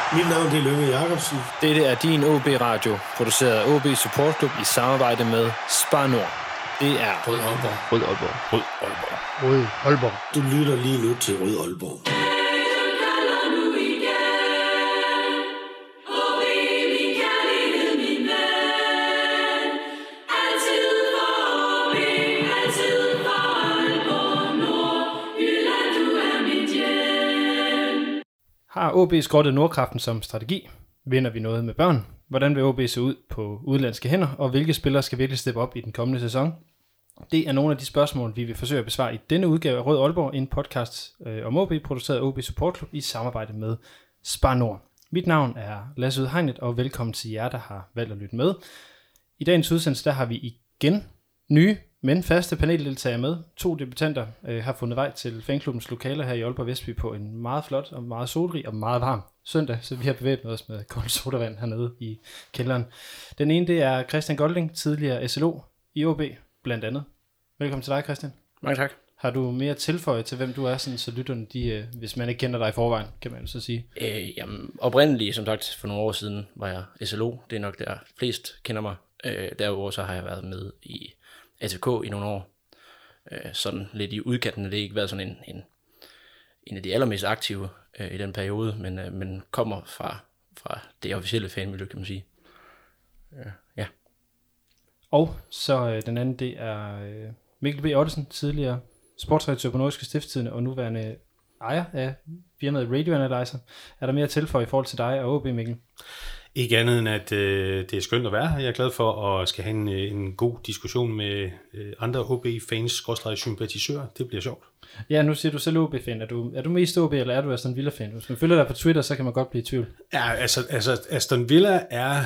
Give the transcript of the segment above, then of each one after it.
Mit navn er Lønge Jacobsen. Dette er din OB-radio, produceret af OB Support Club i samarbejde med Spar Nord. Det er Rød Aalborg. Rød Aalborg. Rød Aalborg. Rød Aalborg. Du lytter lige nu til Rød Aalborg. Har OB skrottet Nordkraften som strategi? Vinder vi noget med børn? Hvordan vil OB se ud på udenlandske hænder? Og hvilke spillere skal virkelig steppe op i den kommende sæson? Det er nogle af de spørgsmål, vi vil forsøge at besvare i denne udgave af Rød Aalborg, en podcast om OB, produceret af OB Support Club i samarbejde med Spar Nord. Mit navn er Lasse Udhegnet, og velkommen til jer, der har valgt at lytte med. I dagens udsendelse, der har vi igen nye, men faste paneldeltagere med. 2 debutanter har fundet vej til fanklubbens lokaler her i Aalborg Vestby på en meget flot og meget solrig og meget varm søndag, så vi har bevæbnet os med koldt sodavand hernede i kælderen. Den ene, det er Christian Golding, tidligere SLO i OB, blandt andet. Velkommen til dig, Christian. Mange tak. Har du mere tilføje til, hvem du er, sådan, så lytterne, de, hvis man ikke kender dig i forvejen, kan man jo så sige? Jamen, oprindeligt, som sagt, for nogle år siden var jeg SLO. Det er nok der flest kender mig. Derudover så har jeg været med i ATK i nogle år. Sådan lidt i udkanten, det har ikke været sådan en af de allermest aktive i den periode, men kommer fra det officielle fanmiljø, kan man sige. Ja. Og så den anden, det er Mikkel B. Ottesen, tidligere sportsredaktør på Nordiske Stiftstidende og nuværende ejer af firmaet Radio Analyzer. Er der mere at tilføje i forhold til dig og OB, Mikkel? Ikke andet end, at det er skønt at være her. Jeg er glad for at skal have en god diskussion med andre OB-fans/sympatisører. Det bliver sjovt. Ja, nu siger du selv OB-fan. Er du mest OB, eller er du Aston Villa-fan? Hvis man følger dig på Twitter, så kan man godt blive i tvivl. Ja, altså Aston Villa er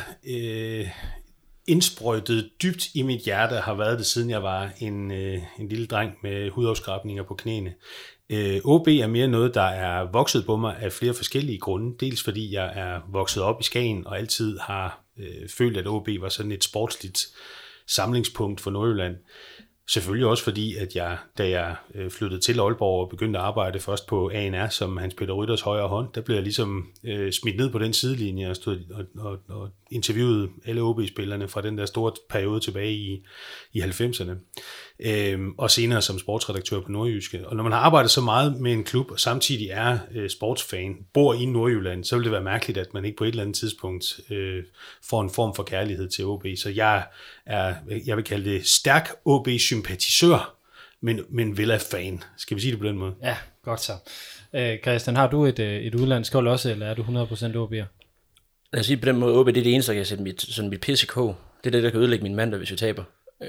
indsprøjtet dybt i mit hjerte, har været det, siden jeg var en lille dreng med hudafskrabninger på knæene. OB er mere noget, der er vokset på mig af flere forskellige grunde. Dels fordi jeg er vokset op i Skagen og altid har følt, at OB var sådan et sportsligt samlingspunkt for Nordjylland. Selvfølgelig også fordi, at da jeg flyttede til Aalborg og begyndte at arbejde først på ANR som Hans Peter Rytters højre hånd, der blev jeg ligesom smidt ned på den sidelinje og stod og interviewede alle OB-spillerne fra den der store periode tilbage i 90'erne. Og senere som sportsredaktør på Nordjyske. Og når man har arbejdet så meget med en klub, og samtidig er sportsfan, bor i Nordjylland, så vil det være mærkeligt, at man ikke på et eller andet tidspunkt får en form for kærlighed til OB. Så jeg vil kalde det stærk OB-sympatisør, men Villa-fan. Skal vi sige det på den måde? Ja, godt så. Christian, har du et udlandsk hold også, eller er du 100% OB'er? Lad os sige på den måde, OB det er det eneste, der kan sætte mit pisse i kog. Det er det, der kan ødelægge min mandag, hvis vi taber.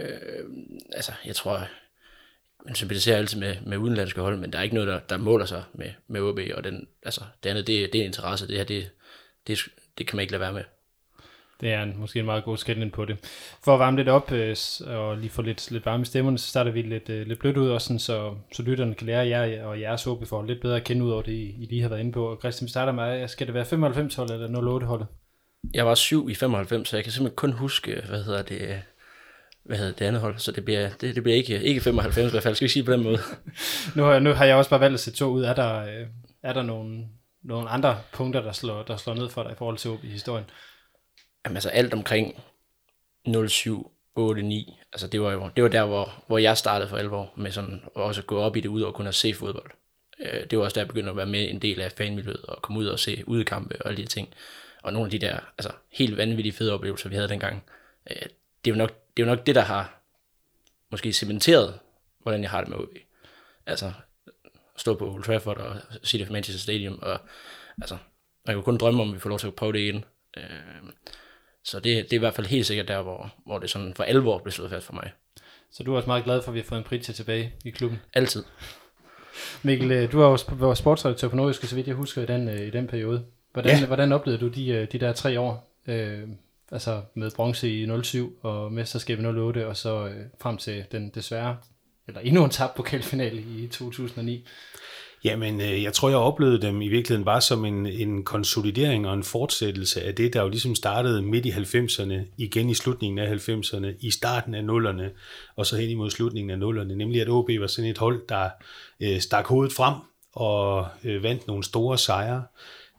Jeg tror, man sympatiserer altid med udenlandske hold, men der er ikke noget, der måler sig med OB, og det andet, det er interesse. Det her, det kan man ikke lade være med. Det er måske en meget god skældning på det. For at varme lidt op og lige få lidt varme i stemmerne, så starter vi lidt blødt ud også, så lytterne kan lære jer og jeres OB for lidt bedre at kende ud over det, I lige har været inde på. Og Christian, vi starter med, skal det være 95-hold eller 08-holdet? Jeg var 7 i 95, så jeg kan simpelthen kun huske, hvad hedder det andet hold, så det bliver ikke 95 i hvert fald, skal vi sige på den måde. Nu har jeg også bare valgt at sætte 2 ud. Er der nogle andre punkter, der slår ned for dig i forhold til OB i historien? Jamen altså alt omkring 07, 8, 9, altså det var der, hvor jeg startede for alvor med sådan at også gå op i det ud og kunne se fodbold. Det var også der, jeg begyndte at være med en del af fanmiljøet og komme ud og se udekampe og alle de ting. Og nogle af de der altså helt vanvittige fede oplevelser, vi havde dengang, det er jo nok det, der har måske cementeret, hvordan jeg har det med OB. Altså stå på Old Trafford og City of Manchester Stadium, og altså man kan kun drømme om, at vi får lov til at prøve det igen. Så det er i hvert fald helt sikkert der, hvor det sådan for alvor blev slået fast for mig. Så du er også meget glad for, at vi har fået en Pritja tilbage i klubben? Altid. Mikkel, du var sportsredaktør på Nordiske, så vidt jeg husker, i den periode. Hvordan oplevede du de der 3 år? Altså med bronze i 07 og mesterskab i 08, og så frem til den desværre, eller endnu en tabt pokalfinale i 2009. Jamen, jeg tror, jeg oplevede dem i virkeligheden bare som en konsolidering og en fortsættelse af det, der jo ligesom startede midt i 90'erne, igen i slutningen af 90'erne, i starten af 0'erne, og så hen imod slutningen af 0'erne, nemlig at OB var sådan et hold, der stak hovedet frem og vandt nogle store sejre.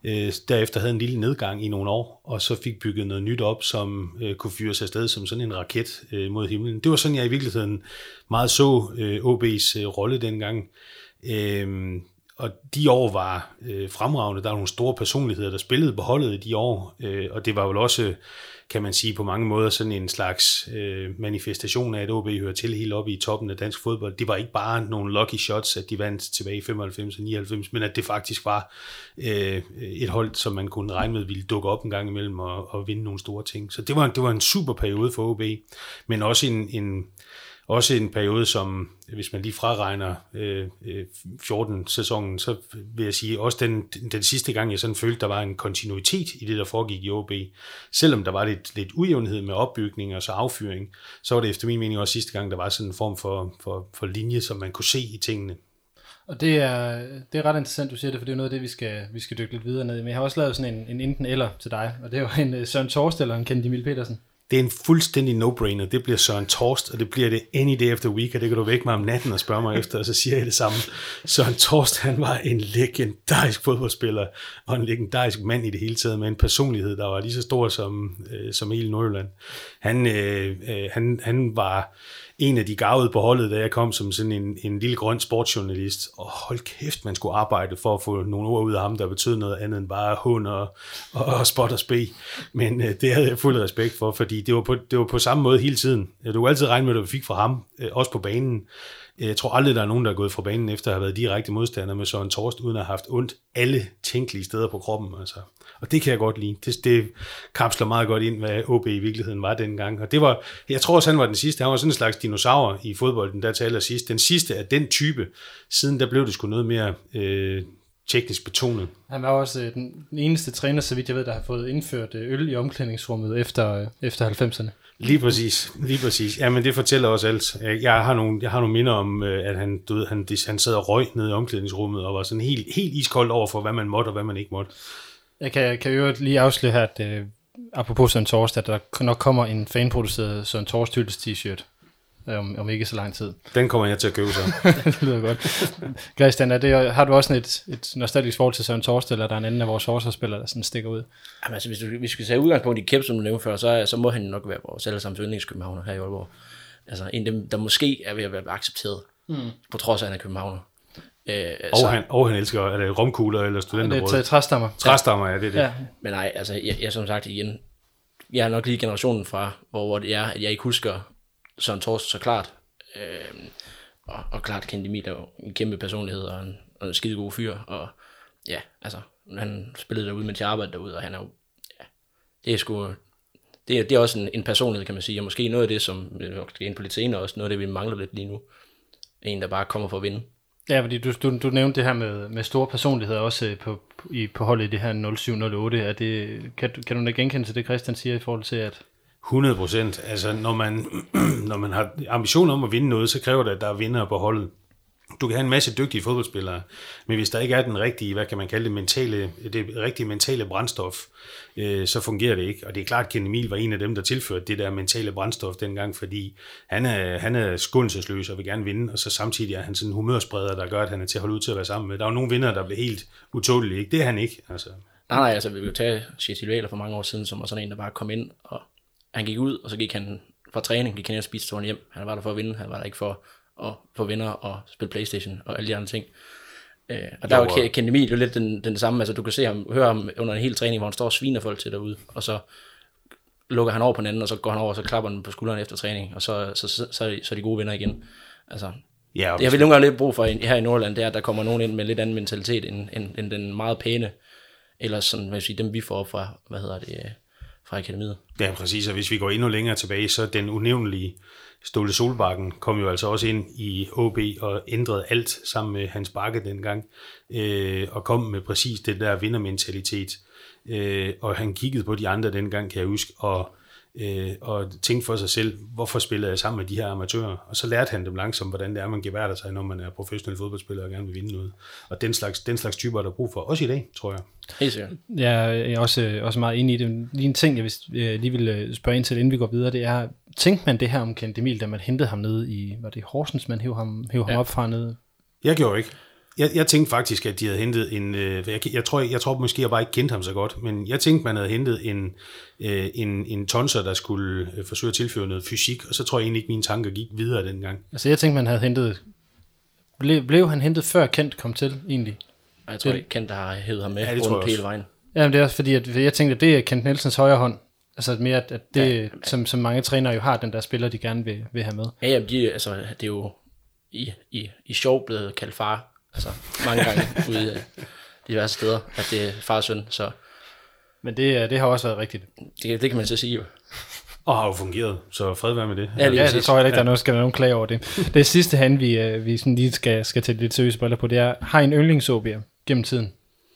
Derefter havde en lille nedgang i nogle år, og så fik bygget noget nyt op, som kunne fyres afsted som sådan en raket mod himlen. Det var sådan, jeg i virkeligheden meget så OB's rolle dengang. Og de år var fremragende. Der var nogle store personligheder, der spillede på holdet i de år, og det var vel også, kan man sige, på mange måder sådan en slags manifestation af, at OB hører til helt oppe i toppen af dansk fodbold. Det var ikke bare nogle lucky shots, at de vandt tilbage i 95 og 99, men at det faktisk var et hold, som man kunne regne med ville dukke op en gang imellem og vinde nogle store ting. Så det var en super periode for OB, men også også en periode, som, hvis man lige fraregner 14-sæsonen, så vil jeg sige, også den sidste gang, jeg sådan følte, der var en kontinuitet i det, der foregik i OB. Selvom der var lidt ujævnhed med opbygning og så affyring, så var det efter min mening også sidste gang, der var sådan en form for linje, som man kunne se i tingene. Og det er ret interessant, du siger det, for det er noget af det, vi skal dykke lidt videre ned i. Men jeg har også lavet sådan en enten eller til dig, og det er jo en Søren Torst eller en Kenneth Emil Petersen. Det er en fuldstændig no-brainer. Det bliver Søren Torst, og det bliver det any day of the week, og det kan du vække mig om natten og spørge mig efter, og så siger jeg det samme. Søren Torst, han var en legendarisk fodboldspiller, og en legendarisk mand i det hele taget, med en personlighed, der var lige så stor som hele Nordjylland. Han var en af de garvede på holdet, da jeg kom som sådan en lille grøn sportsjournalist, og hold kæft, man skulle arbejde for at få nogle ord ud af ham, der betød noget andet end bare hund og spot og spe. Men det havde jeg fuld respekt for, fordi det var på samme måde hele tiden. Du kunne altid regne med, at du fik fra ham, også på banen. Jeg tror aldrig, der er nogen, der er gået fra banen efter at have været direkte modstander med Søren Torst, uden at have haft ondt alle tænkelige steder på kroppen. Altså. Og det kan jeg godt lide. Det kapsler meget godt ind, hvad OB i virkeligheden var dengang. Og det var, jeg tror også, han var den sidste. Han var sådan en slags dinosaur i fodbolden, der til allersidst. Den sidste af den type. Siden der blev det sgu noget mere teknisk betonet. Han var også den eneste træner, så vidt jeg ved, der har fået indført øl i omklædningsrummet efter 90'erne. Lige præcis. Ja, men det fortæller også alt. Jeg har nogle minder om, at han sad og røg nede i omklædningsrummet og var sådan helt iskold over for, hvad man måtte og hvad man ikke måtte. Jeg kan jo lige afsløre her, at apropos Søren Torst, at der nok kommer en fanproduceret Søren Torst hyldes t-shirt om ikke så lang tid. Den kommer jeg til at købe så. Det lyder godt. Christian, har du også et nostalgisk forhold til Søren Torst, eller der er en anden af vores forsvarsspillere, der sådan stikker ud? Jamen, altså, hvis vi skal tage udgangspunkt i Kæp, som du nævnte før, så må han nok være vores allesammens yndlingskøbenhavner her i Aalborg. Altså en af dem, der måske er ved at være accepteret, på trods af, at han er københavner. Og han elsker, er det romkugler eller studenterbrød? Det er træstammer. Træstammer, ja, det er det. Ja. Men nej, altså jeg som sagt igen, jeg er nok lige generationen fra, hvor det er, at jeg ikke husker Søren Torst så klart. Og klart Kenneth Emil er jo en kæmpe personlighed og en skide god fyr. Og ja, altså han spillede derude, mens jeg arbejdede derude, og han er jo, ja, det er sgu, det er også en personlighed, kan man sige, og måske noget af det, som vi skal ind på lidt senere også, noget af det, vi mangler lidt lige nu. En, der bare kommer for at vinde. Ja, fordi du nævnte det her med store personligheder også på holdet i det her 07-08. Er det, kan du da genkende til det, Christian siger, i forhold til, at 100%. Altså, når man har ambitioner om at vinde noget, så kræver det, at der er vindere på holdet. Du kan have en masse dygtige fodboldspillere, men hvis der ikke er den rigtige, hvad kan man kalde det rigtige mentale brændstof, så fungerer det ikke. Og det er klart, at Kenneth Emil var en af dem, der tilførte det der mentale brændstof dengang, fordi han er skånselsløs og vil gerne vinde, og så samtidig er han sådan en humørspreder, der gør, at han er til at holde ud til at være sammen med. Der er jo nogle vindere, der bliver helt utålige, ikke? Det er han ikke. Altså. Nej, altså vi vil jo tage Kjetil Wæler for mange år siden, som var sådan en, der bare kom ind, og han gik ud, og så gik han fra træning, gik han ind og spiste turen hjem. Han var der for at vinde, han var der ikke for at få venner og spille PlayStation og alle de andre ting. Og der var Kenneth Emil jo lidt den samme, altså du kan høre ham under en hel træning, hvor han står og sviner folk til derude, og så lukker han over på den anden, og så går han over, og så klapper han på skulderen efter træning, og så er de gode venner igen. Altså, det har vi nogle gange lidt brug for her i Nordland, det er, at der kommer nogen ind med lidt anden mentalitet, end den meget pæne, eller sådan, hvad jeg sige, dem vi får op fra, fra akademiet. Ja, præcis, og hvis vi går endnu længere tilbage, så den unævnlige Ståle Solbakken kom jo altså også ind i OB og ændrede alt sammen med Hans Bakke dengang, og kom med præcis det der vindermentalitet. Og han kiggede på de andre dengang, kan jeg huske, og tænkte for sig selv, hvorfor spiller jeg sammen med de her amatører? Og så lærte han dem langsomt, hvordan det er, man geværter sig, når man er professionel fodboldspiller og gerne vil vinde noget. Og den slags typer er der brug for, også i dag, tror jeg. Helt sikkert. Jeg er også meget enig i det. Lige en ting, jeg lige vil spørge ind til, inden vi går videre, det er, tænkte man det her om Kenneth Emil, da man hentede ham ned i, var det Horsens, man hævde ham op fra nede? Jeg gjorde ikke. Jeg tænkte faktisk, at de havde hentet en... Jeg tror måske, jeg bare ikke kendte ham så godt, men jeg tænkte, man havde hentet en tonser, der skulle forsøge at tilføre noget fysik, og så tror jeg egentlig ikke, mine tanker gik videre dengang. Altså jeg tænkte, man havde hentet... Blev han hentet før Kent kom til, egentlig? Jeg tror ikke, Kent har hævet ham med rundt hele vejen. Ja, men det er også fordi, at jeg tænkte, at det er Kent Nielsens højre hånd. Altså mere, at det, som mange trænere jo har, den der spiller, de gerne vil have med. Ja, jamen, det er jo i sjov blevet kaldt far. Altså mange gange ude af diverse steder, at det er far og søn. Så men det har også været rigtigt. det kan man så sige jo. Og har jo fungeret, så fred være med det. Ja, det tror jeg ikke, der skal være nogen klage over det. Det sidste han, vi sådan lige skal til lidt seriøse briller på, det er, har en yndlingsobier gennem tiden?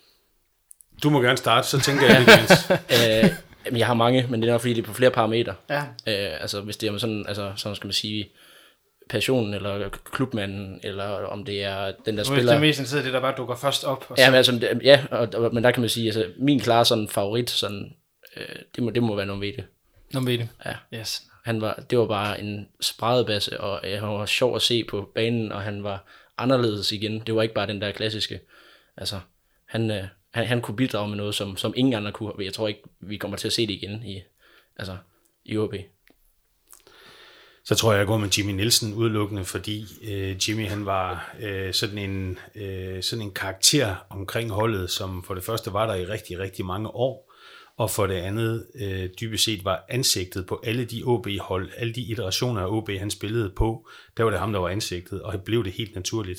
Du må gerne starte, så tænker jeg ikke Jamen, jeg har mange, men det er nok fordi, det er på flere parametre. Ja. Altså, hvis det er sådan skal man sige, passionen, eller klubmanden, eller om det er den, der spiller... Det er mest det, der bare dukker først op. Og ja, men, altså, men der kan man sige, altså, min klare sådan favorit, sådan, det må være Nomvete. Nomvete? Ja. Yes. Det var bare en spredebasse, og han var sjov at se på banen, og han var anderledes igen. Det var ikke bare den der klassiske. Altså, han kunne bidrage med noget, som ingen andre kunne. Jeg tror ikke, vi kommer til at se det igen i OB. Så tror jeg går med Jimmy Nielsen udelukkende, fordi Jimmy han var sådan en karakter omkring holdet, som for det første var der i rigtig, rigtig mange år, og for det andet dybest set var ansigtet på alle de OB-hold, alle de iterationer af OB, han spillede på, der var det ham, der var ansigtet, og det blev det helt naturligt.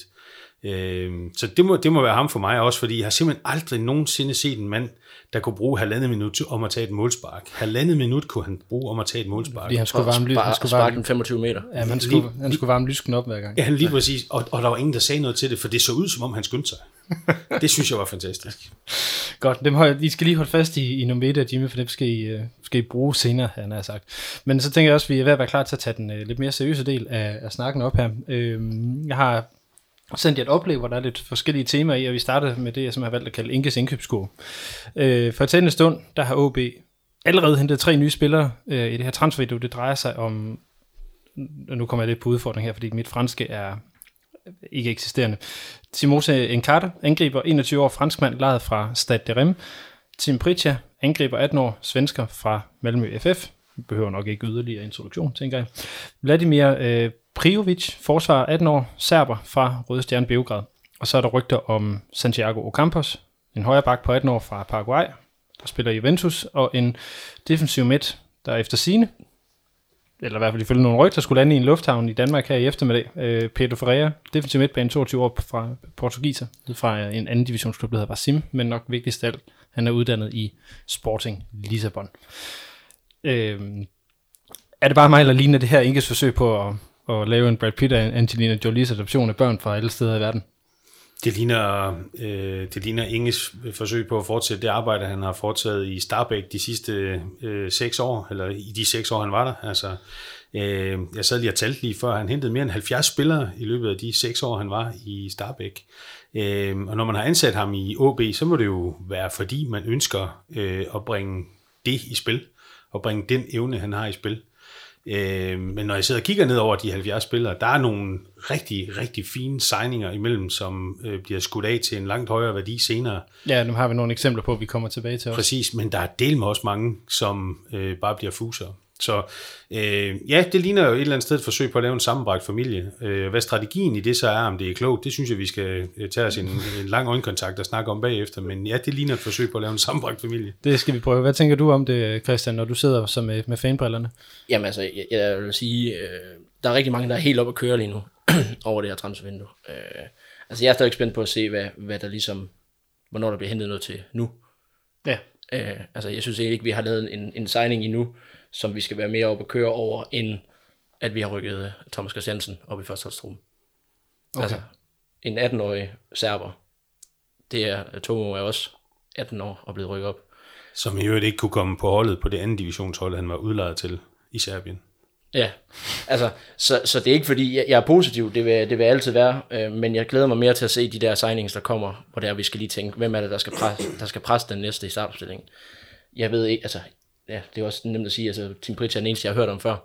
Så det må være ham for mig også, fordi jeg har simpelthen aldrig nogensinde set en mand, der kunne bruge 1,5 minut om at tage et målspark. 1,5 minut kunne han bruge om at tage et målspark. Fordi han skulle varme den 25 meter. Ja, han skulle varme lyskende op hver gang. Ja, lige præcis. Og der var ingen, der sagde noget til det, for det så ud, som om han skyndte sig. Det synes jeg var fantastisk. Godt, I skal lige holde fast i Nomvete og Jimmy, for det skal I bruge senere, han har sagt. Men så tænker jeg også, at vi er ved at være klar til at tage den lidt mere seriøse del af snakken op her. Jeg har sendt jer et oplæg, hvor der er lidt forskellige temaer i, og vi starter med det, som jeg har valgt at kalde Inkes indkøbskurve. For at tage en stund, der har OB allerede hentet 3 nye spillere i det her transfervindue. Det drejer sig om, og nu kommer jeg lidt på udfordring her, fordi mit franske er ikke eksisterende. Timothée Nkata, angriber 21 år, franskmand, lejet fra Stade de Reims. Tim Pritja, angriber 18 år, svensker fra Malmö FF. Vi behøver nok ikke yderligere introduktion, tænker jeg. Vladimir Prijovic, forsvarer 18 år, serber fra Røde Stjerne Beograd. Og så er der rygter om Santiago Ocampos, en højre bak på 18 år fra Paraguay, der spiller i Juventus, og en defensiv midt, der efter sigende, eller i hvert fald ifølge nogle rygter, skulle lande i en lufthavn i Danmark her i eftermiddag. Pedro Ferreira, defensiv midtbane, 22 år fra Portugiser, fra en anden divisionsklub, der hedder Basim, men nok vigtigst af alt, han er uddannet i Sporting Lissabon. Er det bare mig, eller ligner det her Inkes forsøg på at lave en Brad Pitt og Angelina Jolies adoption af børn fra alle steder i verden? Det ligner Inges forsøg på at fortsætte det arbejde, han har foretaget i Starbæk de sidste 6 år, eller i de 6 år, han var der. Altså, jeg sad lige og talte lige før, han hentede mere end 70 spillere i løbet af de 6 år, han var i Starbæk. Og når man har ansat ham i OB, så må det jo være, fordi man ønsker at bringe det i spil, og bringe den evne, han har i spil. Men når jeg sidder og kigger ned over de 70 spillere, der er nogle rigtig, rigtig fine signinger imellem, som bliver skudt af til en langt højere værdi senere. Ja, nu har vi nogle eksempler på, at vi kommer tilbage til også. Præcis, men der er del med også mange, som bare bliver fuser. Så ja, det ligner jo et eller andet sted et forsøg på at lave en sammenbragt familie. Hvad strategien i det så er, om det er klogt, det synes jeg, vi skal tage os en lang øjenkontakt og snakke om bagefter. Men ja, det ligner et forsøg på at lave en sammenbragt familie. Det skal vi prøve. Hvad tænker du om det, Christian, når du sidder så med fanbrillerne? Jamen altså, jeg vil sige, der er rigtig mange, der er helt oppe at køre lige nu over det her transfervindue. Altså jeg er stadig spændt på at se, hvad der ligesom, hvornår der bliver hentet noget til nu. Ja. Altså jeg synes egentlig ikke, vi har lavet en signing endnu, som vi skal være mere oppe at køre over, end at vi har rykket Thomas Christiansen op i førsteholdstruppen. Okay. Altså, en 18-årig serber, det er Tomo er også 18 år og blevet rykket op. Som i øvrigt ikke kunne komme på holdet på det andet divisionshold, han var udlejet til i Serbien. Ja, altså, så det er ikke fordi, jeg er positiv, det vil altid være, men jeg glæder mig mere til at se de der signings, der kommer, hvor der vi skal lige tænke, hvem er det, der skal presse den næste i startopstillingen. Jeg ved ikke, altså, ja, det er også nemt at sige, altså Tim Pritja er den eneste, jeg har hørt om før.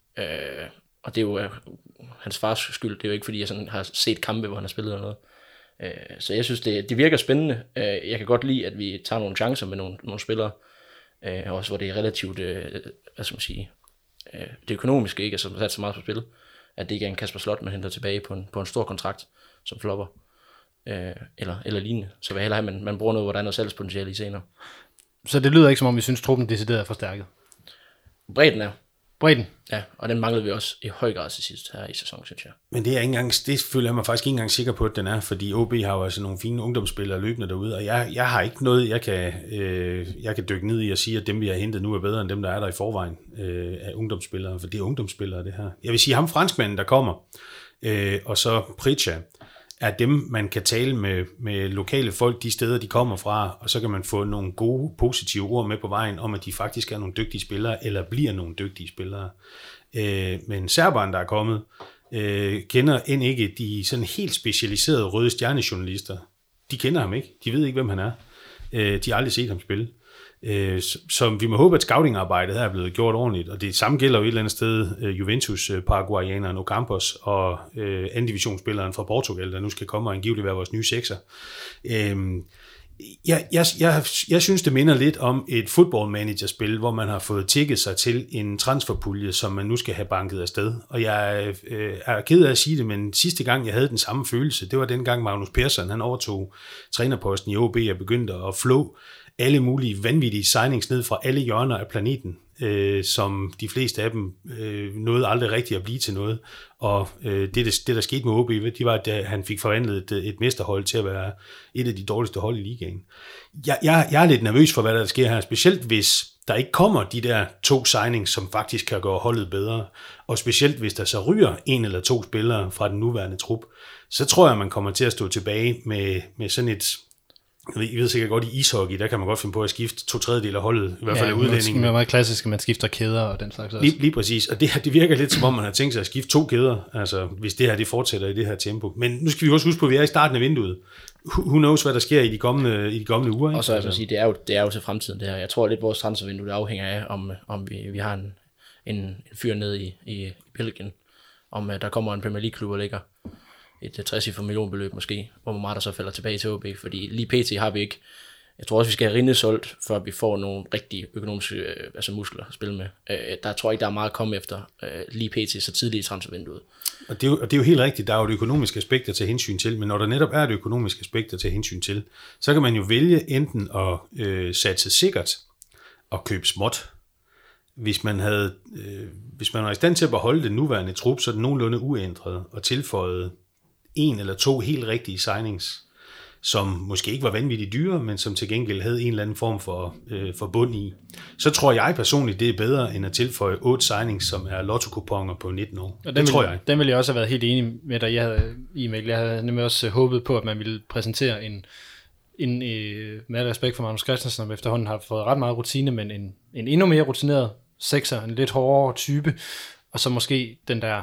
Og det er jo hans fars skyld, det er jo ikke fordi, jeg sådan har set kampe, hvor han har spillet eller noget. Så jeg synes, det virker spændende. Jeg kan godt lide, at vi tager nogle chancer med nogle spillere, også hvor det er relativt, hvad skal man sige, det økonomiske ikke er sat så meget på spil, at det ikke er en Kasper Slot, man henter tilbage på en stor kontrakt, som flopper, eller lignende. Så vil jeg hellere have, at man bruger noget, hvor der er noget salgspotentiale i senere. Så det lyder ikke, som om vi synes, truppen decideret er forstærket? Bredden er. Bredden? Ja, og den manglede vi også i høj grad til sidst her i sæsonen, synes jeg. Men det føler jeg mig faktisk ikke engang sikker på, at den er, fordi OB har jo altså nogle fine ungdomsspillere løbende derude, og jeg har ikke noget, jeg kan dykke ned i og sige, at dem, vi har hentet nu, er bedre end dem, der er der i forvejen af ungdomsspillere, for det er ungdomsspillere, det her. Jeg vil sige, ham franskmanden, der kommer, og så Pritcha, er dem, man kan tale med lokale folk, de steder, de kommer fra, og så kan man få nogle gode, positive ord med på vejen, om at de faktisk er nogle dygtige spillere, eller bliver nogle dygtige spillere. Men serberen, der er kommet, kender end ikke de sådan helt specialiserede røde stjernejournalister. De kender ham ikke. De ved ikke, hvem han er. De har aldrig set ham spille. Så vi må håbe, at scoutingarbejdet her er blevet gjort ordentligt, og det samme gælder jo et eller andet sted Juventus paraguayaneren Ocampos og anden divisionsspilleren fra Portugal, der nu skal komme og angiveligt være vores nye sekser. Jeg synes, det minder lidt om et footballmanagerspil, hvor man har fået tikket sig til en transferpulje, som man nu skal have banket afsted. Og jeg er ked af at sige det, men sidste gang, jeg havde den samme følelse, det var dengang Magnus Persson, han overtog trænerposten i OB og begyndte at flå alle mulige vanvittige signings ned fra alle hjørner af planeten, som de fleste af dem nåede aldrig rigtigt at blive til noget. Og det der skete med OB, det var, at han fik forvandlet et mesterhold til at være et af de dårligste hold i ligaen. Jeg er lidt nervøs for, hvad der sker her, specielt hvis der ikke kommer de der 2 signings, som faktisk kan gøre holdet bedre, og specielt hvis der så ryger 1 eller 2 spillere fra den nuværende trup, så tror jeg, man kommer til at stå tilbage med sådan et... I ved sikkert godt, i ishockey, der kan man godt finde på at skifte 2/3 af holdet, i hvert fald af udlændingen. Det er meget klassisk, at man skifter kæder og den slags også. Lige præcis, og det virker lidt som om, man har tænkt sig at skifte 2 kæder, altså hvis det her det fortsætter i det her tempo. Men nu skal vi også huske på, at vi er i starten af vinduet. Who knows, hvad der sker i de kommende uger. Ikke? Og så jeg vil sige, det er jo til fremtiden det her. Jeg tror lidt, vores transfervindue, det afhænger af, om vi har en fyr nede i Belgien, om der kommer en Premier League-klub og ligger et 60 millionbeløb måske, hvor meget der så falder tilbage til OB, fordi lige pt. Har vi ikke. Jeg tror også, vi skal have Rinde solgt, før vi får nogle rigtige økonomiske muskler at spille med. Der tror jeg ikke, der er meget at komme efter lige pt. Så tidligt i transfervinduet. Og det er jo helt rigtigt, der er jo et økonomisk aspekt at tage hensyn til, men når der netop er et økonomisk aspekt at tage hensyn til, så kan man jo vælge enten at satse sikkert og købe småt. Hvis man var i stand til at beholde den nuværende trup, så er den nogenlunde uændret og tilføjet 1 eller 2 helt rigtige signings, som måske ikke var vanvittigt dyre, men som til gengæld havde en eller anden form for bund i. Så tror jeg personligt, det er bedre end at tilføje 8 signings, som er lotto-kuponer på 19 år. Og det tror jeg. Den ville jeg også have været helt enig med dig. Jeg havde nemlig også håbet på, at man ville præsentere en med respekt for Magnus Christensen, som efterhånden har fået ret meget rutine, men en endnu mere rutineret sekser, en lidt hårdere type, og så måske den der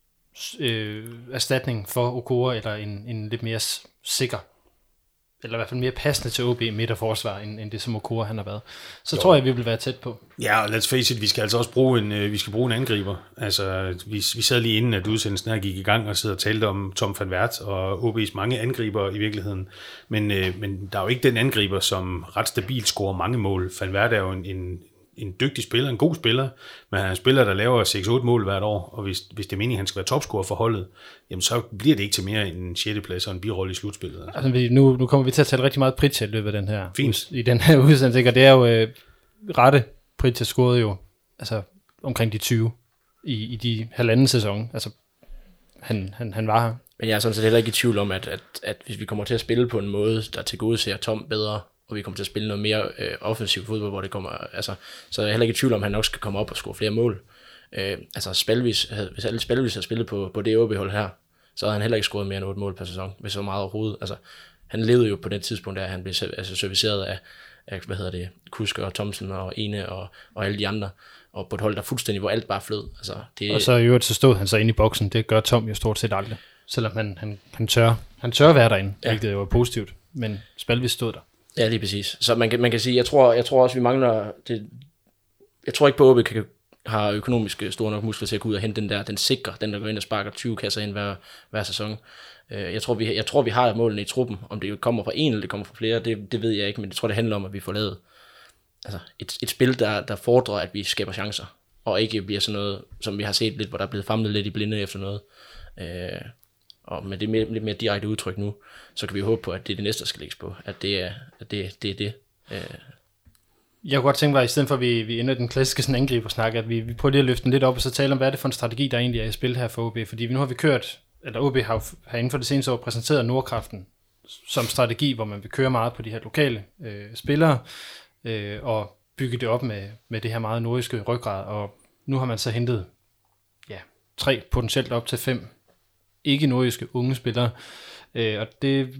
erstatning for Okora, eller en lidt mere sikker, eller i hvert fald mere passende til OB midterforsvar, end det som Okora han har været. Så tror jeg, vi vil være tæt på. Ja, og let's face it, vi skal altså også bruge en angriber. Altså, vi sad lige inden, at udsendelsen her gik i gang, og sidder og talte om Tom van Wert og OB's mange angriber i virkeligheden. Men der er jo ikke den angriber, som ret stabilt scorer mange mål. Van Wert er jo en dygtig spiller, en god spiller, men han er en spiller, der laver 6-8 mål hvert år, og hvis det er meningen, han skal være topscorer for holdet, jamen så bliver det ikke til mere end en 6. plads og en birolle i slutspillet. Altså, nu kommer vi til at tale rigtig meget Pritcha i løbet af den her, i den her udsendelse, og det er jo rette. Pritcha scorede jo altså omkring de 20 i de halvanden sæson. Altså, han var her. Men jeg er sådan set heller ikke i tvivl om, at hvis vi kommer til at spille på en måde, der tilgodeser Tom bedre, og vi kommer til at spille noget mere offensiv fodbold, hvor det kommer, altså, så er jeg heller ikke i tvivl om, at han nok skal komme op og score flere mål. Hvis alle Spalvis havde spillet på det OB-hold her, så havde han heller ikke scoret mere end 8 mål per sæson, hvis så meget overhovedet. Altså, han levede jo på det tidspunkt, der han blev serviceret af Kusker og Thomsen og Ene og alle de andre, og på et hold, der fuldstændig, hvor alt bare flød. Altså, og så i øvrigt, så stod han så inde i boksen. Det gør Tom jo stort set aldrig, selvom han tør være derinde, hvilket jo var positivt, men Spalvis stod der. Ja, lige præcis. Så man kan sige, jeg tror også, vi mangler det. Jeg tror ikke på, at OB har økonomisk store nok muskler til at gå ud og hente den sikre, den der går ind og sparker 20 kasser ind hver sæson. Jeg tror, vi har målene i truppen. Om det kommer fra en, eller det kommer fra flere, det ved jeg ikke, men jeg tror, det handler om, at vi får lavet altså et spil, der fordrer, at vi skaber chancer, og ikke bliver sådan noget, som vi har set lidt, hvor der er blevet famlet lidt i blinde efter noget. Og med det lidt mere direkte udtryk nu, så kan vi håbe på, at det er det næste, der skal lægges på. At det er det. Jeg kunne godt tænke mig, at i stedet for, at vi ender den klassiske sådan angribersnak, at vi prøver lige at løfte den lidt op, og så tale om, hvad er det for en strategi, der egentlig er i spil her for OB. Fordi nu har vi kørt, eller OB har inden for det seneste år præsenteret Nordkraften som strategi, hvor man vil køre meget på de her lokale spillere, og bygge det op med det her meget nordiske ryggrad. Og nu har man så hentet 3, potentielt op til 5 ikke nordiske unge spillere. Og det,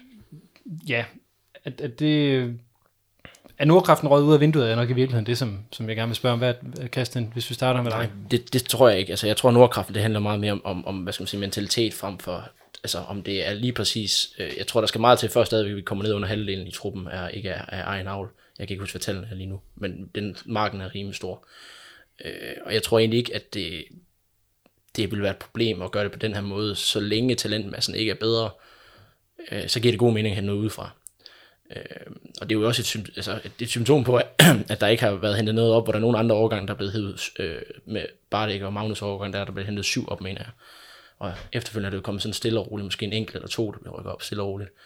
er Nordkraften røget ud af vinduet, er nok i virkeligheden det, som jeg gerne vil spørge om. Hvad er Karsten, hvis vi starter med dig? Nej, det tror jeg ikke. Altså, jeg tror, Nordkraften, det handler meget mere om hvad skal man sige, mentalitet frem for, altså om det er lige præcis, jeg tror, der skal meget til, før stadigvæk vi kommer ned under halvdelen i truppen, ikke er egen avl. Jeg kan ikke huske, hvad tallene er lige nu, men den marken er rimelig stor. Og jeg tror egentlig ikke, at det vil være et problem at gøre det på den her måde, så længe talentmassen ikke er bedre, så giver det god mening at hente noget udefra. Og det er jo også et symptom på, at der ikke har været hentet noget op, hvor der er nogle andre årgange, der er blevet hævet med Bardæk og Magnus årgang, der er blevet hentet 7 op, mener jeg. Og efterfølgende er det jo kommet sådan stille og roligt, måske en enkelt eller 2, der bliver rykket op stille og roligt.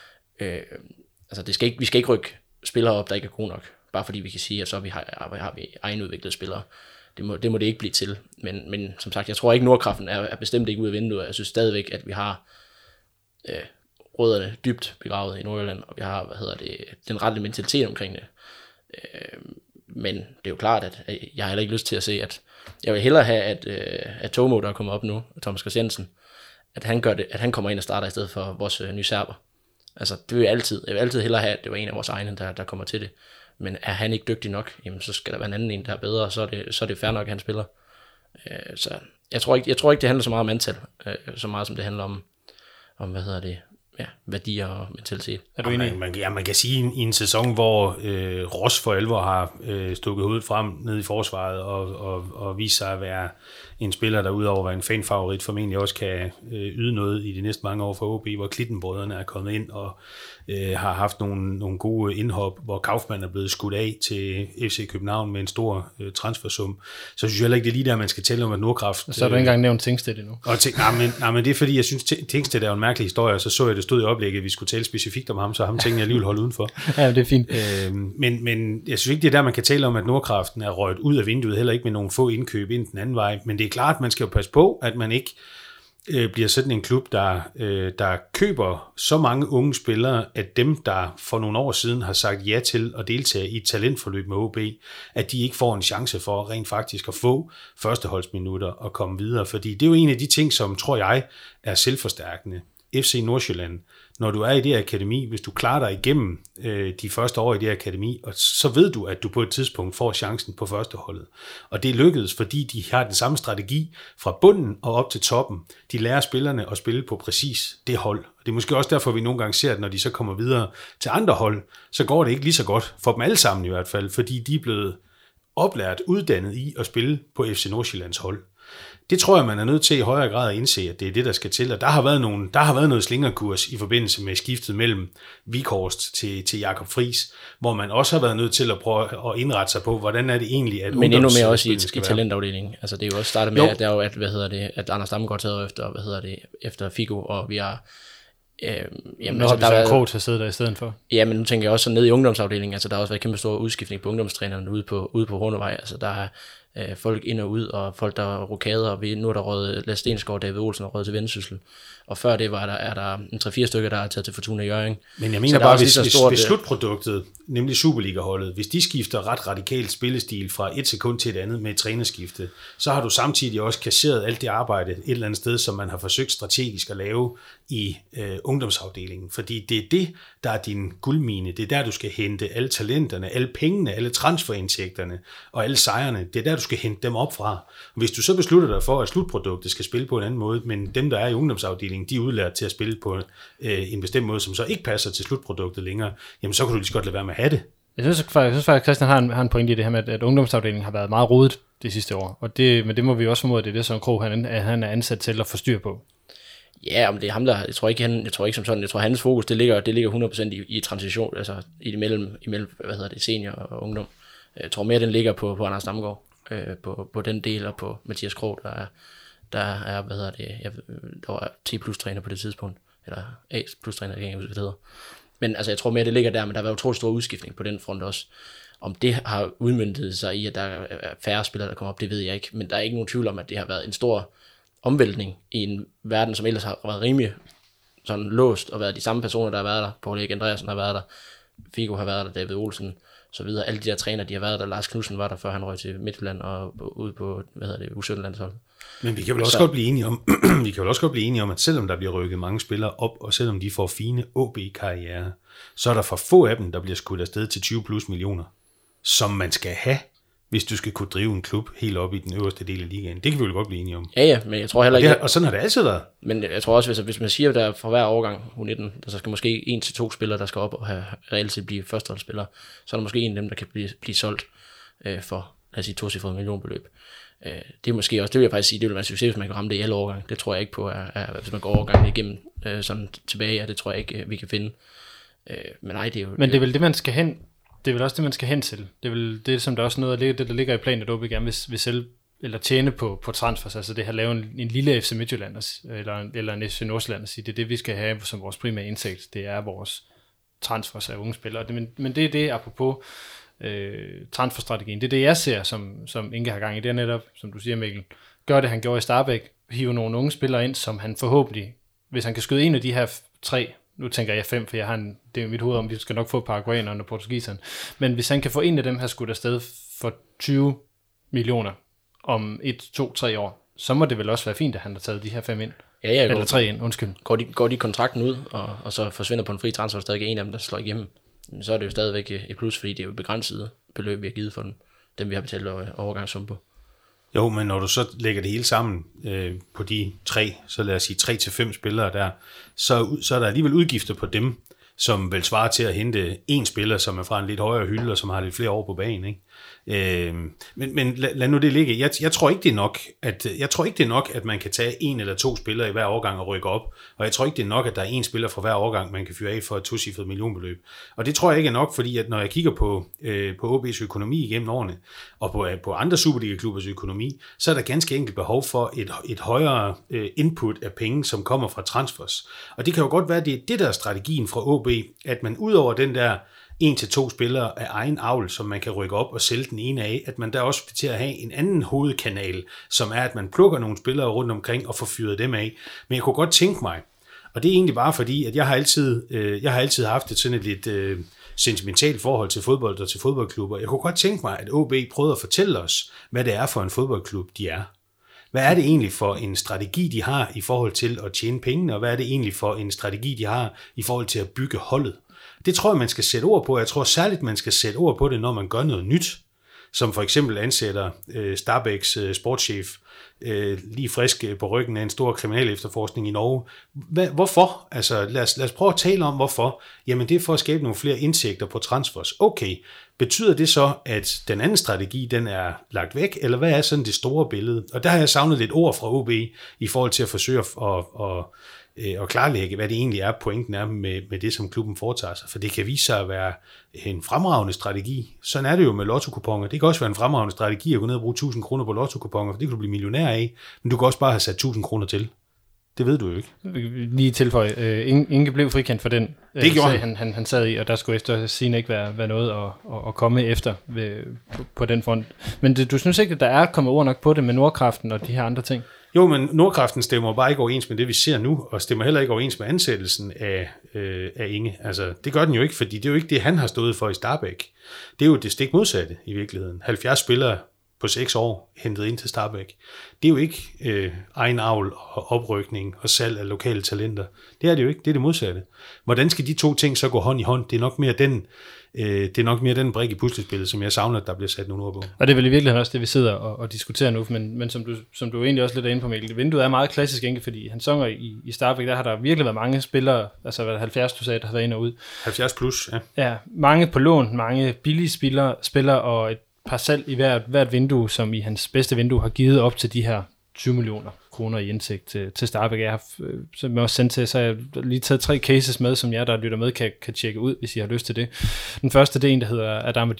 Altså vi skal ikke rykke spillere op, der ikke er gode nok, bare fordi vi kan sige, at så har vi egenudviklede spillere. Det må det ikke blive til. Men som sagt, jeg tror ikke, Nordkraften er bestemt ikke ude af vinduet. Jeg synes stadigvæk, at vi har rødderne dybt begravet i Nordjylland, og vi har, den rette mentalitet omkring det. Men det er jo klart, at jeg har heller ikke lyst til at se, at jeg vil hellere have, at Tomo, der er kommet op nu, Thomas Christiansen, at han gør det, at han kommer ind og starter i stedet for vores nye serber. Altså, det vil jeg vil altid hellere have, at det var en af vores egne, der kommer til det. Men er han ikke dygtig nok, jamen, så skal der være en anden en, der er bedre, og så er det fair nok, at han spiller. Så jeg tror ikke, det handler så meget om antal, så meget som det handler om værdier og mentalitet. Er du enig? Man kan sige, i en sæson, hvor Ross for alvor har stukket hovedet frem ned i forsvaret og vist sig at være en spiller, der udover at være en fanfavorit, formentlig også kan yde noget i de næste mange år for OB, hvor Klittenbrødrene er kommet ind og har haft nogle gode indhop, hvor Kaufmann er blevet skudt af til FC København med en stor transfersum. Så synes jeg heller ikke, det er lige der, man skal tælle om, at Nordkraft... Så har du ikke engang nævnt Tingstedt endnu. Men det er fordi, jeg synes, Tingstedt er en mærkelig historie, og så jeg, det stod i oplægget, at vi skulle tale specifikt om ham, så ham tænker jeg alligevel holde udenfor. Ja, det er fint. Men jeg synes ikke, det er der, man kan tale om, at Nordkraften er røget ud af vinduet, heller ikke med nogle få indkøb ind den anden vej. Men det er klart, man skal jo passe på, at man ikke bliver sådan en klub, der køber så mange unge spillere, at dem, der for nogle år siden har sagt ja til at deltage i et talentforløb med OB, at de ikke får en chance for rent faktisk at få førsteholdsminutter og komme videre. Fordi det er jo en af de ting, som tror jeg er selvforstærkende. FC Nordsjælland, når du er i det akademi, hvis du klarer dig igennem de første år i det akademi, og så ved du, at du på et tidspunkt får chancen på førsteholdet. Og det lykkedes, fordi de har den samme strategi fra bunden og op til toppen. De lærer spillerne at spille på præcis det hold. Og det er måske også derfor, vi nogle gange ser, at når de så kommer videre til andre hold, så går det ikke lige så godt, for dem alle sammen i hvert fald, fordi de er blevet oplært, uddannet i at spille på FC Nordsjællands hold. Det tror jeg, man er nødt til i højere grad at indse, at det er det, der skal til. Og der har været noget slingerkurs i forbindelse med skiftet mellem Vikhorst til Jakob Friis, hvor man også har været nødt til at prøve at indrette sig på, hvordan er det egentlig, at men endnu mere også i talentafdelingen. Altså det er jo også startet med, at der er jo, at Anders Damgaard tager efter Figo, og vi har... Jamen, altså, der er Krog til at sidde der i stedet for. Ja, men nu tænker jeg også ned i ungdomsafdelingen. Altså der har også været kæmpe stor udskiftning på ungdomstrænerne ude på Hornevej. Altså der er folk ind og ud, og folk, der er rokader, og nu er der røget Lasse Stensgaard, David Olsen og røget til Vendsyssel. Og før det er der en 3-4 stykker, der er taget til Fortuna Hjørring. Men jeg mener bare, hvis slutproduktet, nemlig Superliga-holdet, hvis de skifter ret radikalt spillestil fra et sekund til et andet med et trænerskifte, så har du samtidig også kasseret alt det arbejde et eller andet sted, som man har forsøgt strategisk at lave i ungdomsafdelingen. Fordi det er det, der er din guldmine. Det er der, du skal hente alle talenterne, alle pengene, alle transferindtægterne og alle sejrene. Det er der, du skal hente dem op fra. Og hvis du så beslutter dig for, at slutproduktet skal spille på en anden måde, men dem, der er i ungdomsafdelingen, de er udlært til at spille på en bestemt måde, som så ikke passer til slutproduktet længere, jamen så kan du lige så godt lade være med at have det. Jeg synes faktisk, at Christian har en pointe i det her med, at ungdomsafdelingen har været meget rodet de sidste år. Men det må vi også formode, at det er det, som Krog han er ansat til at få styr på. Ja, om det er ham, der... Jeg tror ikke som sådan. Jeg tror, hans fokus, det ligger 100% i transition, altså imellem senior og ungdom. Jeg tror mere, den ligger på Anders Damgaard, på den del, og på Mathias Krog, der er der var T+-træner på det tidspunkt, eller A+-træner, jeg kan ikke huske, hvad det hedder. Men altså, jeg tror mere, det ligger der, men der var utrolig stor udskiftning på den front også. Om det har udmøntet sig i, at der er færre spillere, der kommer op, det ved jeg ikke. Men der er ikke nogen tvivl om, at det har været en stor omvæltning i en verden, som ellers har været rimelig sådan låst, og været de samme personer, der har været der. Poul Erik Andreasen har været der, Figo har været der, David Olsen, så videre. Alle de der træner, de har været der. Lars Knudsen var der, før han røg til Midtjylland og ude på, U17-landshold. Men vi kan vel også godt blive enige om, at selvom der bliver rykket mange spillere op, og selvom de får fine OB-karriere, så er der for få af dem, der bliver skudt afsted til 20+ millioner, som man skal have, hvis du skal kunne drive en klub helt op i den øverste del af ligaen. Det kan vi vel godt blive enige om. Ja, men jeg tror heller ikke... Og sådan har det altid været. Men jeg tror også, hvis man siger, at der for hver årgang U19, der så skal måske 1-2 spillere, der skal op og have reelt set blive førsteholdsspillere, så er der måske en af dem, der kan blive solgt for, lad os sige, 2-cifrede millionbeløb. Det er måske også, det vil jeg faktisk sige, det vil være en succes, hvis man kan ramme det i alle årgange. Det tror jeg ikke på, hvis man går årgangen igennem sådan tilbage, og det tror jeg ikke, vi kan finde. Men nej, det er jo... Men det er vel det, man skal hen... Det er vel også det, man skal hen til. Det er vel det, som der også noget af det, der ligger i planen, at OB gerne vil sælge eller tjene på transfers. Altså det har lavet en lille FC Midtjylland eller en FC Nordsjælland og sige, det er det, vi skal have som vores primære indtægt. Det er vores transfers af unge spillere. Men det er det, apropos transferstrategien. Det er det, jeg ser, som Inge har gang i. Det er netop, som du siger, Mikkel, gør det, han gjorde i Starbæk. Hive nogle unge spillere ind, som han forhåbentlig, hvis han kan skyde en af de her 3, nu tænker jeg 5, for jeg har det er i mit hoved om, vi skal nok få paraguayanerne og portugiserne. Men hvis han kan få en af dem her skudt afsted for 20 millioner om 1, 2, 3 år, så må det vel også være fint, at han har taget de her 5 ind. Ja, eller 3 ind, undskyld. Går de kontrakten ud, og så forsvinder på en fri transfer, og stadig en af dem, der slår igennem, så er det jo stadigvæk et plus, fordi det er jo begrænset beløb, vi har givet for dem, vi har betalt overgangssum på. Jo, men når du så lægger det hele sammen på de 3, så lad os sige 3-5 spillere der, så er der alligevel udgifter på dem, som vil svare til at hente en spiller, som er fra en lidt højere hylde, og som har lidt flere år på banen, ikke? Men lad nu det ligge. Jeg tror ikke, det er nok, at man kan tage 1 eller 2 spillere i hver årgang og rykke op, og jeg tror ikke, det er nok, at der er 1 spiller fra hver årgang, man kan fyre af for et 2-cifret millionbeløb. Og det tror jeg ikke er nok, fordi at når jeg kigger på OB's økonomi igennem årene, og på andre Superliga-klubbers økonomi, så er der ganske enkelt behov for et højere input af penge, som kommer fra transfers. Og det kan jo godt være, det er det der strategien fra OB, at man ud over den der 1-2 spillere af egen avl, som man kan rykke op og sælge den ene af, at man der også vil til at have en anden hovedkanal, som er, at man plukker nogle spillere rundt omkring og får fyret dem af. Men jeg kunne godt tænke mig, og det er egentlig bare fordi, at jeg har altid haft et sådan et lidt sentimentalt forhold til fodbold og til fodboldklubber. Jeg kunne godt tænke mig, at OB prøvede at fortælle os, hvad det er for en fodboldklub, de er. Hvad er det egentlig for en strategi, de har i forhold til at tjene pengene, og hvad er det egentlig for en strategi, de har i forhold til at bygge holdet? Det tror jeg, man skal sætte ord på. Jeg tror særligt, man skal sætte ord på det, når man gør noget nyt. Som for eksempel ansætter Starbæks sportschef lige frisk på ryggen af en stor kriminal efterforskning i Norge. Hvorfor? Altså lad os prøve at tale om, hvorfor. Jamen det er for at skabe nogle flere indtægter på transfers. Okay, betyder det så, at den anden strategi, den er lagt væk, eller hvad er sådan det store billede? Og der har jeg savnet lidt ord fra OB i forhold til at forsøge at klarlægge, hvad det egentlig er, pointen er med det, som klubben foretager sig. For det kan vise sig at være en fremragende strategi. Sådan er det jo med lotto-kuponer. Det kan også være en fremragende strategi at gå ned og bruge 1.000 kroner på lotto-kuponer, for det kan du blive millionær af, men du kan også bare have sat 1.000 kroner til. Det ved du jo ikke. Lige tilføje. Inge blev frikendt for den det gjorde han sad i, og der skulle efter sigende ikke være noget at komme efter på den front. Men du synes ikke, at der er kommet ord nok på det med Nordkraften og de her andre ting? Jo, men Nordkraften stemmer bare ikke overens med det, vi ser nu, og stemmer heller ikke overens med ansættelsen af Inge. Altså, det gør den jo ikke, fordi det er jo ikke det, han har stået for i Starbæk. Det er jo det stik modsatte i virkeligheden. 70 spillere på 6 år hentet ind til Starbæk. Det er jo ikke egen avl og oprykning og salg af lokale talenter. Det er det jo ikke, det er det modsatte. Hvordan skal de 2 ting så gå hånd i hånd? Det er nok mere den brik i puslespillet, som jeg savner, at der bliver sat nogle ord på. Og det er vel i virkeligheden også det, vi sidder og diskuterer nu, men som du egentlig også lidt er inde på, Mikkel, vinduet er meget klassisk, ikke? Fordi han songer i Starbæk, der har der virkelig været mange spillere, altså 70, du sagde, der har været ind og ud. 70 plus, ja. Ja, mange på lån, mange billige spillere og et par salg i hvert vindue, som i hans bedste vindue har givet op til de her 20 millioner kroner i indsigt til Starbæk. Jeg har, som jeg også sendt til, så har jeg lige taget 3 cases med, som jer, der lytter med, kan tjekke ud, hvis I har lyst til det. Den første, det er en, der hedder Adama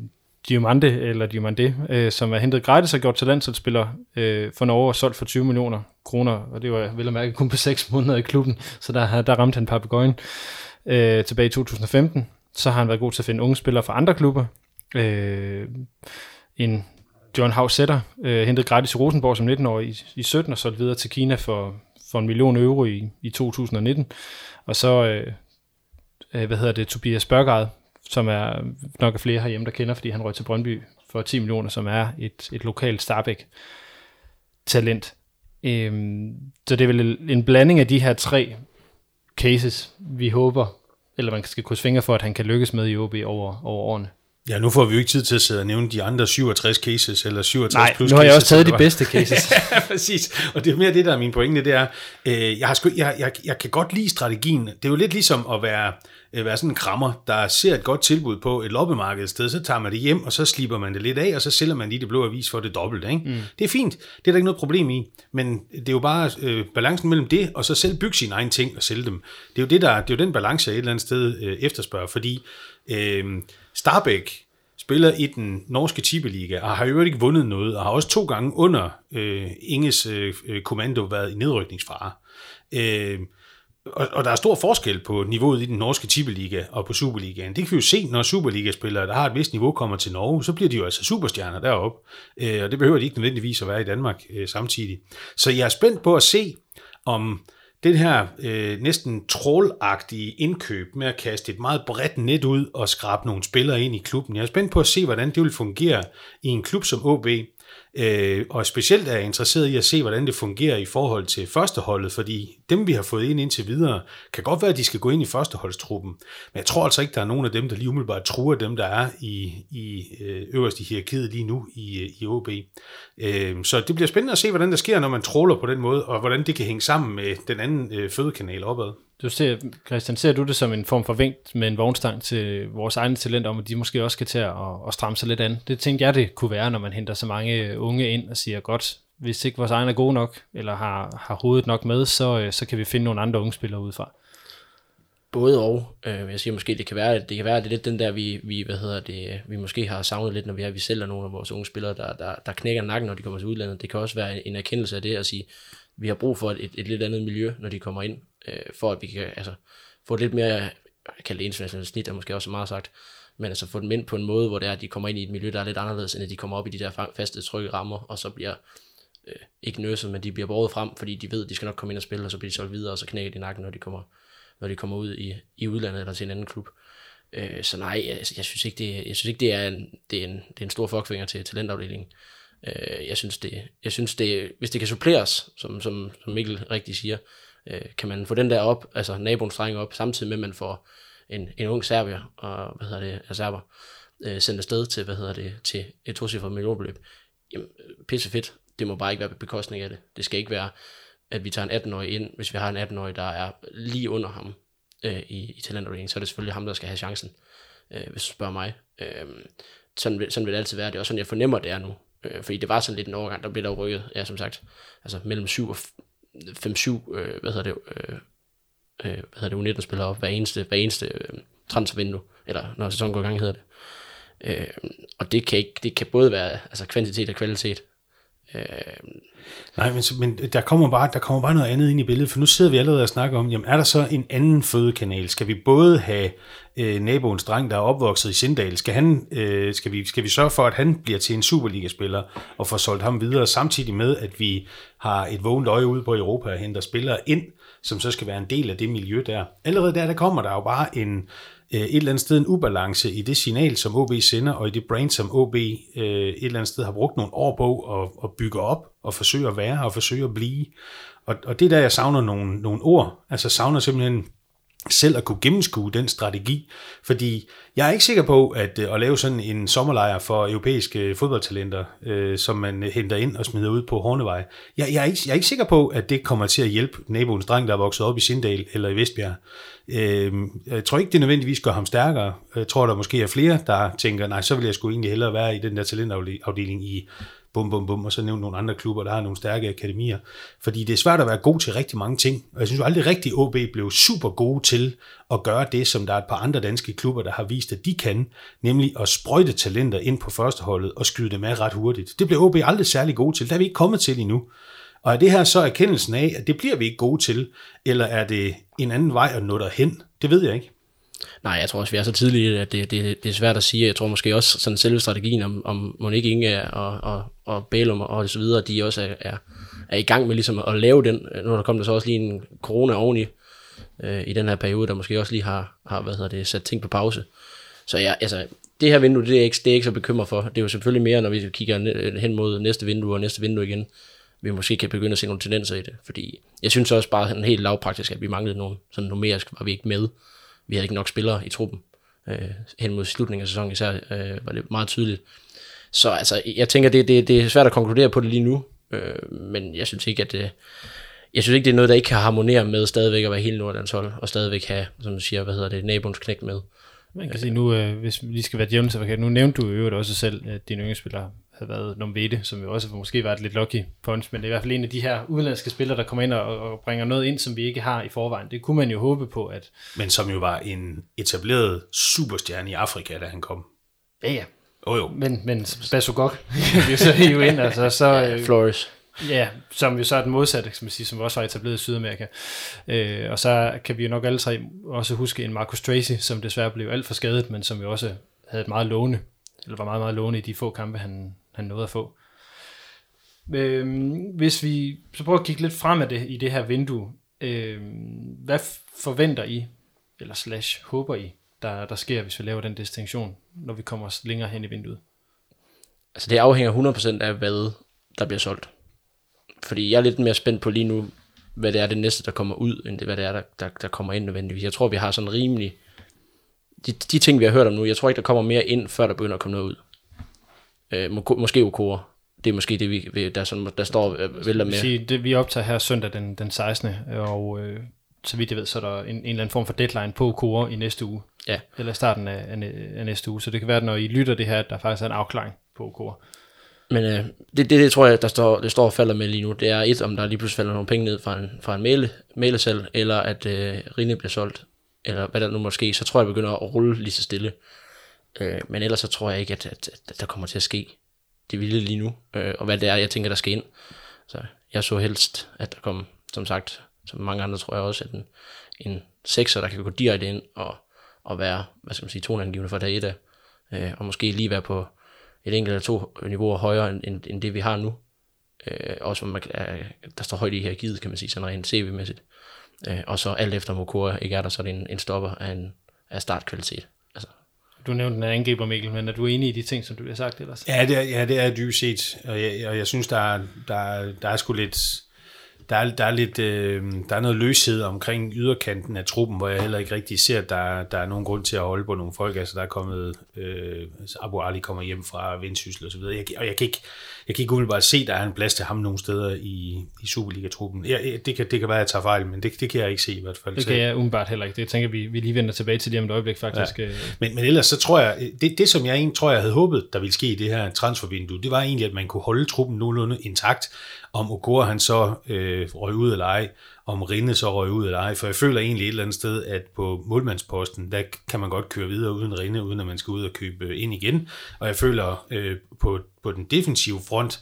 Diomande, som er hentet gratis og gjort til landsholdsspiller for Norge og solgt for 20 millioner kroner, og det var vel at mærke kun på 6 måneder i klubben, så der ramte han papegøjen tilbage i 2015. Så har han været god til at finde unge spillere fra andre klubber. En John Hausetter, hentet gratis i Rosenborg som 19-årig i 17 og solgt videre til Kina for 1 million euro i 2019. Og så, Tobias Børgaard, som er nok af flere herhjemme, der kender, fordi han røg til Brøndby for 10 millioner, som er et lokalt Starbæk-talent. Så det er vel en blanding af de her 3 cases, vi håber, eller man skal krydse fingre for, at han kan lykkes med i OB over årene. Ja, nu får vi jo ikke tid til at sidde og nævne de andre 67 cases, eller 67 plus cases. Nej, nu har jeg også taget de bedste cases. Ja, præcis. Og det er mere det, der er min pointe, det er, jeg kan godt lide strategien. Det er jo lidt ligesom at være sådan en krammer, der ser et godt tilbud på et loppemarked et sted, så tager man det hjem, og så slipper man det lidt af, og så sælger man lige det blå avis for det dobbelte. Ikke? Det er fint, det er der ikke noget problem i, men det er jo bare balancen mellem det, og så selv bygge sine egne ting og sælge dem. Det er jo den balance, jeg et eller andet sted efterspørger, fordi Starbæk spiller i den norske Tippeliga, og har jo ikke vundet noget, og har også 2 gange under Inges kommando været i nedrykningsfare. Og der er stor forskel på niveauet i den norske Tippeliga og på Superligaen. Det kan vi jo se, når Superliga-spillere, der har et vist niveau, kommer til Norge, så bliver de jo altså superstjerner deroppe. Og det behøver de ikke nødvendigvis at være i Danmark samtidig. Så jeg er spændt på at se, om den her næsten trollagtige indkøb med at kaste et meget bredt net ud og skrabe nogle spillere ind i klubben. Jeg er spændt på at se, hvordan det vil fungere i en klub som OB. Og specielt er jeg interesseret i at se, hvordan det fungerer i forhold til førsteholdet, fordi dem, vi har fået ind indtil videre, kan godt være, at de skal gå ind i førsteholdstruppen. Men jeg tror altså ikke, der er nogen af dem, der lige umiddelbart truer dem, der er i øverst i hierarkiet lige nu i OB. Så det bliver spændende at se, hvordan der sker, når man troller på den måde, og hvordan det kan hænge sammen med den anden fødekanal opad. Christian, ser du det som en form for vink med en vognstang til vores egne talenter, om at de måske også skal til at stramme sig lidt an? Det tænkte jeg, det kunne være, når man henter så mange unge ind og siger, godt, hvis ikke vores egne er gode nok, eller har hovedet nok med, så kan vi finde nogle andre unge spillere udefra. Både og. Jeg siger måske, det kan være, at det er lidt den der, vi måske har savnet lidt, når vi sælger nogle af vores unge spillere, der knækker nakken, når de kommer til udlandet. Det kan også være en erkendelse af det, at sige, vi har brug for et lidt andet miljø, når de kommer ind, for at vi kan få et lidt mere, jeg kalder det internationalt snit, er måske også meget sagt, men altså få dem ind på en måde, hvor det er, at de kommer ind i et miljø, der er lidt anderledes, end at de kommer op i de der faste, trygge rammer, og så bliver ikke nøset, men de bliver båret frem, fordi de ved, at de skal nok komme ind og spille, og så bliver de solgt videre, og så knækker de nakken, når de kommer ud i udlandet eller til en anden klub. Så nej, jeg synes ikke, det er en stor fuckfinger til talentafdelingen. Jeg synes det, hvis det kan suppleres, som Mikkel rigtig siger, kan man få den der op, altså naboens dreng op, samtidig med at man får en ung serbier og serber sendt afsted til et tocifret millionbeløb. Jamen, pisse fedt. Det må bare ikke være på bekostning af det. Det skal ikke være, at vi tager en 18-årig ind, hvis vi har en 18-årig, der er lige under ham i talentafdelingen, så er det selvfølgelig ham, der skal have chancen, hvis du spørger mig. Sådan vil det altid være. Det er også sådan, jeg fornemmer, det er nu. Fordi det var sådan lidt en overgang, der blev der rykket, ja, som sagt, altså mellem 7 og 5-7, U19-spillere op hver eneste transfervindue, eller når sæsonen går i gang, hedder det. Og det kan både være altså kvantitet og kvalitet. Nej, men der kommer bare noget andet ind i billedet, for nu sidder vi allerede og snakker om, jamen er der så en anden fødekanal? Skal vi både have naboens dreng, der er opvokset i Sindal, skal vi sørge for, at han bliver til en Superliga-spiller og får solgt ham videre, samtidig med, at vi har et vågent øje ude på Europa og henter spillere ind, som så skal være en del af det miljø der. Allerede der kommer der jo bare et eller andet sted en ubalance i det signal, som OB sender, og i det brand, som OB et eller andet sted har brugt nogle år på at bygge op, og forsøge at være, og forsøge at blive. Og det er der, jeg savner nogle ord. Altså savner simpelthen selv at kunne gennemskue den strategi. Fordi jeg er ikke sikker på, at lave sådan en sommerlejr for europæiske fodboldtalenter, som man henter ind og smider ud på Hornevej. Jeg er ikke sikker på, at det kommer til at hjælpe naboens dreng, der er vokset op i Sindal eller i Vestbjerg. Jeg tror ikke, det nødvendigvis gør ham stærkere. Jeg tror, der måske er flere, der tænker, nej, så vil jeg sgu egentlig hellere være i den der talentafdeling i bum, og så nævne nogle andre klubber, der har nogle stærke akademier. Fordi det er svært at være god til rigtig mange ting. Og jeg synes jo aldrig rigtigt, at OB blev super gode til at gøre det, som der er et par andre danske klubber, der har vist, at de kan, nemlig at sprøjte talenter ind på førsteholdet og skyde dem af ret hurtigt. Det blev OB aldrig særlig gode til. Der er vi ikke kommet til endnu. Og er det her så erkendelsen af, at det bliver vi ikke gode til, eller er det en anden vej at nå derhen? Det ved jeg ikke. Nej, jeg tror også, vi er så tidligt, at det er svært at sige. Jeg tror måske også, sådan selve strategien om Monique Inge og Bælum og så videre, de også er i gang med ligesom at lave den. Nu der kom der så også lige en corona oveni i den her periode, der måske også lige har sat ting på pause. Så ja, altså, det her vindue, det er ikke så bekymret for. Det er jo selvfølgelig mere, når vi kigger hen mod næste vindue og næste vindue igen, vi måske kan begynde at se nogle tendenser i det. Fordi jeg synes også bare sådan helt lavpraktisk, at vi manglede nogen. Sådan numerisk var vi ikke med. Vi havde ikke nok spillere i truppen. Hen mod slutningen af sæsonen især var det meget tydeligt. Så altså, jeg tænker, det er svært at konkludere på det lige nu. Men jeg synes ikke, det er noget, der ikke kan harmonere med stadigvæk at være hele Nordlands hold, og stadigvæk have, som du siger, naboens knægt med. Man kan sige nu, hvis vi lige skal være djævnens, nu nævnte du jo også selv, at dine yngre spillere havde været Nomvede, som jo også måske var et lidt lucky punch, men det er i hvert fald en af de her udenlandske spillere, der kommer ind og bringer noget ind, som vi ikke har i forvejen. Det kunne man jo håbe på, at... Men som jo var en etableret superstjerne i Afrika, da han kom. Ja. Jo. Men Basogok kan vi jo så hive ind, altså så... Flores. Ja, som jo så er den modsatte, kan man sige, som også var etableret i Sydamerika. Og så kan vi jo nok alle tre også huske en Marcus Tracy, som desværre blev alt for skadet, men som jo også havde et meget lovende, eller var meget, meget lovende i de få kampe, han nåede at få. Hvis vi så prøver at kigge lidt frem af det i det her vindue, hvad forventer I, eller / håber I, der sker, hvis vi laver den distinktion, når vi kommer længere hen i vinduet? Altså det afhænger 100% af, hvad der bliver solgt. Fordi jeg er lidt mere spændt på lige nu, hvad det er det næste, der kommer ud, end hvad det er, der kommer ind nødvendigvis. Jeg tror, vi har sådan rimelig... De ting, vi har hørt om nu, jeg tror ikke, der kommer mere ind, før der begynder at komme noget ud. Måske Okora. Det er måske det, der står vælter med. Det, vi optager her søndag den 16. Og så vidt jeg ved, så er der en eller anden form for deadline på Okora i næste uge. Ja. Eller starten af næste uge. Så det kan være, at når I lytter det her, at der faktisk er en afklaring på Okora. Men det tror jeg, det står og falder med lige nu. Det er om der lige pludselig falder nogle penge ned fra en mailesalg, eller at Rine bliver solgt, eller hvad der nu måske, så tror jeg, begynder at rulle lige så stille. Men ellers så tror jeg ikke, at der kommer til at ske det vilde lige nu, og hvad det er, jeg tænker, der skal ind. Så jeg så helst, at der kom, som sagt, som mange andre tror jeg også, at en 6'er, der kan gå direkte ind og være, hvad skal man sige, toneangivende for dag 1 af, og måske lige være på et enkelt eller 2 niveauer højere end det vi har nu. Også hvor der står højt i hierarkiet, kan man sige, sådan rent CV-mæssigt. Og så alt efter Okora ikke er der, så er det en stopper af startkvalitet. Altså. Du nævnte den angriber, Mikkel, men er du enig i de ting, som du har sagt ellers? Ja, det er dybt set, og jeg synes, der er sgu lidt... Der er noget løshed omkring yderkanten af truppen, hvor jeg heller ikke rigtig ser, at der er nogen grund til at holde på nogle folk. Altså, der er kommet... Abu Ali kommer hjem fra Vendsyssel og så videre. Jeg kan ikke umiddelbart se, at der er en plads til ham nogle steder i Superliga-truppen. Det kan være, at jeg tager fejl, men det kan jeg ikke se i hvert fald. Det kan jeg umiddelbart heller ikke. Det tænker vi lige vender tilbage til det om et øjeblik, faktisk. Ja. Men ellers så tror jeg... Det som jeg egentlig tror, jeg havde håbet, der ville ske i det her transfervindue, det var egentlig, at man kunne holde truppen nogenlunde intakt, om Okora han så røg ud eller ej, om Rinde så røg ud eller ej, for jeg føler egentlig et eller andet sted, at på målmandsposten, der kan man godt køre videre uden Rinde, uden at man skal ud og købe ind igen, og jeg føler på den defensive front,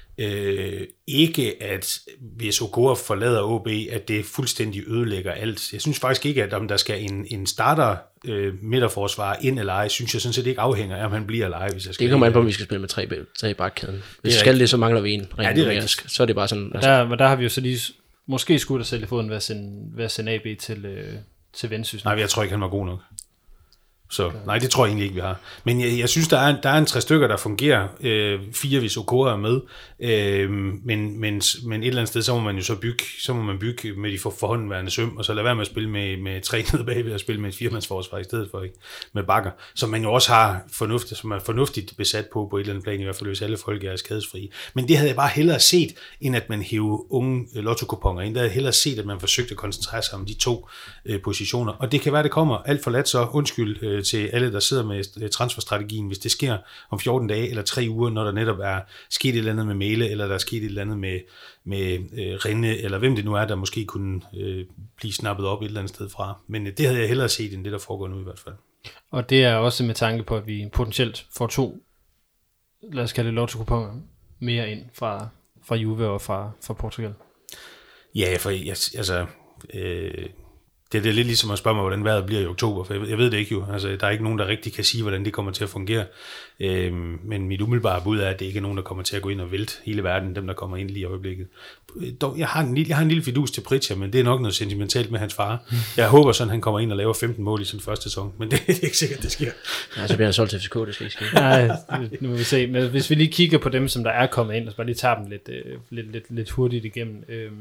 ikke at hvis Okora forlader OB, at det fuldstændig ødelægger alt. Jeg synes faktisk ikke, at om der skal en starter midterforsvar ind eller ej, synes jeg sådan set ikke afhænger af, om han bliver eller ej. Hvis jeg skal det kommer an på, om vi skal spille med 3 i bakkæden. Hvis vi skal det, så mangler vi en. Ja, det er rigtigt. Så er det bare sådan... Der har vi jo så lige måske skudt os selv i foden ved at sende AB til Vendsyssel. Nej, jeg tror ikke, han var god nok. Så nej, det tror jeg egentlig ikke, vi har. Men jeg synes, der er en 3 stykker, der fungerer. 4, hvis Okora er med. Men et eller andet sted, så må man jo bygge med de forhåndenværende søm, og så lade være med at spille med 3 nede bagved, og spille med et 4-mandsforsvar i stedet for, ikke? Med bakker, som man jo også har som er fornuftigt besat på et eller andet plan, i hvert fald hvis alle folk er skadesfrie. Men det havde jeg bare hellere set, end at man hæver unge lotto-kuponer ind. Der havde jeg hellere set, at man forsøgte at koncentrere sig om de 2 positioner. Og det kan være, det kommer alt for let, så undskyld til alle, der sidder med transferstrategien, hvis det sker om 14 dage eller 3 uger, når der netop er sket et eller andet med Mæle, eller der er sket et eller andet med Rinde, eller hvem det nu er, der måske kunne blive snappet op et eller andet sted fra. Men det havde jeg hellere set, end det, der foregår nu i hvert fald. Og det er også med tanke på, at vi potentielt får 2, lad os kalde det lotto-kuponer, mere ind fra Juve og fra Portugal. Ja, for det er lidt ligesom at spørge mig, hvordan vejret bliver i oktober, for jeg ved det ikke jo. Altså, der er ikke nogen, der rigtig kan sige, hvordan det kommer til at fungere. Men mit umiddelbare bud er, at det ikke er nogen, der kommer til at gå ind og vælte hele verden, dem der kommer ind lige i øjeblikket. Jeg har en lille fidus til Pritja, men det er nok noget sentimentalt med hans far. Jeg håber sådan, han kommer ind og laver 15 mål i sin første sæson, men det er ikke sikkert, det sker. Ja, så bliver han solgt til FCK, det skal ikke ske. Nej, nu må vi se. Men hvis vi lige kigger på dem, som der er kommet ind, og så bare lige tager dem lidt hurtigt igennem.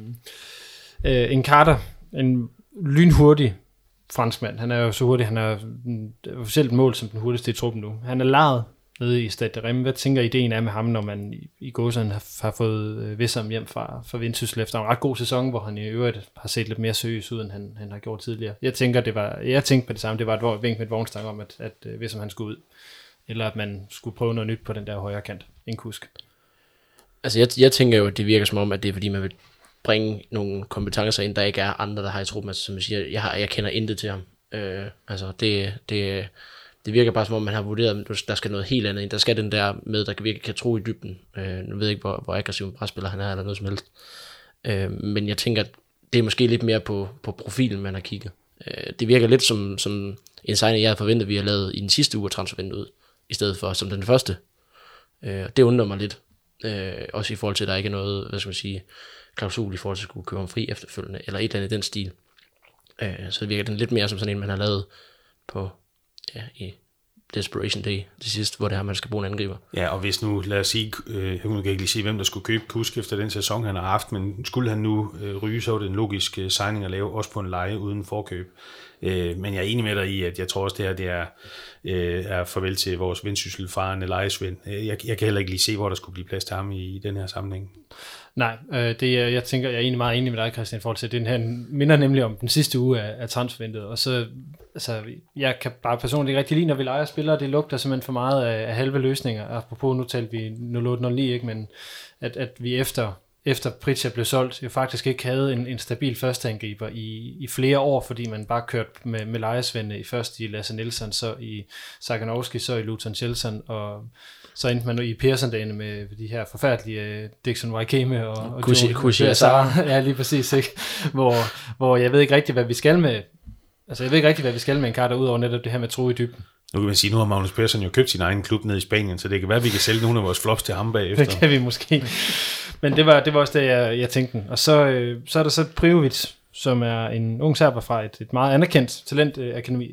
En Carter, en lynhurtig franskmand. Han er jo så hurtig, han er officielt mål som den hurtigste i truppen nu. Han er lejet nede i Stade de Reims. Hvad tænker ideen er med ham, når man i gåsøjne har fået Wissam hjem fra Vendsyssel efter en ret god sæson, hvor han i øvrigt har set lidt mere seriøs ud, end han har gjort tidligere. Jeg tænkte på det samme. Det var et vink med et vognstang om, at Wissam han skulle ud. Eller at man skulle prøve noget nyt på den der højre kant. En kusk. Altså jeg tænker jo, at det virker som om, at det er fordi, man vil bringe nogle kompetencer ind, der ikke er andre, der har i truppen. Altså, som jeg siger, jeg kender intet til ham. Altså, det virker bare som om, man har vurderet, at der skal noget helt andet ind. Der skal den der med, der virkelig kan tro i dybden. Nu ved jeg ikke, hvor aggressiv en presspiller han er, eller noget som helst. Men jeg tænker, at det er måske lidt mere på profilen, man har kigget. Det virker lidt som en signing, jeg havde forventet, vi har lavet i den sidste uge af transfervinduet, i stedet for som den første. Det undrer mig lidt. Også i forhold til, at der ikke er noget, hvad skal man sige, klausul i forhold til at skulle købe ham fri efterfølgende, eller et eller andet i den stil. Så det virker den lidt mere som sådan en, man har lavet på, i Desperation Day det sidste, hvor det her, man skal bruge en angriber. Ja, og hvis nu, lad os sige, jeg kan ikke lige sige, hvem der skulle købe Kusk efter den sæson, han har haft, men skulle han nu ryge, så var det en logisk signing at lave, også på en leje uden forkøb. Men jeg er enig med dig i, at jeg tror også, det er farvel til vores Vendsyssel-farende lejesvend. Jeg kan heller ikke lige se, hvor der skulle blive plads til ham i den her sammenhæng. Nej, jeg tænker, jeg er egentlig meget enig med dig, Christian, i forhold til den her, minder nemlig om den sidste uge af transfervinduet, og så, altså, jeg kan bare personligt ikke rigtig lide, når vi leger spillere, det lugter simpelthen for meget af halve løsninger, apropos, nu talte vi 08-09, ikke, men at vi efter Pritja blev solgt, jo faktisk ikke havde en stabil førsteangriber i flere år, fordi man bare kørte med lejesvende, først i Lasse Nielsen, så i Saganowski, så i Luton Chelsea, og så endte man nu i Pearson-dagene med de her forfærdelige Dixon Waikeme og Kushi Asar. Ja, lige præcis, ikke? Hvor jeg ved ikke rigtig, hvad vi skal med. Altså, jeg ved ikke rigtig, hvad vi skal med en Carter, ud over netop det her med tro i dybden. Nu kan man sige, nu har Magnus Persson jo købt sin egen klub nede i Spanien, så det kan være, at vi kan sælge nogle af vores flops til ham bagefter. Det kan vi måske. Men det var også det, jeg tænkte. Og så er der så Prijovic, som er en ung serber fra et meget anerkendt talentakademi.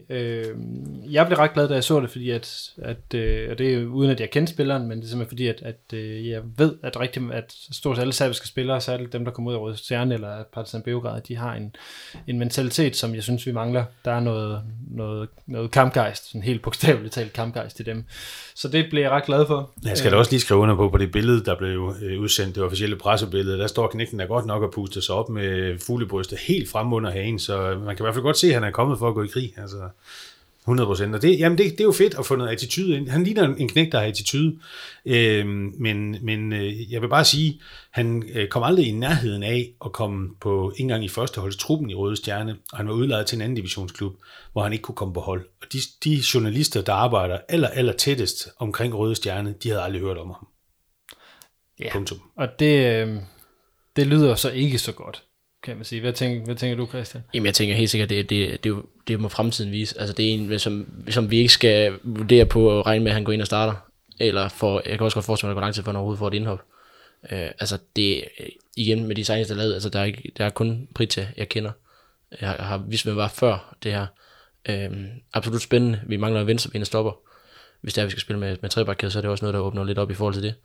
Jeg blev ret glad, da jeg så det, fordi og det er uden at jeg kendte spilleren, men det er simpelthen fordi, at jeg ved, at stort set alle serbiske spillere, særligt dem, der kommer ud af Røde Stjerne eller Partizan Beograd, de har en mentalitet, som jeg synes, vi mangler. Der er noget kampgejst, sådan helt bogstaveligt talt kampgejst i dem. Så det blev jeg ret glad for. Jeg skal da også lige skrive under på det billede, der blev udsendt, det officielle pressebillede. Der står knægten der godt nok at puste sig op med fuglebryster helt frem under hagen, så man kan i hvert fald godt se, at han er kommet for at gå i krig. Altså 100%. Og det er jo fedt at få noget attitude ind. Han ligner en knægt, der har attitude. Men jeg vil bare sige, han kom aldrig i nærheden af at komme på ikke engang i førsteholdstruppen i Røde Stjerne, og han var udlejet til en anden divisionsklub, hvor han ikke kunne komme på hold. Og de journalister, der arbejder aller tættest omkring Røde Stjerne, de havde aldrig hørt om ham. Ja, punktum. Og det lyder så ikke så godt, kan man sige. Hvad tænker du, Christian? Jamen, jeg tænker helt sikkert, det må fremtiden vise. Altså, det er en, som vi ikke skal vurdere på at regne med, at han går ind og starter. Eller jeg kan også godt forestille mig, at det går lang tid, for han overhovedet får et indhop. Altså, det igen med de signings, der er lavet, altså, der er kun Pritja, jeg kender. Jeg har vidst, hvem var før det her. Absolut spændende. Vi mangler en venstrebenet stopper. Hvis det er, vi skal spille med trebakkæde, så er det også noget, der åbner lidt op i forhold til det.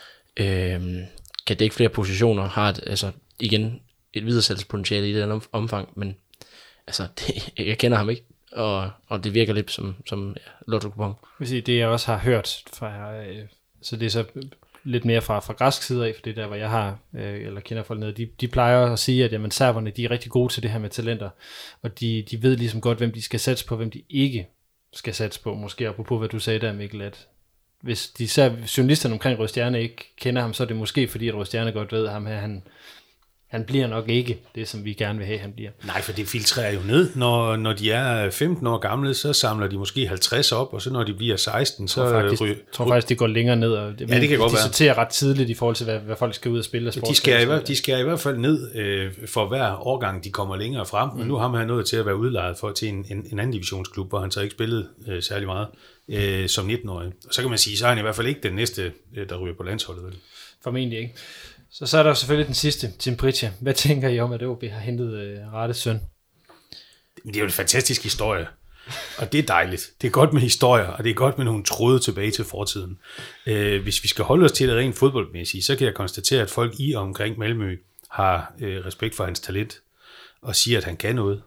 Kan dække flere positioner, har igen et videresættelsespotentiale i det omfang, men altså, jeg kender ham ikke, og det virker lidt som lotto-kupon. Det jeg også har hørt fra, så det er så lidt mere fra græsk side af, for det er der, hvor jeg har, eller kender folk nede, de plejer at sige, at jamen, serberne, de er rigtig gode til det her med talenter, og de ved ligesom godt, hvem de skal satse på, hvem de ikke skal satse på. Måske apropos, hvad du sagde der, Mikkel, at hvis journalisterne omkring Røde Stjerne ikke kender ham, så er det måske fordi, at Røde Stjerne godt ved, at ham her, han bliver nok ikke det, som vi gerne vil have, han bliver. Nej, for det filtrerer jo ned. Når de er 15 år gamle, så samler de måske 50 op, og så når de bliver 16, så Jeg tror faktisk, det går længere ned. Og det kan godt være. De sorterer ret tidligt i forhold til, hvad folk skal ud og spille. De skærer i hvert fald ned for hver årgang, de kommer længere frem. Og nu har han nået til at være udlejet til en anden divisionsklub, hvor han så ikke spillede særlig meget som 19-årig. Og så kan man sige, så er han i hvert fald ikke den næste, der ryger på landsholdet. Vel? Formentlig ikke. Så er der selvfølgelig den sidste, Tim Pritchard. Hvad tænker I om, at OB har hentet Rates søn? Det er jo en fantastisk historie, og det er dejligt. Det er godt med historier, og det er godt med nogle tråde tilbage til fortiden. Hvis vi skal holde os til det rent fodboldmæssige, så kan jeg konstatere, at folk i og omkring Malmø har respekt for hans talent, og siger, at han kan noget.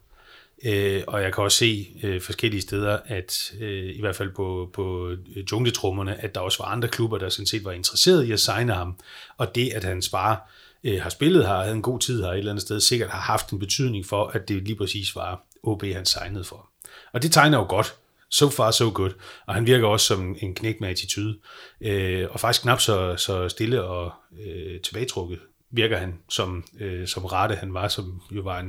Og jeg kan også se forskellige steder, at i hvert fald på jungletrummerne, at der også var andre klubber, der sådan set var interesseret i at signe ham. Og det, at hans far har spillet her, havde en god tid her et eller andet sted, sikkert har haft en betydning for, at det lige præcis var OB, han signede for. Og det tegner jo godt. So far, so good. Og han virker også som en knægt med attitude. Og faktisk knap så stille og tilbagetrukket virker han som Rate han var, som jo var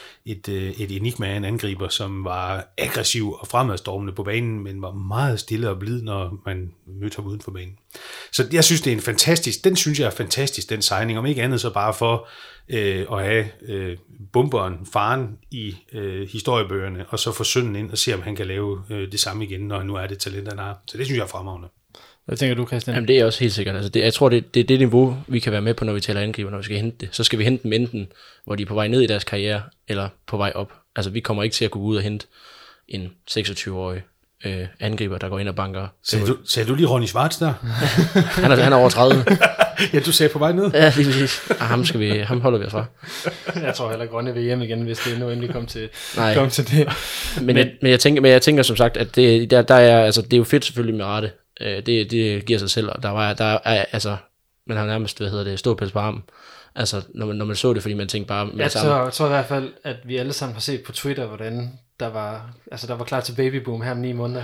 et enigma af en angriber, som var aggressiv og fremadstormende på banen, men var meget stille og blid, når man mødte ham uden for banen. Så jeg synes, det er en fantastisk, den signing, om ikke andet så bare for at have bomberen, faren i historiebøgerne, og så få sønnen ind og se, om han kan lave det samme igen, når nu er det talent, han har. Så det synes jeg er fremragende. Hvad tænker du, Christian? Jamen det er også helt sikkert. Altså jeg tror, det er det niveau, vi kan være med på, når vi taler angriber, når vi skal hente det. Så skal vi hente dem enten, hvor de er på vej ned i deres karriere, eller på vej op. Altså vi kommer ikke til at kunne gå ud og hente en 26-årig angriber, der går ind og banker. Sagde du lige Ronny Schwartz der? han er over 30. Ja, du sagde på vej ned. Ja, lige præcis. Ham holder vi os fra. Jeg tror heller Grønne vil hjem igen, hvis det nu endelig kom til det. Men jeg tænker som sagt, at det er jo fedt selvfølgelig med Rate. Det giver sig selv, og der er altså, man har nærmest, ståpels på armen. Altså, når man så det, fordi man tænkte bare med jeg tror i hvert fald, at vi alle sammen har set på Twitter, hvordan der var klar til babyboom her om 9 måneder.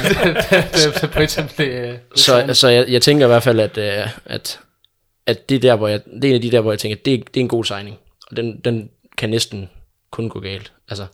Så jeg tænker i hvert fald, at det er der, hvor det er en af de der, hvor jeg tænker, det er en god signing, og den kan næsten kun gå galt. Altså,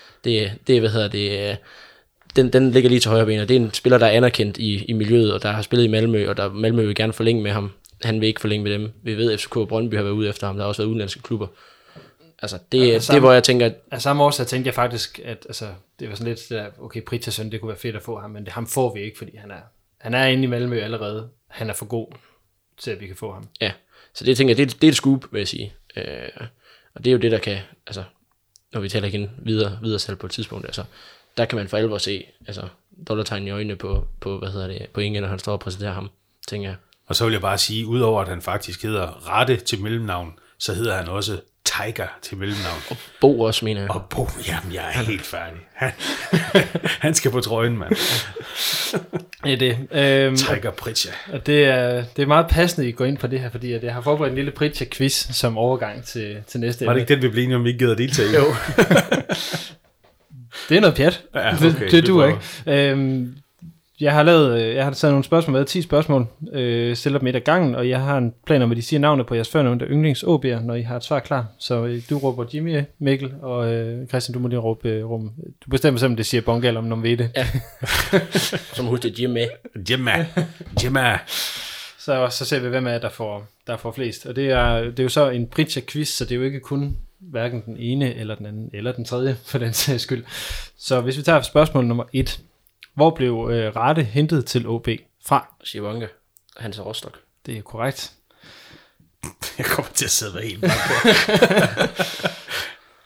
den ligger lige til højre ben, og det er en spiller, der er anerkendt i miljøet, og der har spillet i Malmø, og Malmø vil gerne forlænge med ham. Han vil ikke forlænge med dem. Vi ved, at FCK og Brøndby har været ude efter ham. Der har også været udenlandske klubber. Altså, det er, hvor jeg tænker... Af samme årsag tænkte jeg faktisk, at det var sådan lidt der, okay, Pritchard, det kunne være fedt at få ham, men ham får vi ikke, fordi han er inde i Malmø allerede. Han er for god til, at vi kan få ham. Ja, så det tænker jeg, det er et scoop, vil jeg sige. Og det er jo det, der kan... Altså, når vi taler igen videre selv på et tidspunkt, altså, der kan man for alvor se dollartegn i øjnene på Ingen, når han står og præsenterer ham, tænker jeg. Og så vil jeg bare sige, udover at han faktisk hedder Rate til mellemnavn, så hedder han også Tiger til mellemnavn. Og Bo også, mener jeg. Og Bo, jamen jeg er helt færdig. Han skal på trøjen, mand. Ja, det. Tiger Pritchard. Og det er meget passende, at I går ind på det her, fordi jeg har forberedt en lille Pritchard-quiz som overgang til næste. Var det ikke den, vi blev enige om, vi ikke gider deltage i? Jo. Det er noget pjat. Ja, okay, det duer ikke. Jeg har taget nogle spørgsmål med, 10 spørgsmål, stiller dem et af gangen, og jeg har en plan om, at I siger navnet på jeres førnævnte yndlings OB'er, når I har et svar klar. Så du råber Jimmy, Mikkel, og Christian, du må lige råbe Rum. Du bestemmer simpelthen, det siger Bongal, om nogen ved det. Ja. Som husk det Jimmy. Så ser vi, hvem er der får flest. Og det er jo så en Pritchard-quiz, så det er jo ikke kun hverken den ene, eller den anden, eller den tredje, for den sags skyld. Så hvis vi tager spørgsmål nummer 1. Hvor blev Rate hentet til OB fra? Shivonga. Hans Rostock. Det er korrekt. Jeg kommer til at sidde med helt meget på.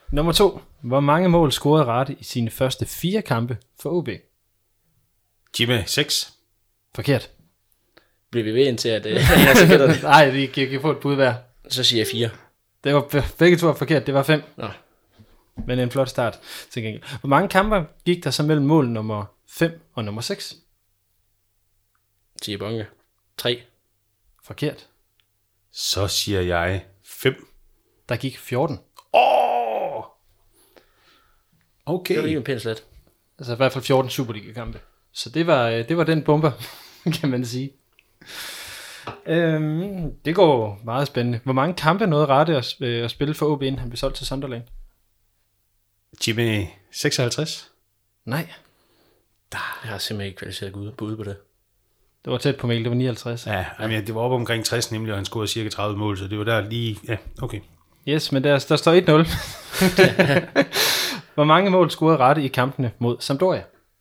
Nummer 2. Hvor mange mål scorede Rate i sine første 4 kampe for OB? Jimmy, 6. Forkert. Bliver vi ved indtil, at jeg gætter det? Nej, vi kan få et bud hver. Så siger jeg 4. Det var begge to forkert. Det var 5. Nå. Men en flot start til gengæld. Hvor mange kampe gik der så mellem mål nummer 5 og nummer 6? Siger Bunke. 3. Forkert. Så siger jeg 5. Der gik 14. Okay. Det var lige en pæn slet. Altså i hvert fald 14 Superliga-kampe. Så det var den bomber, kan man sige. Det går meget spændende. Hvor mange kampe nåede Rate at spille for OB, inden han blev solgt til Sunderland? Jimmy, 56. Nej, Jeg har simpelthen ikke kvalificeret bud på det. det var tæt på Mikkel. Det var 59. Ja, jamen, det var op omkring 60 nemlig, og han scorede cirka 30 mål, så det var der lige... Ja, okay. Yes, men der står 1-0. Hvor mange mål scorede Rate i kampene mod Sampdoria?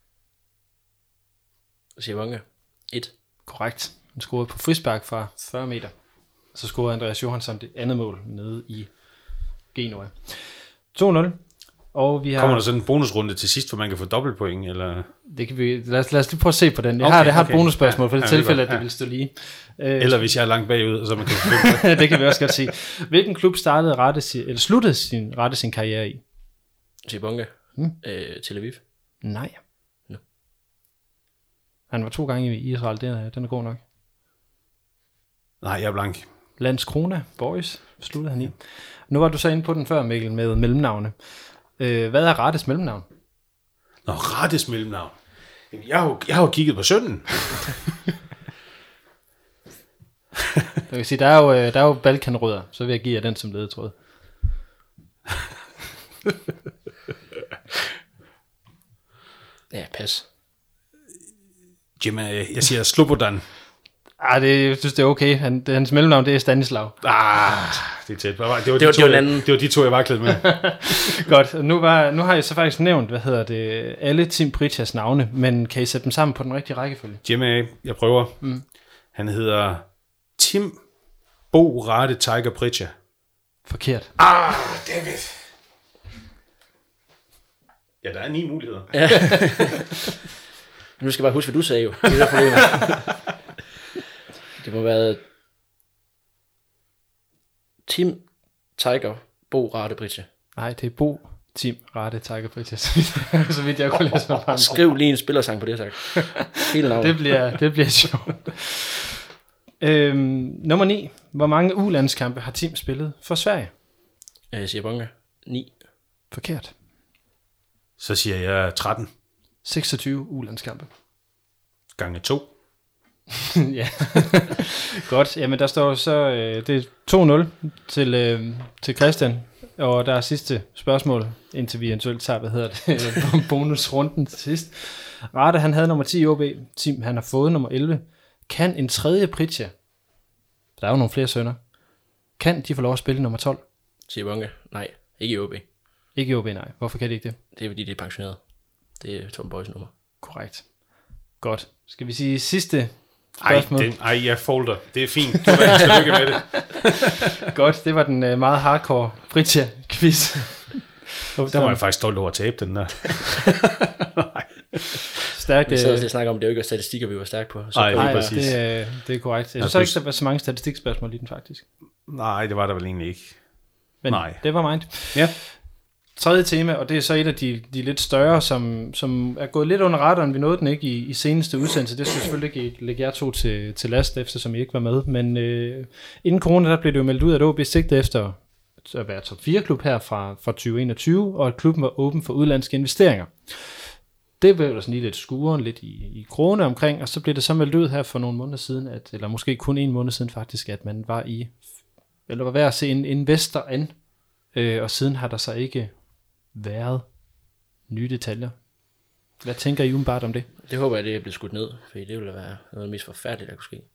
Siger Bunke. 1. Korrekt. Han scorede på frispark fra 40 meter. Så scorede Andreas Johansson det andet mål nede i Genoa. 2-0. Og vi har... Kommer der sådan en bonusrunde til sidst, hvor man kan få dobbeltpoint, eller... Det kan vi... Lad os lige prøve at se på den. Jeg har et bonusspørgsmål for det tilfælde, at det vil stå lige. Eller hvis jeg er langt bagud, og så man kan få Det kan vi også godt sige. Hvilken klub sluttede sin karriere i? Siger Bunke. Tel Aviv. Nej. Nå. Han var 2 gange i Israel. Den er god nok. Nej, jeg er blank. Landskrona Boys sluttede han i. Nu var du så inde på den før, Mikkel, med mellemnavne. Hvad er Rates mellemnavn? Nå, Rates mellemnavn. Jamen, jeg har jo kigget på sønnen. Jeg kan sige, der er jo Balkanrødder, så vil jeg give jer den som ledetråd. Ja, pas. Jimmy, jeg siger Slobodan. Jeg synes, det er okay. Hans mellemnavn, det er Stanislav. Det er tæt. Det var de to, jeg var klædt med. Godt, nu har jeg så faktisk nævnt, alle Tim Pritchas navne, men kan I sætte dem sammen på den rigtige rækkefølge? Jimmy, jeg prøver. Han hedder Tim Bo Rate Tiger Pritcha. Forkert. Dammit. Ja, der er 9 muligheder. Ja. Nu skal jeg bare huske, hvad du sagde jo. Det er der problemet. Det må være Tim Tiger Bo Rate Pritche. Nej, det er Bo Tim Rate Tiger Pritchas. Så vidt jeg kunne læse mig frem. Skriv lige en spillersang på det, tak. Hele navnet. Det bliver sjovt. Nummer 9. Hvor mange U-landskampe har Tim spillet for Sverige? Jeg siger Bunke. 9. Forkert. Så siger jeg 13 26 U-landskampe. gange 2. Ja, godt. Jamen der står så, det er 2-0 til Christian, og der er sidste spørgsmål, indtil vi eventuelt tager, bonusrunden til sidst. Rate, han havde nummer 10 i OB, Tim, han har fået nummer 11. Kan en tredje Pritcha, der er jo nogle flere sønner, kan de få lov at spille nummer 12? Siger Bunke. Nej, ikke i OB. Ikke i OB, nej. Hvorfor kan de ikke det? Det er fordi, det er pensioneret. Det er Tom Boys nummer. Korrekt. Godt. Skal vi sige sidste spørgsmål? Jeg folder. Det er fint. Du var tillykke med det. Godt, det var den meget hardcore Pritcha-quiz. Der var jeg faktisk stolt over at tabe den der. Stærkt. Vi sad til at snakke om, det er jo ikke statistikker, vi var stærke på. Nej, præcis. Det er korrekt. Jeg synes ikke, der var så mange statistikspørgsmål i den faktisk. Nej, det var der vel egentlig ikke. Men nej. Det var mindt. Ja. Tredje tema, og det er så et af de lidt større, som er gået lidt under radaren. Vi nåede den ikke i seneste udsendelse. Det skal selvfølgelig ikke lægge jer to til last, eftersom I ikke var med. Men inden corona, der blev det jo meldt ud, at OB sigtede efter at være top 4-klub her fra 2021, og at klubben var åben for udenlandske investeringer. Det blev der sådan lidt skuren, lidt i krone omkring, og så blev det så meldt ud her for nogle måneder siden, eller måske kun en måned siden faktisk, at man var ved at se en investor an, og siden har der så ikke været nye detaljer. Hvad tænker I umiddelbart om det? Det håber jeg, det bliver skudt ned, for det ville være noget af det mest forfærdeligt, der kunne ske.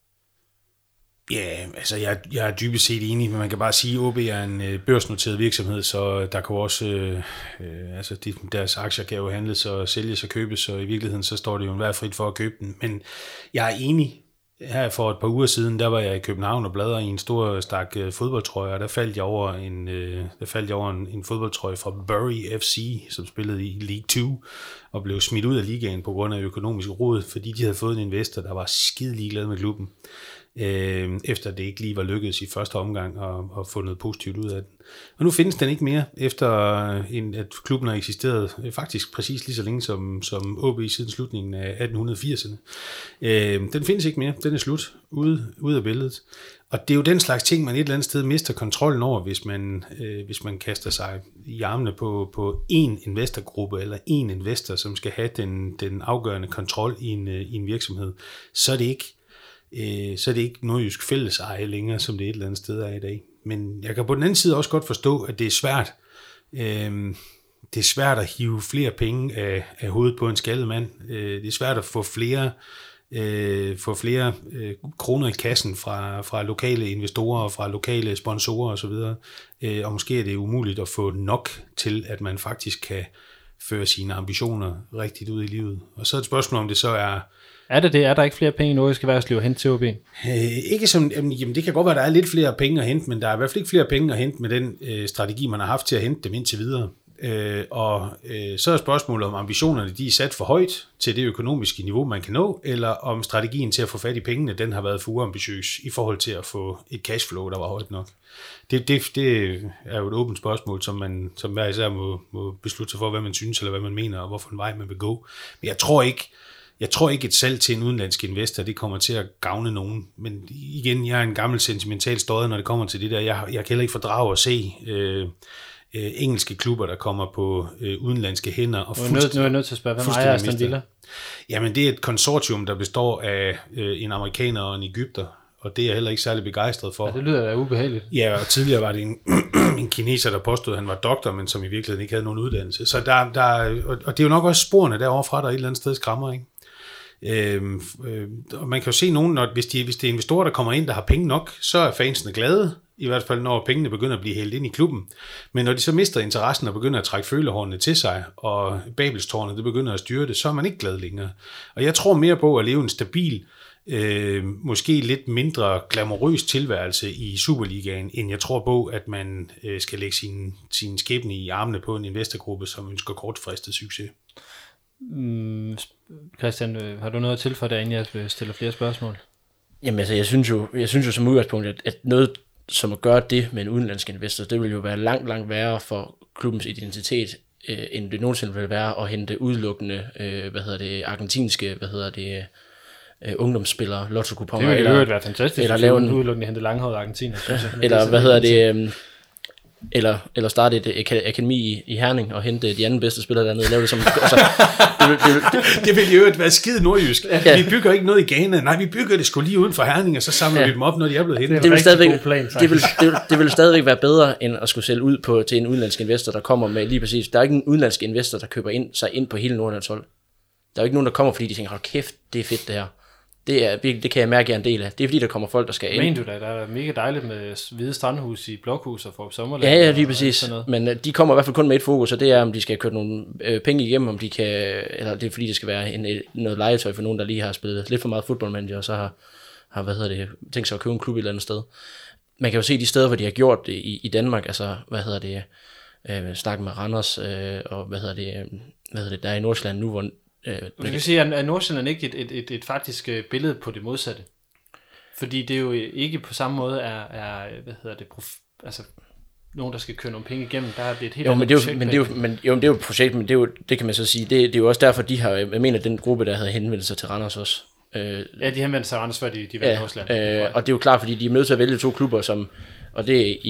Ja, altså jeg er dybest set enig, men man kan bare sige, at OB er en børsnoteret virksomhed, så der kan også, deres aktier kan jo handles og sælges og købes, og i virkeligheden så står det jo enhver frit for at købe den. Men jeg er enig Her for et par uger siden, der var jeg i København og bladrede i en stor stak fodboldtrøje, og der faldt jeg over en fodboldtrøje fra Bury FC, som spillede i League 2, og blev smidt ud af ligaen på grund af økonomisk rod, fordi de havde fået en investor, der var skide ligeglad med klubben, efter det ikke lige var lykkedes i første omgang at få noget positivt ud af den. Og nu findes den ikke mere, efter at klubben har eksisteret faktisk præcis lige så længe som OB siden slutningen af 1880'erne. Den findes ikke mere, den er slut, ude af billedet. Og det er jo den slags ting, man et eller andet sted mister kontrollen over, hvis man kaster sig i armene på én investorgruppe, eller én investor, som skal have den afgørende kontrol i en virksomhed. Så er det ikke nordjysk fælleseje længere, som det et eller andet sted er i dag. Men jeg kan på den anden side også godt forstå, at det er svært. Det er svært at hive flere penge af hovedet på en skaldet mand. Det er svært at få flere kroner i kassen fra lokale investorer og fra lokale sponsorer osv. Og måske er det umuligt at få nok til, at man faktisk kan føre sine ambitioner rigtigt ud i livet. Og så er et spørgsmål, om det så er... Er det? Er der ikke flere penge i nordjysk erhvervsliv at hente til OB? Ikke som, jamen det kan godt være, at der er lidt flere penge at hente, men der er i hvert fald ikke flere penge at hente med den strategi, man har haft til at hente dem indtil videre. Så er spørgsmålet, om ambitionerne de er sat for højt til det økonomiske niveau, man kan nå, eller om strategien til at få fat i pengene, den har været for uambitiøs i forhold til at få et cashflow, der var højt nok. Det er jo et åbent spørgsmål, som hver især må beslutte sig for, hvad man synes, eller hvad man mener, og hvorfor en vej man vil gå. Men jeg tror ikke et salg til en udenlandsk investor, det kommer til at gavne nogen. Men igen, jeg er en gammel sentimental støder, når det kommer til det der. Jeg kan heller ikke fordrage at se engelske klubber, der kommer på udenlandske hænder. Og nu er jeg nødt til at spørge, hvad ejer Aston Villa? Jamen, det er et konsortium, der består af en amerikaner og en egypter, og det er jeg heller ikke særlig begejstret for. Ja, det lyder da ubehageligt. Ja, og tidligere var det en kineser, der påstod, at han var doktor, men som i virkeligheden ikke havde nogen uddannelse. Så og det er jo nok også sporene derovre fra, der et eller andet sted skræmmer, ikke? Og man kan jo se nogen, hvis det er investorer, der kommer ind, der har penge nok, så er fansene glade, i hvert fald når pengene begynder at blive hældt ind i klubben. Men når de så mister interessen og begynder at trække følehornene til sig, og Babelstårnet det begynder at styre det, så er man ikke glad længere. Og jeg tror mere på at leve en stabil, måske lidt mindre glamourøs tilværelse i Superligaen, end jeg tror på, at man skal lægge sin skæbne i armene på en investorgruppe, som ønsker kortfristet succes. Christian, har du noget at tilføje der, inden jeg stiller flere spørgsmål? Jamen altså, jeg synes jo som udgangspunkt, at noget som at gøre det med en udenlandsk investor, det vil jo være langt værre for klubbens identitet, end det nogensinde vil være at hente udelukkende, argentinske, ungdomsspillere, lotto-kuponer. Det ville jo være fantastisk, eller lave en udelukkende hente langhåret argentiner. Eller eller starte et akademi i Herning og hente de anden bedste spillere dernede og lave det som... Altså, det vil jo være skide nordjysk. Ja. Vi bygger ikke noget i Ghana. Nej, vi bygger det sgu lige uden for Herning, og så samler vi dem op, når de er blevet hentet. Det vil stadigvæk være bedre, end at skulle sælge ud til en udenlandsk investor, der kommer med lige præcis... Der er ikke en udenlandsk investor, der køber sig ind på hele Nordjyllands hold. Der er jo ikke nogen, der kommer, fordi de tænker, hold kæft, det er fedt det her. Det kan jeg mærke, jeg er en del af. Det er fordi, der kommer folk, der skal ind. Mener du da, der er mega dejligt med hvide strandhus i blokhus og for sommerland? Ja, lige præcis. Men de kommer i hvert fald kun med et fokus, og det er, om de skal køre nogle penge igennem, om de kan, eller det er fordi, det skal være noget legetøj for nogen, der lige har spillet lidt for meget fodboldmanager, og så har tænkt sig at købe en klub et eller andet sted. Man kan jo se de steder, hvor de har gjort det i Danmark, altså, snakke med Randers, og der er i Nordsjælland nu, hvor man kan sige, at Nordsjælland ikke et faktisk billede på det modsatte. Fordi det jo ikke på samme måde er nogen, der skal køre nogle penge igennem. Der er det et helt andet projekt. Det er jo et projekt, men det kan man så sige, det er jo også derfor, de har, jeg mener, den gruppe, der havde henvendt sig til Randers også. Ja, de henvendte sig til Randers, før de valgte Nordsjælland. Og det er jo klart, fordi de er nødt til at vælge to klubber, og det er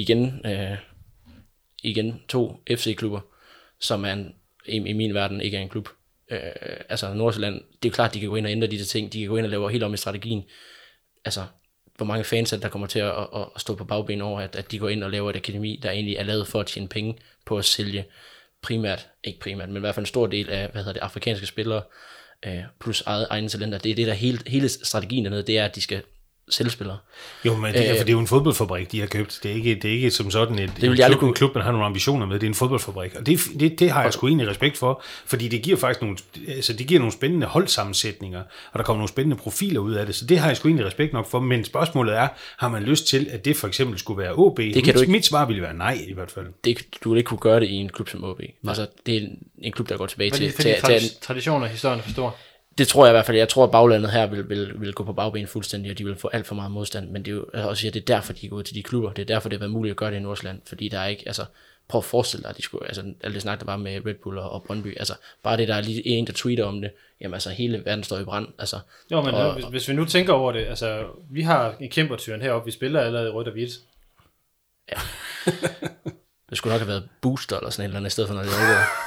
igen 2 FC-klubber, som er i min verden ikke er en klub. Nordsjælland, det er jo klart, de kan gå ind og ændre de ting, de kan gå ind og lave helt om i strategien. Altså, hvor mange fans der kommer til at stå på bagben over, at de går ind og laver et akademi, der egentlig er lavet for at tjene penge på at sælge ikke primært, men i hvert fald en stor del af, afrikanske spillere, plus egne talenter. Det er det, der hele strategien dernede, det er, at de skal selvspillere. Jo, men det er, for det er jo en fodboldfabrik, de har købt. Det er ikke som sådan en klub, man har nogle ambitioner med. Det er en fodboldfabrik, og det har jeg sgu egentlig respekt for, fordi det giver faktisk nogle spændende holdsammensætninger, og der kommer nogle spændende profiler ud af det, så det har jeg sgu egentlig respekt nok for, men spørgsmålet er, har man lyst til, at det for eksempel skulle være OB? Mit svar ville være nej, i hvert fald. Du vil ikke kunne gøre det i en klub som OB. Altså, det er en klub, der går tilbage til traditioner og historien er for stor. Det tror jeg i hvert fald. Jeg tror, at baglandet her vil gå på bagben fuldstændig, og de vil få alt for meget modstand. Men det er jo også, at det er derfor, de er gået til de klubber. Det er derfor, det har været muligt at gøre det i Nordsjælland. Fordi der er ikke, altså, prøv at forestille dig, at de skulle, altså, alt det snak, der var med Red Bull og Brøndby, altså, bare det, der er lige en, der tweeter om det, jamen altså, hele verden står i brand. Altså, jo, men hvis vi nu tænker over det, altså, vi har en kæmpertyren heroppe, vi spiller allerede i rødt og hvidt. Ja. Det skulle nok have været booster eller sådan et eller andet, i stedet for noget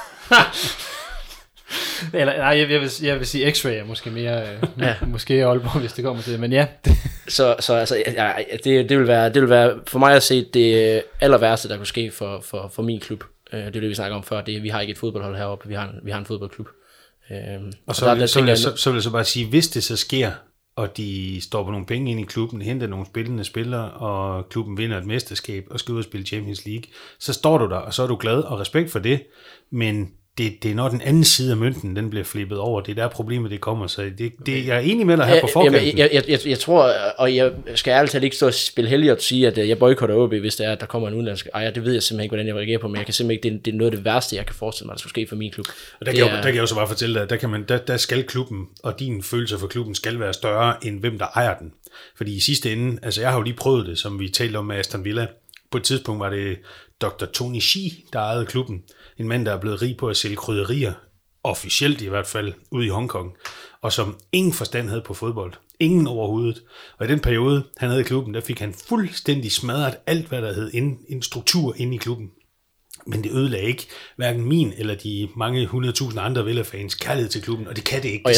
eller, nej, jeg vil sige X-ray er måske mere, måske Aalborg, hvis det kommer til det, men ja. så altså, det vil være, for mig at se, det aller værste, der kunne ske for min klub. Det er det, vi snakker om før, vi har ikke et fodboldhold heroppe, vi har en fodboldklub. Og så vil jeg så bare sige, hvis det så sker, og de står på nogle penge ind i klubben, henter nogle spillende spillere, og klubben vinder et mesterskab, og skal ud og spille Champions League, så står du der, og så er du glad, og respekt for det, men det er når den anden side af mønten, den bliver flippet over. Det er der problemet, det kommer. Så jeg er enig med dig her på forkanten. Jeg tror, og jeg skal ærligt talt ikke stå og spille heldig og sige, at jeg boykotter OB, hvis det er, at der kommer en udenlandsk ejer. Det ved jeg simpelthen ikke, hvordan jeg reagerer på, men jeg kan simpelthen ikke, det er noget af det værste, jeg kan forestille mig, der skulle ske for min klub. Og der kan jeg også bare fortælle dig, der skal klubben, og din følelse for klubben skal være større, end hvem der ejer den. Fordi i sidste ende, altså jeg har jo lige prøvet det, som vi talte om med Aston Villa. På et tidspunkt var det Dr. Tony Xi, der ejede klubben. En mand, der er blevet rig på at sælge krydderier, officielt i hvert fald, ude i Hongkong, og som ingen forstand havde på fodbold. Ingen overhovedet. Og i den periode, han havde i klubben, der fik han fuldstændig smadret alt, hvad der hed en struktur inde i klubben. Men det ødelagde ikke hverken min eller de mange 100.000 andre Villa-fans kærlighed til klubben, og det kan det ikke,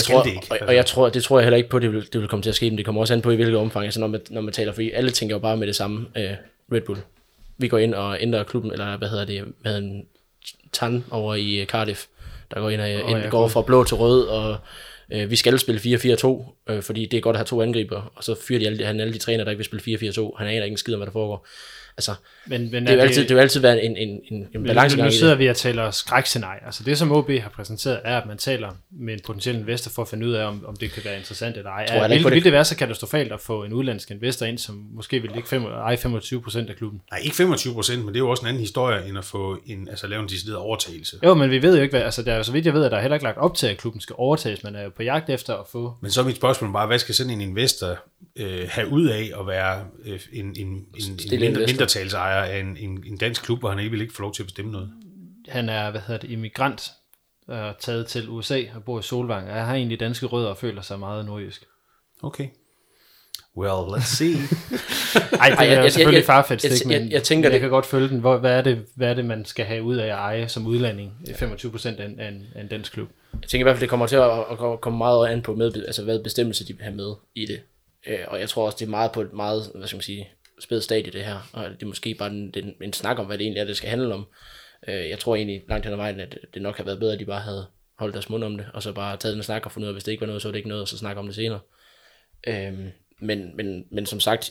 det tror jeg heller ikke på, det vil komme til at ske, men det kommer også an på, i hvilket omfang, altså når man taler, fordi alle tænker jo bare med det samme, Red Bull. Vi går ind og ændrer klubben, eller hvad hedder det, med en Tan over i Cardiff, der går ind og går fra blå til rød, og vi skal spille 4-4-2, fordi det er godt at have to angriber, og så fyrer de alle de træner, der ikke vil spille 4-4-2. Han aner ikke en skid om, hvad der foregår. Altså, men det vil altid være en balance. Nu sidder vi og taler skrækscenarie. Altså det, som OB har præsenteret, er, at man taler med en potentiel investor for at finde ud af, om det kan være interessant eller ej. Vil det være så katastrofalt at få en udlandsk investor ind, som måske vil ikke eje 25% af klubben? Nej, ikke 25%, men det er jo også en anden historie, end at få lave en decideret overtagelse. Jo, men vi ved jo ikke, hvad, altså der er så vidt jeg ved, at der er heller ikke lagt op til, at klubben skal overtages. Man er jo på jagt efter at få... Men så er mit spørgsmål bare, hvad skal sådan en investor have ud af at være en mindretalsejer af en dansk klub, hvor han ikke vil ikke få lov til at bestemme noget? Han er, immigrant, taget til USA og bor i Solvang. Jeg har egentlig danske rødder og føler sig meget nordjysk. Okay. Well, let's see. Ej, det er selvfølgelig farfældstik, men jeg kan godt følge den. Hvad er det, man skal have ud af at eje som udlanding? 25% af en dansk klub. Jeg tænker i hvert fald, det kommer til at komme meget an på, hvad bestemmelse de vil have med i det. Og jeg tror også, det er meget på et meget, spædt stadie det her, og det er måske bare en snak om, hvad det egentlig er, det skal handle om. Jeg tror egentlig langt hen ad vejen, at det nok havde været bedre, at de bare havde holdt deres mund om det, og så bare taget en snak og fundet ud af, hvis det ikke var noget, så var det ikke noget, og så snakke om det senere. Men som sagt,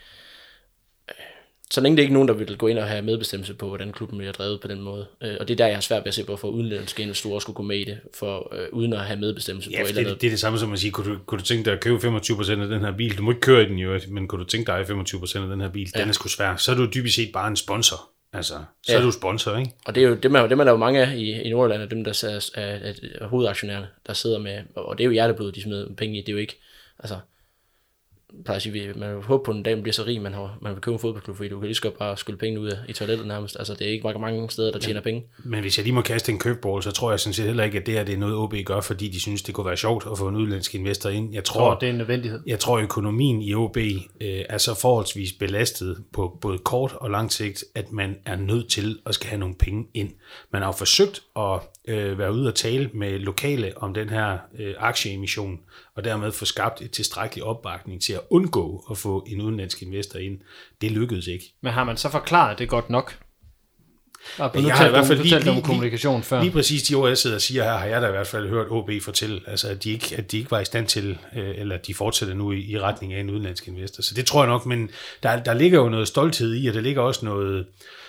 så længe det ikke er nogen, der vil gå ind og have medbestemmelse på, hvordan klubben bliver drevet på den måde. Og det er der, jeg har svært ved at se, hvorfor udenlandske investorer skulle gå med i det, uden at have medbestemmelse på. Ja, det er det samme som at sige, kunne du tænke dig at købe 25% af den her bil? Du må ikke køre i den jo, men kunne du tænke dig at 25% af den her bil? Ja. Den er sgu svær. Så er du dybest set bare en sponsor. Altså, så er du sponsor, ikke? Og det er jo det man er jo mange af i Nordjylland, dem der er hovedaktionærerne, der sidder med, og det er jo hjerteblod, de smider penge i. Det er jo ikke, altså... Man vil håbe på, at en dag man bliver så rig, man vil købe en fodboldklub, fordi du kan lige så godt bare skylle pengene ud i toilettet nærmest. Altså, det er ikke mange steder, der tjener penge. Men hvis jeg lige må kaste en købbold, så tror jeg sådan set heller ikke, at det er noget OB gør, fordi de synes, det kunne være sjovt at få en udenlandsk investor ind. Jeg tror, det er en nødvendighed. Jeg tror, økonomien i OB er så forholdsvis belastet på både kort og lang sigt, at man er nødt til at skal have nogle penge ind. Man har jo forsøgt at være ude og tale med lokale om den her aktieemission, og dermed få skabt et tilstrækkeligt opbakning til at undgå at få en udenlandsk investor ind. Det lykkedes ikke. Men har man så forklaret det godt nok? Jeg har i hvert fald lige kommunikation før. Lige præcis de ord, jeg sidder og siger her, har jeg da i hvert fald hørt OB fortælle, altså at de ikke var i stand til, eller at de fortsætter nu i retning af en udenlandsk investor. Så det tror jeg nok, men der ligger jo noget stolthed i, og der ligger også noget,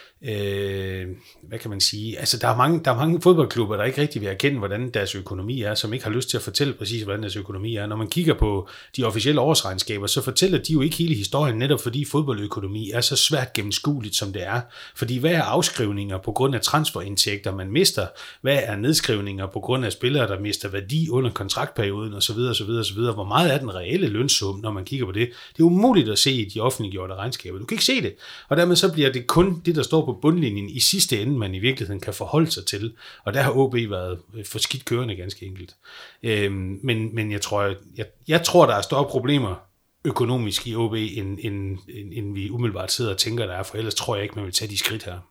hvad kan man sige, altså der er mange fodboldklubber, der ikke rigtig vil erkende, hvordan deres økonomi er, som ikke har lyst til at fortælle præcis, hvordan deres økonomi er. Når man kigger på de officielle årsregnskaber, så fortæller de jo ikke hele historien, netop fordi fodboldøkonomi er så svært gennemskueligt, som det er. Fordi hvad er afskrivninger på grund af transferindtægter, man mister? Hvad er nedskrivninger på grund af spillere, der mister værdi under kontraktperioden osv. osv. Hvor meget er den reelle lønsum, når man kigger på det? Det er umuligt at se i de offentliggjorte regnskaber. Du kan ikke se det. Og dermed så bliver det kun det, der står på bundlinjen i sidste ende, man i virkeligheden kan forholde sig til. Og der har OB været for skidt kørende ganske enkelt. Men jeg tror, der er større problemer økonomisk i OB, end vi umiddelbart sidder og tænker, der er. For ellers tror jeg ikke, man vil tage de skridt her.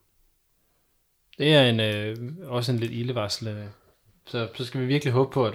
Det er også en lidt ildevarsel. Så skal vi virkelig håbe på,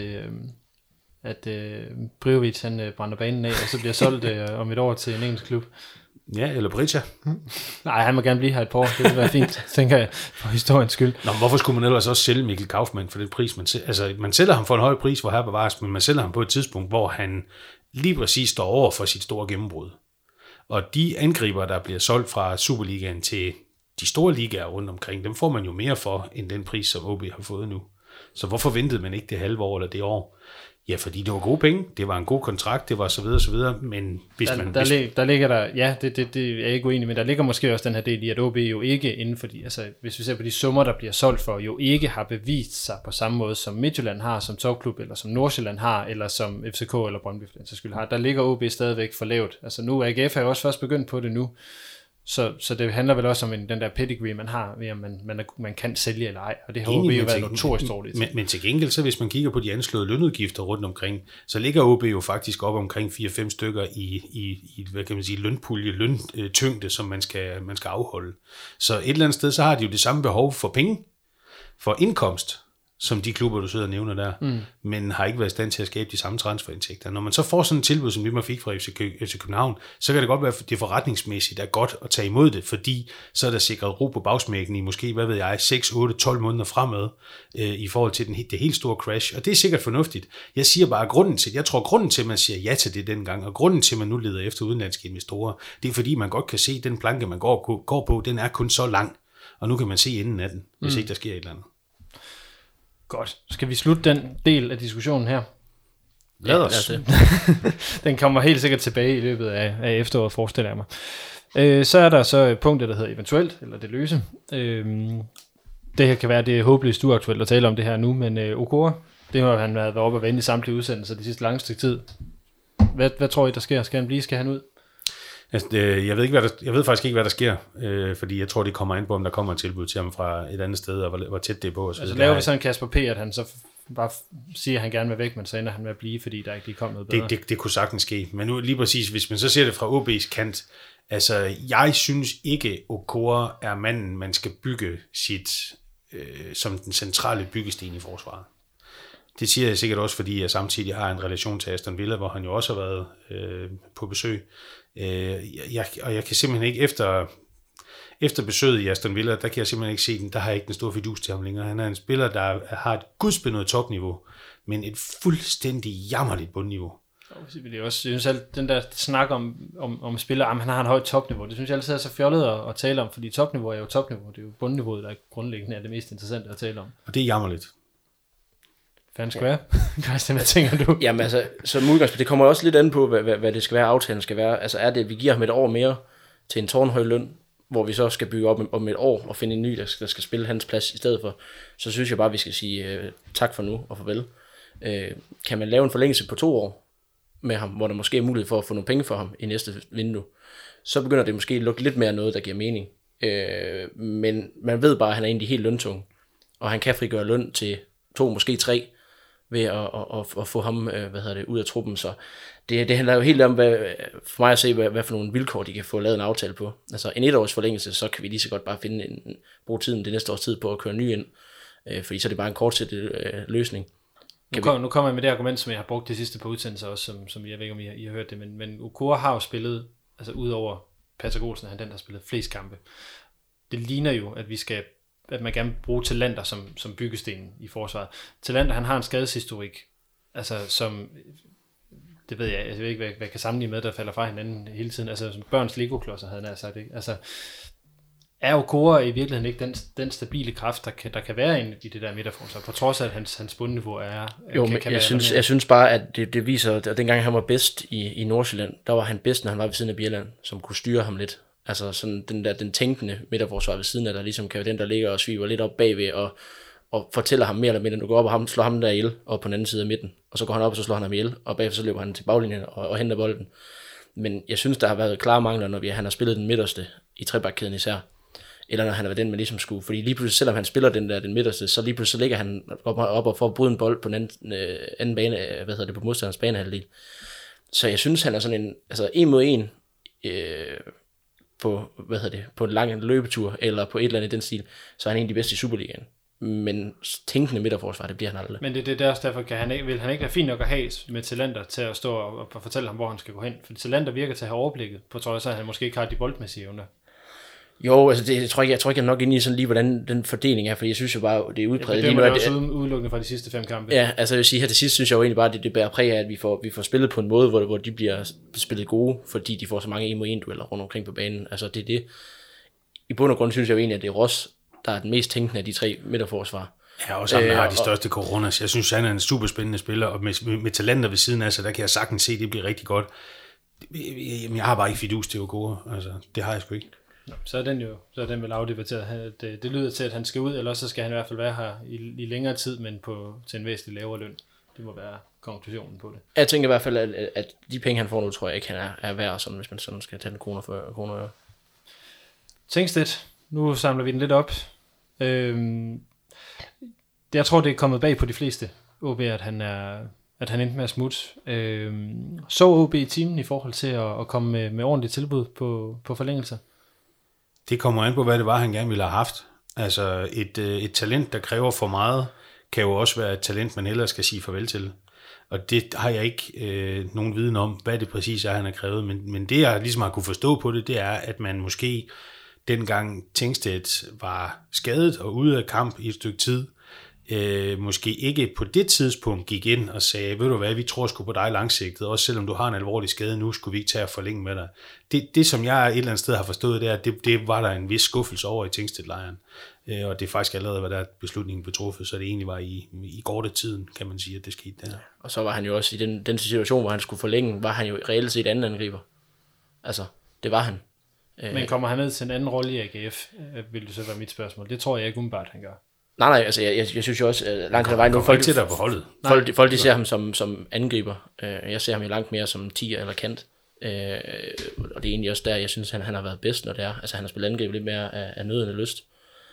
at Brijovic han brænder banen af, og så bliver solgt om et år til en engelsk klub. Ja, eller Bridger. Nej, han må gerne blive her et par år. Det vil være fint, tænker jeg, for historiens skyld. Nå, men hvorfor skulle man ellers også sælge Mikkel Kaufmann for det pris? Man sælger ham for en høj pris, hvor her bevares, men man sælger ham på et tidspunkt, hvor han lige præcis står over for sit store gennembrud. Og de angriber, der bliver solgt fra Superligaen til de store ligaer rundt omkring, dem får man jo mere for, end den pris, som OB har fået nu. Så hvorfor ventede man ikke det halve år eller det år? Ja, fordi det var gode penge, det var en god kontrakt, det var så videre, men hvis der ligger der, ja, det er jeg ikke uenig, men der ligger måske også den her del i, at OB jo ikke inden for altså hvis vi ser på de summer, der bliver solgt for, jo ikke har bevist sig på samme måde, som Midtjylland har, som topklub, eller som Nordsjælland har, eller som FCK eller Brøndby for den sags skyld har. Der ligger OB stadigvæk for lavt. Altså nu er AGF jo også først begyndt på det nu, så det handler vel også om den der pedigree, man har, ved at man kan sælge eller ej, og det har OB jo været notorisk dårligt. Men til gengæld, så hvis man kigger på de anslåede lønudgifter rundt omkring, så ligger OB jo faktisk op omkring 4-5 stykker i hvad kan man sige, lønpulje, løntyngde, som man skal afholde. Så et eller andet sted, så har de jo det samme behov for penge, for indkomst, som de klubber, du sidder og nævner der, men har ikke været i stand til at skabe de samme transferindtægter. Når man så får sådan et tilbud, som vi man fik fra FC København, så kan det godt være, at det forretningsmæssigt er godt at tage imod det, fordi så er der sikret ro på bagsmækken i måske, 6, 8, 12 måneder fremad, i forhold til det helt store crash. Og det er sikkert fornuftigt. Jeg siger bare, grunden til, at man siger ja til det dengang, og grunden til, at man nu leder efter udenlandske investorer, det er fordi, man godt kan se, at den planke, man går på, den er kun så lang, og nu kan man se enden af den, hvis ikke der sker et eller andet. Godt. Skal vi slutte den del af diskussionen her? Lad os. Den kommer helt sikkert tilbage i løbet af efteråret, forestiller jeg mig. Så er der så punktet, der hedder eventuelt, eller det løse. Det her kan være, det er håbløst uaktuelt at tale om det her nu, men Okora, det har han været oppe og vende i samtlige udsendelser de sidste lange stykke tid. Hvad tror I, der sker? Skal han blive? Skal han ud? Altså, jeg ved faktisk ikke, hvad der sker, fordi jeg tror, det kommer an på, om der kommer et tilbud til ham fra et andet sted, og hvor tæt det er på. Altså laver vi sådan Kasper P., at han så bare siger, at han gerne vil væk, men så ender han med at blive, fordi der ikke lige kom noget bedre. Det kunne sagtens ske, men nu lige præcis, hvis man så ser det fra OB's kant, altså jeg synes ikke, Okora er manden, man skal bygge sit som den centrale byggesten i forsvaret. Det siger jeg sikkert også, fordi jeg samtidig har en relation til Aston Villa, hvor han jo også har været på besøg. Jeg kan simpelthen ikke efter besøget i Aston Villa, der kan jeg simpelthen ikke se den, der har jeg ikke den store fidus til ham længere. Han er en spiller, der har et gudsbenået topniveau, men et fuldstændig jammerligt bundniveau. Jeg også synes alt den der snak om spillere, han har en højt topniveau, det synes jeg altid er så fjollet at tale om, fordi topniveau er jo topniveau, det er jo bundniveauet, der er grundlæggende er det mest interessante at tale om. Og det er jammerligt. Fanden skal være? Christian, hvad tænker du? Jamen altså, som udgangspunkt, det kommer også lidt an på, hvad det skal være, aftalen skal være. Altså er det, at vi giver ham et år mere til en tårnhøj løn, hvor vi så skal bygge op om et år og finde en ny, der skal spille hans plads i stedet for, så synes jeg bare, vi skal sige tak for nu og farvel. Kan man lave en forlængelse på 2 år med ham, hvor der måske er mulighed for at få nogle penge for ham i næste vindue, så begynder det måske at lukke lidt mere noget, der giver mening. Men man ved bare, at han er egentlig helt løntung, og han kan frigøre løn til 2, måske 3, ved at få ham ud af truppen. Så det handler jo helt om, for mig at se, hvad for nogle vilkår de kan få lavet en aftale på. Altså en 1-års forlængelse, så kan vi lige så godt bare bruge tiden det næste års tid på at køre ny ind, fordi så er det bare en kortsigtet løsning. Nu kommer jeg med det argument, som jeg har brugt de sidste par udsendelser også, som jeg ved ikke, om I har hørt det, men Okora har jo spillet, altså udover Patrick Olsen, han den, der har spillet flest kampe. det ligner jo, at man gerne vil bruge Talander som byggesten i forsvaret. Talander, han har en skadeshistorik, altså som, det ved jeg ved ikke, hvad jeg kan sammenligne med, der falder fra hinanden hele tiden, altså som børns Lego-klodser, havde jeg sagt, ikke? Altså, er jo Kåre i virkeligheden ikke den stabile kraft, der kan være i det der midterforsvar, på trods af, at hans bundniveau er... Jo, men jeg synes bare, at det viser, at dengang han var bedst i Nordsjælland, der var han bedst, når han var ved siden af Bjelland, som kunne styre ham lidt. Altså sådan den tænkende midterforsvar ved siden af, der ligesom kan være den, der ligger og sviver lidt op bagved, og fortæller ham mere eller mindre, du går op og slår ham der ihjel, og på den anden side af midten, og så går han op, og så slår han ham ihjel, og bagefter så løber han til baglinjen og henter bolden. Men jeg synes, der har været klare mangler, når han har spillet den midterste i trebakkæden især, eller når han har været den, man ligesom skulle. Fordi lige pludselig, selvom han spiller den midterste, så lige pludselig så ligger han op og får brudt en bold på den anden bane, på modstanders banehalvdel. Så jeg synes, han er sådan en mod en på, på en lang løbetur, eller på et eller andet i den stil, så er han en af de bedste i Superligaen. Men tænkende midterforsvar, det bliver han aldrig. Men det er derfor, vil han ikke være fint nok at have med Talander til at stå og fortælle ham, hvor han skal gå hen. For Talander virker til at have overblikket, på trods af, at han måske ikke har de boldmæssige evner. Jo, altså jeg tror ikke, jeg er nok inde i sådan lige, hvordan den fordeling er, for jeg synes jo bare, det er udpræget. Ja, det er også udelukkende fra de sidste 5 kampe. Ja, altså jeg vil sige, her til sidst synes jeg jo egentlig bare, det bærer præg af, at vi får spillet på en måde, hvor de bliver spillet gode, fordi de får så mange 1-mod-1-dueller rundt omkring på banen. Altså det er det. I bund og grund synes jeg jo egentlig, at det er Ross, der er den mest tænkende af de 3 midterforsvar. Ja, og sammen har de største coronas. Jeg synes, han er en super spændende spiller, og med talenter ved siden af, så der kan jeg sagtens se, at det bliver rigtig godt. Jeg har bare ikke fidus til Okora, altså det har jeg sgu ikke. Så er den vel afdebatteret. Det lyder til, at han skal ud, eller så skal han i hvert fald være her i længere tid, men til en væsentlig lavere løn. Det må være konklusionen på det. Jeg tænker i hvert fald, at de penge, han får nu, tror jeg ikke, han er værd, sådan, hvis man sådan skal tage en kroner for kroner. Tingstedt, nu samler vi den lidt op. Jeg tror, det er kommet bag på de fleste, OB, at han endte med at smutte. Så OB i timen i forhold til at komme med ordentligt tilbud på forlængelser? Det kommer an på, hvad det var, han gerne ville have haft. Altså et talent, der kræver for meget, kan jo også være et talent, man hellere skal sige farvel til. Og det har jeg ikke nogen viden om, hvad det præcis er, han har krævet. Men det, jeg ligesom har kunne forstå på det, det er, at man måske dengang Tingstedt var skadet og ude af kamp i et stykke tid, måske ikke på det tidspunkt gik ind og sagde, ved du hvad, vi tror sgu på dig langsigtet, også selvom du har en alvorlig skade nu, skulle vi ikke tage at forlænge med dig. Det som jeg et eller andet sted har forstået, det er, at det var der en vis skuffelse over i Tingstedt-lejren, og det er faktisk allerede, hvad der beslutningen blev truffet, så det egentlig var i tiden, kan man sige, at det skete der. Og så var han jo også i den situation, hvor han skulle forlænge, var han jo reelt set anden angriber. Altså, det var han. Men kommer han ned til en anden rolle i AGF, vil det så være mit spørgsmål. Det tror jeg ikke umiddelbart, han gør. Nej, altså jeg synes jo også, langt hen ad vejen nu, folk de ser ham som angriber. Jeg ser ham jo langt mere som tier eller kant. Og det er egentlig også der, jeg synes, han har været bedst, når det er. Altså han har spillet angriber lidt mere af nød end lyst.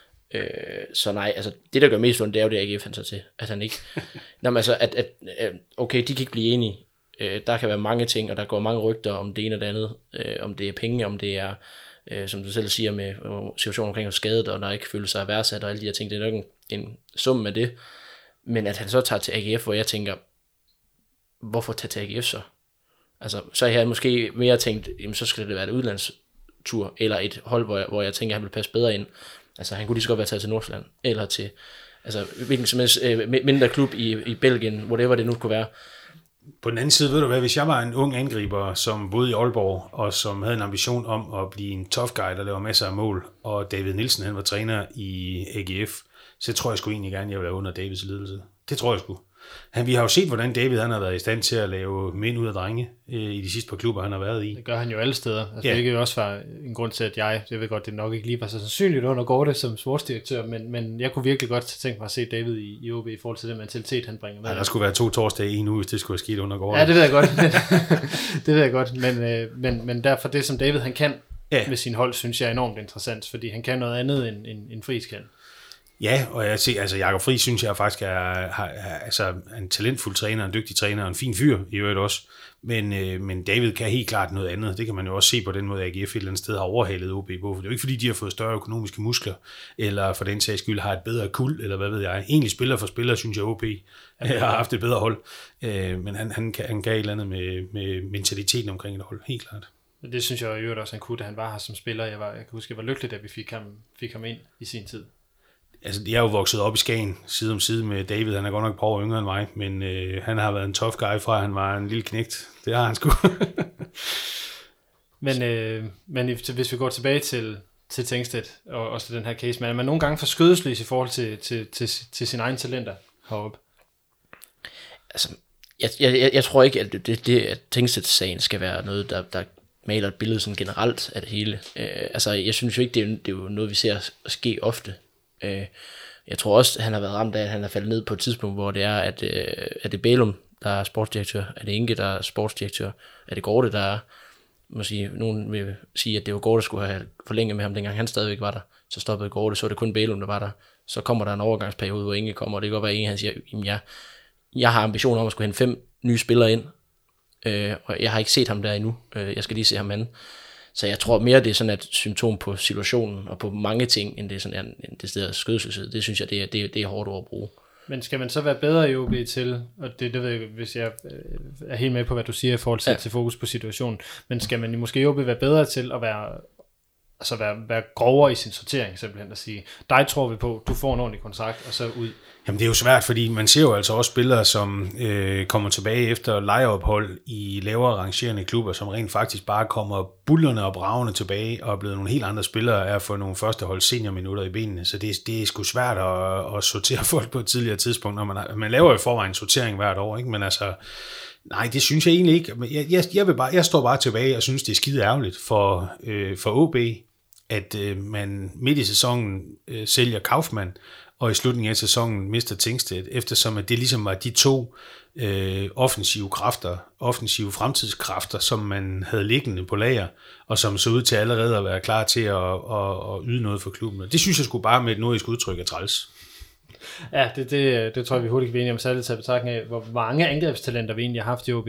Så nej, altså det der gør mest ondt, det er jo det AGF han så til, at han ikke... Nå, men altså, okay, de kan ikke blive enige. Der kan være mange ting, og der går mange rygter om det ene og det andet. Om det er penge, om det er... som du selv siger med situationen omkring at skadet, og der ikke føler sig værdsat og alle de her ting, det er nok en sum med det, men at han så tager til AGF, hvor jeg tænker, hvorfor tage til AGF så? Altså, så har jeg måske mere tænkt, jamen, så skal det være et udlandstur, eller et hold, hvor jeg tænker, at han vil passe bedre ind. Altså, han kunne lige så godt være taget til Nordsjælland, eller til, altså, hvilken som helst mindre klub i Belgien, whatever det nu kunne være. På den anden side, ved du hvad, hvis jeg var en ung angriber, som boede i Aalborg, og som havde en ambition om at blive en tough guy, der laver masser af mål, og David Nielsen, han var træner i AGF, så tror jeg sgu egentlig gerne, jeg vil være under Davids ledelse. Det tror jeg sgu. Vi har jo set, hvordan David han har været i stand til at lave mænd ud af drenge i de sidste par klubber, han har været i. Det gør han jo alle steder. Altså, ja. Det er jo også var en grund til, at jeg ved godt, det nok ikke lige var så sandsynligt under Gorte som sportsdirektør, men jeg kunne virkelig godt tænke mig at se David i OB i forhold til den mentalitet, han bringer med. Ja, der skulle være 2 torsdage i en uge, hvis det skulle have sket under Gorte. Ja, det ved jeg godt. Det ved jeg godt, men derfor det, som David han kan med sin hold, synes jeg er enormt interessant, fordi han kan noget andet, end Friis kan. Ja, og jeg ser, altså Jakob Friis synes jeg faktisk er en talentfuld træner, en dygtig træner, og en fin fyr i øvrigt også. Men David kan helt klart noget andet. Det kan man jo også se på den måde, at AGF et eller andet sted har overhalet OB på. For det er jo ikke fordi, de har fået større økonomiske muskler, eller for den sags skyld har et bedre kuld, eller hvad ved jeg. Egentlig spiller for spiller, synes jeg, OB har haft et bedre hold. Men han kan et eller andet med mentaliteten omkring et hold, helt klart. Det synes jeg jo også, han kunne, da han var her som spiller. Jeg kan huske, jeg var lykkelig, da vi fik ham ind i sin tid. Altså, jeg er jo vokset op i Skagen, side om side med David. Han er godt nok et par år yngre end mig, men han har været en tough guy fra, han var en lille knægt. Det har han sgu. Men hvis vi går tilbage til Tengstedt, og også den her case, man er man nogle gange for skødesløs i forhold til sine egne talenter heroppe? Altså, jeg tror ikke, at Tengstedt-sagen skal være noget, der maler et billede sådan generelt af det hele. Altså, jeg synes jo ikke, det er jo noget, vi ser ske ofte. Jeg tror også, at han har været ramt af, at han er faldet ned på et tidspunkt, hvor det er, at det er Bælum, der er sportsdirektør, er det Inge, der er sportsdirektør, er det Gorte, der er, nogen vil sige, at det var Gorte, der skulle have forlænget med ham, dengang han stadigvæk var der, så stoppede Gorte, så var det kun Bælum, der var der. Så kommer der en overgangsperiode, hvor Inge kommer, og det kan godt være, at Inge han siger, jamen jeg har ambitioner om at skulle hente 5 nye spillere ind, og jeg har ikke set ham der endnu, jeg skal lige se ham anden. Så jeg tror mere, det er sådan et symptom på situationen og på mange ting, end det er sådan en decideret skødselhed. Det synes jeg, det er hårdt ord at bruge. Men skal man så være bedre i OB til, og det ved jeg, hvis jeg er helt med på, hvad du siger i forhold til fokus på situationen, men skal man måske i OB være bedre til at være grovere i sin sortering, simpelthen at sige, dig tror vi på, du får en ordentlig kontrakt, og så ud? Jamen det er jo svært, fordi man ser jo altså også spillere, som kommer tilbage efter lejeophold i lavere rangerende klubber, som rent faktisk bare kommer bullerne og bragende tilbage, og er blevet nogle helt andre spillere af at få nogle førstehold seniorminutter i benene, så det er sgu svært at sortere folk på et tidligere tidspunkt, når man laver jo forvejen en sortering hvert år, ikke? Men altså, nej, det synes jeg egentlig ikke. Jeg står bare tilbage og synes, det er skide ærgerligt for OB, at man midt i sæsonen sælger Kaufmann, og i slutningen af sæsonen mister Tengstedt, eftersom at det ligesom var de to offensive fremtidskræfter, som man havde liggende på lager, og som så ud til allerede at være klar til at yde noget for klubben. Det synes jeg skulle bare med et nordisk udtryk af træls. Ja, det tror jeg, vi hurtigt kan blive enige om, særligt til betragtning af, hvor mange angrebstalenter vi egentlig har haft i OB,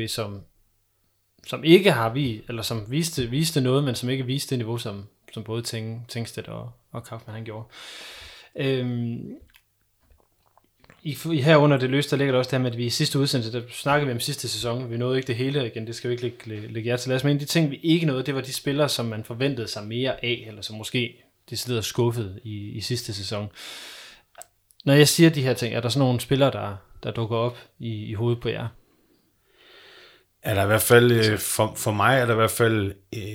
som ikke har eller som viste noget, men som ikke viste det niveau, som både Tengstedt og Kaufmann han gjorde. Herunder det løste, der ligger der også det her med, at vi i sidste udsendelse, der snakkede vi om sidste sæson, vi nåede ikke det hele igen, det skal vi ikke lægge jer til last, men en af de ting, vi ikke nåede, det var de spillere, som man forventede sig mere af, eller som måske decideret skuffet i sidste sæson. Når jeg siger de her ting, er der sådan nogle spillere, der dukker op i hovedet på jer? Er der i hvert fald, for mig er der i hvert fald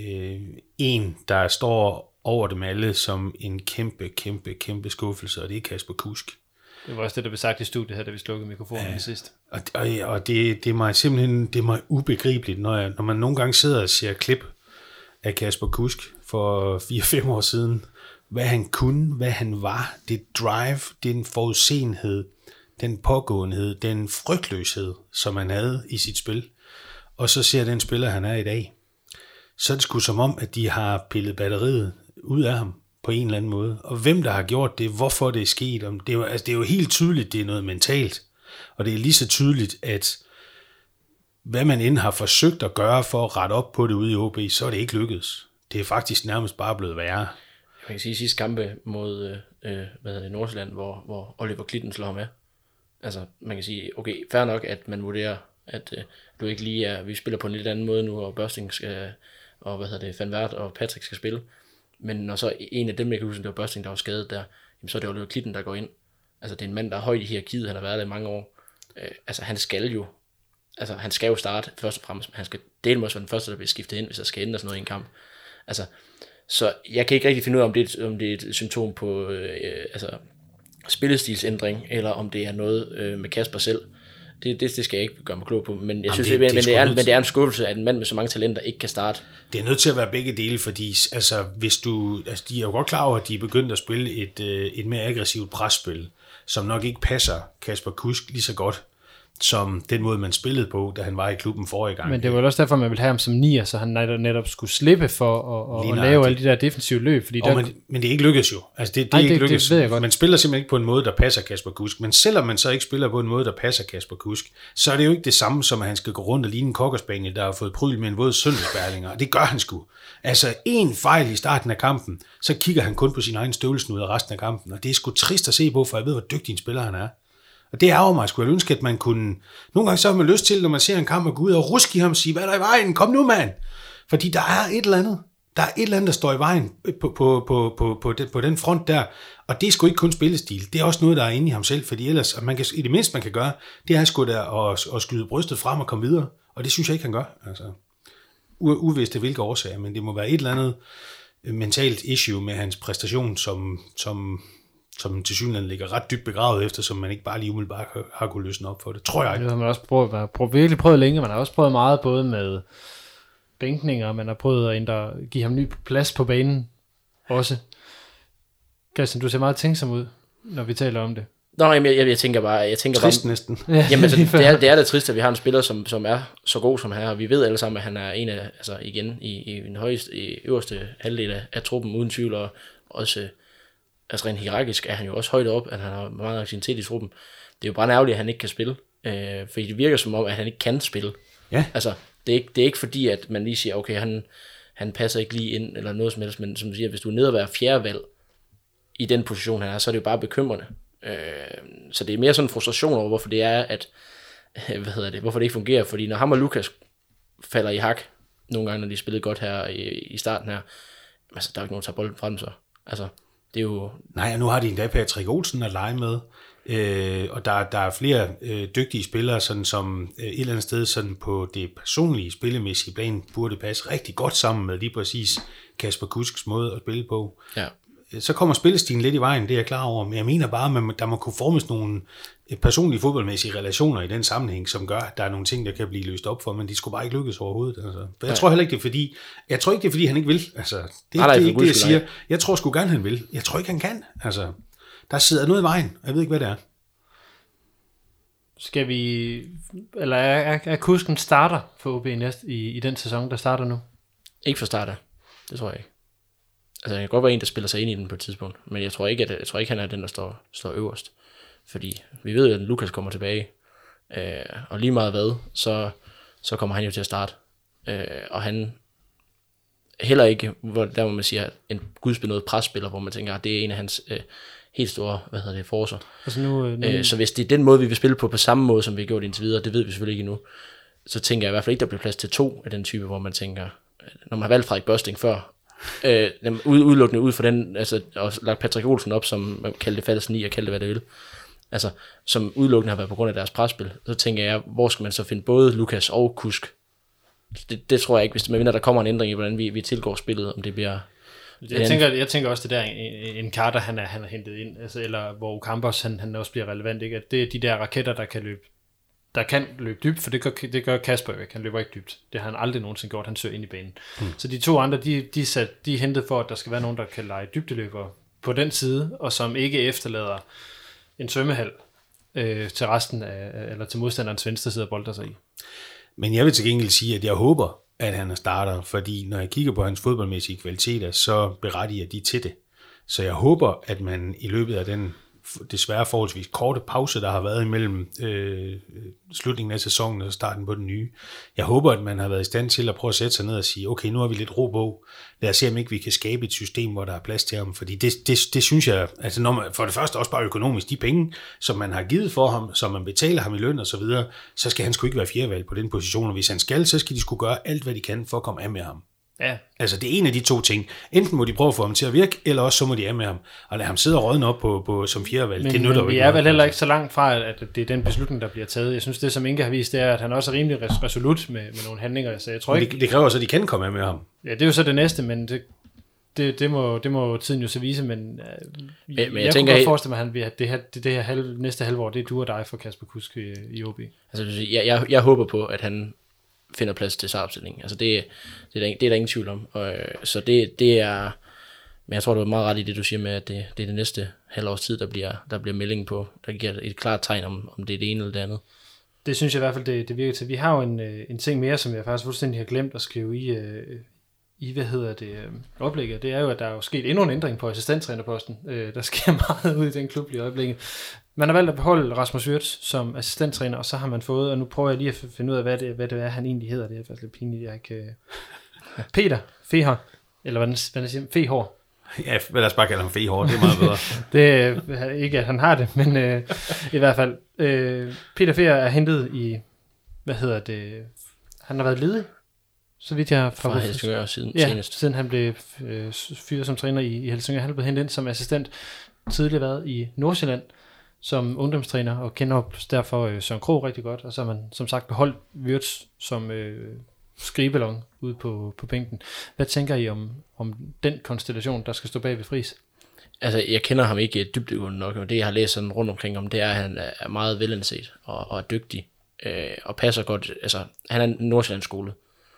en, der står over dem alle som en kæmpe skuffelse, og det er Kasper Kusk. Det var også det, der blev sagt i studiet her, da vi slukkede mikrofonen sidst. Og det er mig simpelthen det er mig ubegribeligt, når man nogle gange sidder og ser klip af Kasper Kusk for 4-5 år siden. Hvad han kunne, hvad han var, det drive, den forudsenhed, den pågåenhed, den frygtløshed, som han havde i sit spil. Og så ser den spiller, han er i dag. Så er det sgu som om, at de har pillet batteriet ud af ham på en eller anden måde. Og hvem der har gjort det, hvorfor det er sket. Det er jo helt tydeligt, det er noget mentalt. Og det er lige så tydeligt, at hvad man end har forsøgt at gøre for at rette op på det ude i OB, så er det ikke lykkedes. Det er faktisk nærmest bare blevet værre. Man kan sige sidste kampe mod Nordsjælland, hvor Oliver Klitten slår ham af. Altså man kan sige, okay, fair nok, at man vurderer, at du ikke lige er, vi spiller på en lidt anden måde nu, og Børsting skal, og Van Wert og Patrick skal spille. Men når så en af dem, jeg kan huske, det var Børsting, der var skadet der, jamen, så er det Oliver Klitten, der går ind. Altså det er en mand, der er højt i hierarkiet, han har været der i mange år. Altså han skal jo starte først og fremmest, han skal dele også være den første, der bliver skiftet ind, hvis der skal ændre sådan noget i en kamp. Altså, så jeg kan ikke rigtig finde ud af, om det er et symptom på spillestilsændring, eller om det er noget med Kasper selv. Det skal jeg ikke gøre mig klog på, men jeg synes, det er en skuffelse, at en mand med så mange talenter ikke kan starte. Det er nødt til at være begge dele, fordi de er jo godt klar over, at de er begyndt at spille et mere aggressivt presspil, som nok ikke passer Kasper Kusk lige så godt, som den måde, man spillede på, da han var i klubben forrige gang. Men det var også derfor, man ville have ham som nier, så han netop skulle slippe for at lave alle de der defensive løb. Fordi men det er ikke lykkedes jo. Altså det er ikke lykkedes. Det ved jeg godt. Man spiller simpelthen ikke på en måde, der passer Kasper Kusk. Men selvom man så ikke spiller på en måde, der passer Kasper Kusk, så er det jo ikke det samme, som at han skal gå rundt og ligne en kokkerspaniel, der har fået pryl med en våd søndagsbærlinger. Det gør han sgu. Altså en fejl i starten af kampen, så kigger han kun på sin egen støvlesnude resten af kampen. Og det er sgu trist at se på, for jeg ved, hvor dygtig en spiller han er. Og det er jo mig, skulle jeg ønske, at man kunne... Nogle gange så har man lyst til, når man ser en kamp, at gå ud og ruske i ham og sige, hvad er der i vejen? Kom nu, mand! Fordi der er et eller andet. Der er et eller andet, der står i vejen på den front der, og det er sgu ikke kun spillestil. Det er også noget, der er inde i ham selv, fordi ellers, i det mindste, man kan gøre, det er sgu da at skyde brystet frem og komme videre, og det synes jeg ikke, han gør. Altså, uvidst af hvilke årsager, men det må være et eller andet mentalt issue med hans præstation, som til synligheden ligger ret dybt begravet, eftersom man ikke bare lige umiddelbart har kunnet løsne op for det, tror jeg. Det har man også virkelig prøvet længe, man har også prøvet meget, både med bænkninger, man har prøvet at give ham ny plads på banen også. Christian, du ser meget tænksom ud, når vi taler om det. Nå, jeg tænker bare... Trist næsten. Jamen, altså, det er da trist, at vi har en spiller, som er så god som her, og vi ved alle sammen, at han er en af, altså igen, i den øverste halvdel af truppen, uden tvivl, og også, altså rent hierarkisk er han jo også højt op, at han har meget aktivitet i truppen. Det er jo bare ærgerligt, at han ikke kan spille, fordi det virker som om, at han ikke kan spille. Ja. Altså, det er ikke fordi, at man lige siger, okay, han passer ikke lige ind, eller noget som helst, men som du siger, hvis du er nede og være fjerde valg i den position, han er, så er det jo bare bekymrende. Så det er mere sådan en frustration over, hvorfor det er, at hvorfor det ikke fungerer, fordi når ham og Lukas falder i hak, nogle gange, når de spillede godt her i starten her, altså der er ikke nogen, der tager bolden frem, så altså, det er jo... Nej, og nu har de endda Patrick Olsen at lege med, og der er flere dygtige spillere, sådan som et eller andet sted sådan på det personlige spillemæssige plan burde passe rigtig godt sammen med lige præcis Kasper Kusks måde at spille på. Ja. Så kommer spillestilen lidt i vejen, det er jeg klar over, men jeg mener bare, at der må kunne formes nogle personlige fodboldmæssige relationer i den sammenhæng, som gør, at der er nogle ting, der kan blive løst op for, men de skulle bare ikke lykkes overhovedet. Altså. Jeg tror heller ikke, det er fordi, han ikke vil. Altså, det er ikke det, jeg siger. Jeg tror sgu gerne, han vil. Jeg tror ikke, han kan. Altså, der sidder noget i vejen. Jeg ved ikke, hvad det er. Skal vi... Eller er Kusken starter for OB i den sæson, der starter nu? Ikke for starter. Det tror jeg ikke. Altså, det kan godt være en, der spiller sig ind i den på et tidspunkt, men jeg tror ikke, han er den, der står øverst. Fordi vi ved, at Lukas kommer tilbage, og lige meget hvad, så kommer han jo til at starte. Og han heller ikke, der må man sige, en gudsbenået presspiller, hvor man tænker, at det er en af hans helt store, forser. Altså nu... Så hvis det er den måde, vi vil spille på samme måde, som vi har gjort indtil videre, det ved vi selvfølgelig ikke endnu, så tænker jeg i hvert fald ikke, der bliver plads til 2 af den type, hvor man tænker, når man har valgt Frederik Børsting før, udelukkende ud for den, altså, og lagt Patrick Olsen op, som man kalder det falsk 9, og kalder det, hvad det vil, altså, som udelukkende har været på grund af deres presspil, så tænker jeg, hvor skal man så finde både Lukas og Kusk? Det tror jeg ikke, hvis der kommer en ændring i, hvordan vi tilgår spillet, om det bliver... Jeg tænker også, det der en Carter, han har hentet ind, altså, eller hvor Campos, han også bliver relevant, ikke? At det er de der raketter, der kan løbe dybt, for det gør Kasper jo ikke. Han løber ikke dybt. Det har han aldrig nogensinde gjort. Han søger ind i banen. Så de to andre, de er hentet for, at der skal være nogen, der kan lege dybdeløber på den side, og som ikke efterlader en svømmehal til resten af, eller til modstanderens venstre side og bolder sig i. Men jeg vil til gengæld sige, at jeg håber, at han er starter, fordi når jeg kigger på hans fodboldmæssige kvaliteter, så berettiger de til det. Så jeg håber, at man i løbet af den desværre forholdsvis korte pause, der har været imellem slutningen af sæsonen og starten på den nye. Jeg håber, at man har været i stand til at prøve at sætte sig ned og sige, okay, nu har vi lidt ro på. Lad os se, om ikke vi kan skabe et system, hvor der er plads til ham. Fordi det synes jeg, altså når man, for det første også bare økonomisk, de penge, som man har givet for ham, som man betaler ham i løn og så videre, så skal han sgu ikke være fjerdevalg på den position. Og hvis han skal, så skal de sgu gøre alt, hvad de kan for at komme af med ham. Ja. Altså det er en af de to ting. Enten må de prøve at få ham til at virke, eller også så må de af med ham. Og lade ham sidde og rådne op på som fjerdevalg. Men vi er vel heller ikke så langt fra, at det er den beslutning, der bliver taget. Jeg synes, det som Inge har vist, det er, at han også er rimelig resolut med nogle handlinger. Så jeg tror ikke... Det kræver så, at de kan komme af med ham. Ja, det er jo så det næste, men det må tiden jo så vise. Men jeg tænker, kunne godt forestille mig, at det her næste halvår, det er du og dig for Kasper Kusk i OB. Altså, jeg håber på, at han finder plads til startopstillingen. Altså det er der ingen tvivl om. Og, så det er, men jeg tror, du er meget ret i det, du siger med, at det er det næste halvårs tid, der bliver meldingen på, der giver et klart tegn om det er det ene eller det andet. Det synes jeg i hvert fald, det virker til. Vi har jo en ting mere, som jeg faktisk fuldstændig har glemt at skrive i oplægget. Det er jo, at der er jo sket endnu en ændring på assistenttrænerposten. Der sker meget ud i den klub i øjeblikket. Man har valgt at beholde Rasmus Wirtz som assistenttræner, og så har man fået, og nu prøver jeg lige at finde ud af, hvad det er, han egentlig hedder. Det er faktisk lidt pinligt, jeg ikke... Peter Fehår, eller hvad siger Fehår. Ja, lad os bare kalde ham Fehår, det er meget bedre. Det er ikke, at han har det, men i hvert fald. Peter Fehår er hentet i, han har været ledig så vidt jeg fra Helsingør senest. Siden han blev fyret som træner i Helsingør. Han blev hentet ind som assistent, tidligere været i Nordsjælland som ungdomstræner, og kender derfor Søren Krog rigtig godt, og så har man som sagt beholdt Wirtz som skribelon ude på bænken. Hvad tænker I om den konstellation, der skal stå bag ved Friis? Altså, jeg kender ham ikke dybdegående nok, og det jeg har læst sådan rundt omkring om, det er, at han er meget velanset og er dygtig, og passer godt, altså, han er en Nordsjællands skole,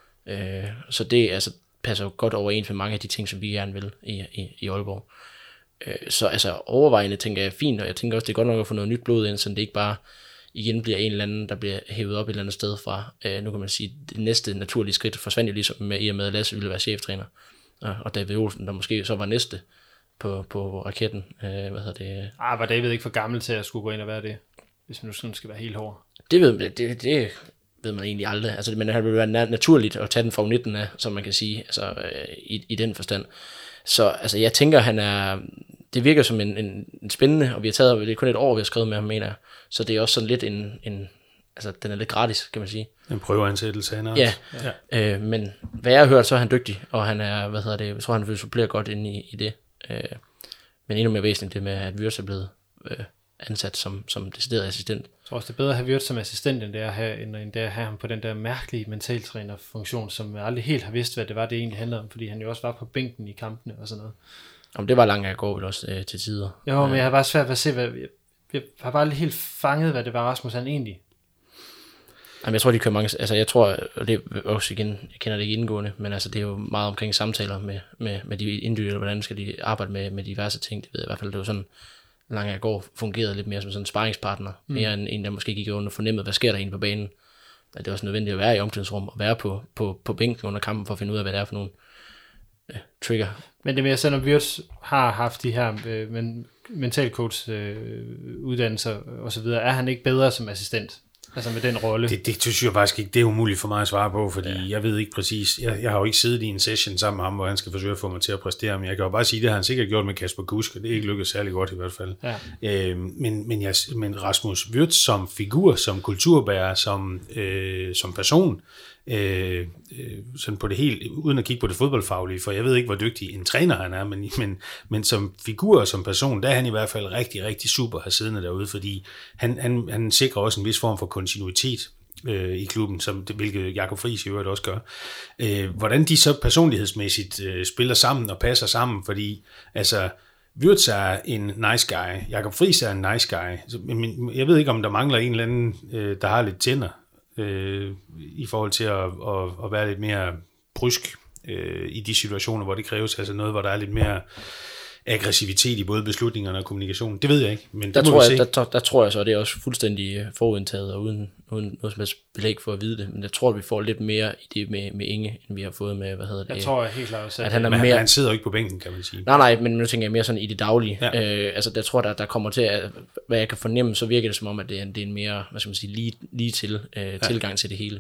så det altså, passer jo godt overens med mange af de ting, som vi gerne vil i Aalborg. Så altså, overvejende tænker jeg fint, og jeg tænker også, det er godt nok at få noget nyt blod ind, så det ikke bare igen bliver en eller anden, der bliver hævet op et eller andet sted fra. Nu kan man sige, det næste naturlige skridt forsvandt jo ligesom i og med, at Lasse ville være cheftræner, og David Olsen, der måske så var næste på raketten. Var David ikke for gammel til at skulle gå ind og være det, hvis man nu sådan skal være helt hård? Det ved man egentlig aldrig. Altså, men det vil være naturligt at tage den fra 19 af, som man kan sige, altså, i den forstand. Så altså, jeg tænker, det virker som en spændende, og vi har taget, det er kun et år, vi har skrevet med ham, mener jeg. Så det er også sådan lidt altså, den er lidt gratis, kan man sige. En prøveansættelse af ja. Men hvad jeg har hørt, så er han dygtig, og han er, jeg tror, han vil supplere godt ind i det. Men endnu mere væsentligt det med, at Wirtz er blevet ansat som decideret assistent. Jeg tror også, det er bedre at have Wirtz som assistent, end det at have ham på den der mærkelige mentaltrænerfunktion, som jeg aldrig helt har vidst, hvad det var, det egentlig handlede om, fordi han jo også var på bænken i kampene og sådan noget. Om det var langt at gå vel også til tider. Jo, men jeg har bare svært ved at se, jeg har bare aldrig helt fanget, hvad det var, Rasmus han egentlig. Jamen, jeg tror, de kører mange, altså jeg tror, og det er også igen, jeg kender det ikke indgående, men altså det er jo meget omkring samtaler med de individuelle, hvordan skal de arbejde med diverse ting, det ved jeg i hvert fald, det var sådan, langt at gå fungerede lidt mere som sådan en sparringspartner, mere end en, der måske gik under fornemmet, hvad sker der inde på banen. At det er også nødvendigt at være i omklædningsrum og være på bænken under kampen for at finde ud af, hvad det er for nogle trigger. Men det er mere sådan, at Wirtz har haft de her mentalcoach uddannelser og så videre. Er han ikke bedre som assistent? Altså med den rolle? Det synes jeg faktisk ikke, det er umuligt for mig at svare på, fordi jeg ved ikke præcis, jeg har jo ikke siddet i en session sammen med ham, hvor han skal forsøge at få mig til at præstere, men jeg kan jo bare sige, det har han sikkert gjort med Kasper Kusk, og det er ikke lykkedes særlig godt i hvert fald. Ja. Men Rasmus Wirtz som figur, som kulturbærer, som person, sådan på det helt, uden at kigge på det fodboldfaglige, for jeg ved ikke, hvor dygtig en træner han er, men som figur og som person, der er han i hvert fald rigtig, rigtig super at have siddende derude, fordi han sikrer også en vis form for kontinuitet i klubben, hvilket Jakob Friis i øvrigt også gør. Hvordan de så personlighedsmæssigt spiller sammen og passer sammen, fordi altså Wirtz er en nice guy, Jakob Friis er en nice guy, men jeg ved ikke, om der mangler en eller anden, der har lidt tænder, i forhold til at være lidt mere brysk i de situationer, hvor det kræves, altså noget, hvor der er lidt mere aggressivitet i både beslutningerne og kommunikationen. Det ved jeg ikke, men der tror jeg så, at det er også fuldstændig forudindtaget og uden noget som helst belæg for at vide det, men jeg tror, at vi får lidt mere i det med Inge, end vi har fået med, Jeg tror helt klart, at han er mere... han sidder jo ikke på bænken, kan man sige. Nej, men nu tænker jeg mere sådan i det daglige. Ja. Altså, jeg tror, der kommer til at, hvad jeg kan fornemme, så virker det som om, at det er en mere, hvad skal man sige, lige til tilgang til det hele.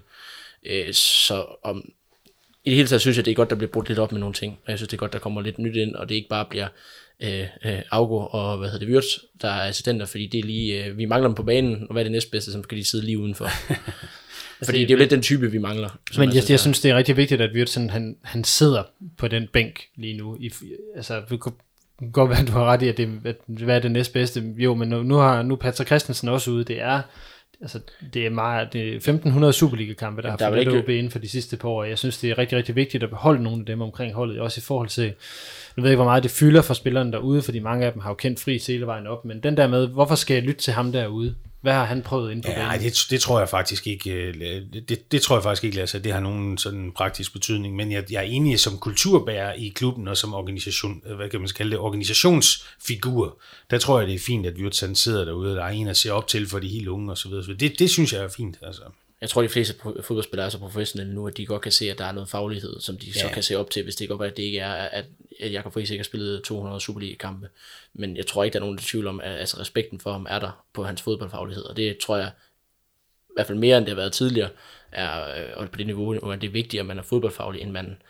Så i det hele taget synes jeg, det er godt, der bliver brudt lidt op med nogle ting, og jeg synes, det er godt, der kommer lidt nyt ind, og det ikke bare bliver Augo og Wirtz, der er assistenter, fordi det er lige, vi mangler dem på banen, og hvad er det næstbedste, så skal de sidde lige udenfor. Fordi det er jo lidt den type, vi mangler. Men jeg synes, det er rigtig vigtigt, at Wirtz, han sidder på den bænk lige nu. Altså, det kan godt være, at du har ret i, at hvad er det næstbedste? Jo, men nu er Patrick Christensen også ude. Det er meget, det er 1500 Superliga-kampe, der har fået OB inden for de sidste par år. Jeg synes, det er rigtig, rigtig vigtigt at beholde nogle af dem omkring holdet, også i forhold til, jeg ved ikke, hvor meget det fylder for spillerne derude, fordi mange af dem har jo kendt Friis hele vejen op, men den der med, hvorfor skal jeg lytte til ham derude? Hvad har han prøvet inde på banen? Nej, det tror jeg faktisk ikke, det tror jeg faktisk ikke, altså, det har nogen sådan praktisk betydning, men jeg er enig som kulturbærer i klubben og som organisation, hvad kan man kalde det, organisationsfigur, der tror jeg, det er fint, at Wirtz sidder derude, der er en at se op til for de helt unge og så videre. Det synes jeg er fint, altså. Jeg tror, de fleste fodboldspillere er så professionelle nu, at de godt kan se, at der er noget faglighed, som de så kan se op til, hvis det godt være, at det ikke er, at Jakob Friis ikke har spillet 200 Superliga-kampe. Men jeg tror ikke, der er nogen tvivl om, at altså, respekten for ham er der på hans fodboldfaglighed, og det tror jeg, i hvert fald mere end det har været tidligere, og på det niveau, hvor det er vigtigt, at man er fodboldfaglig, end man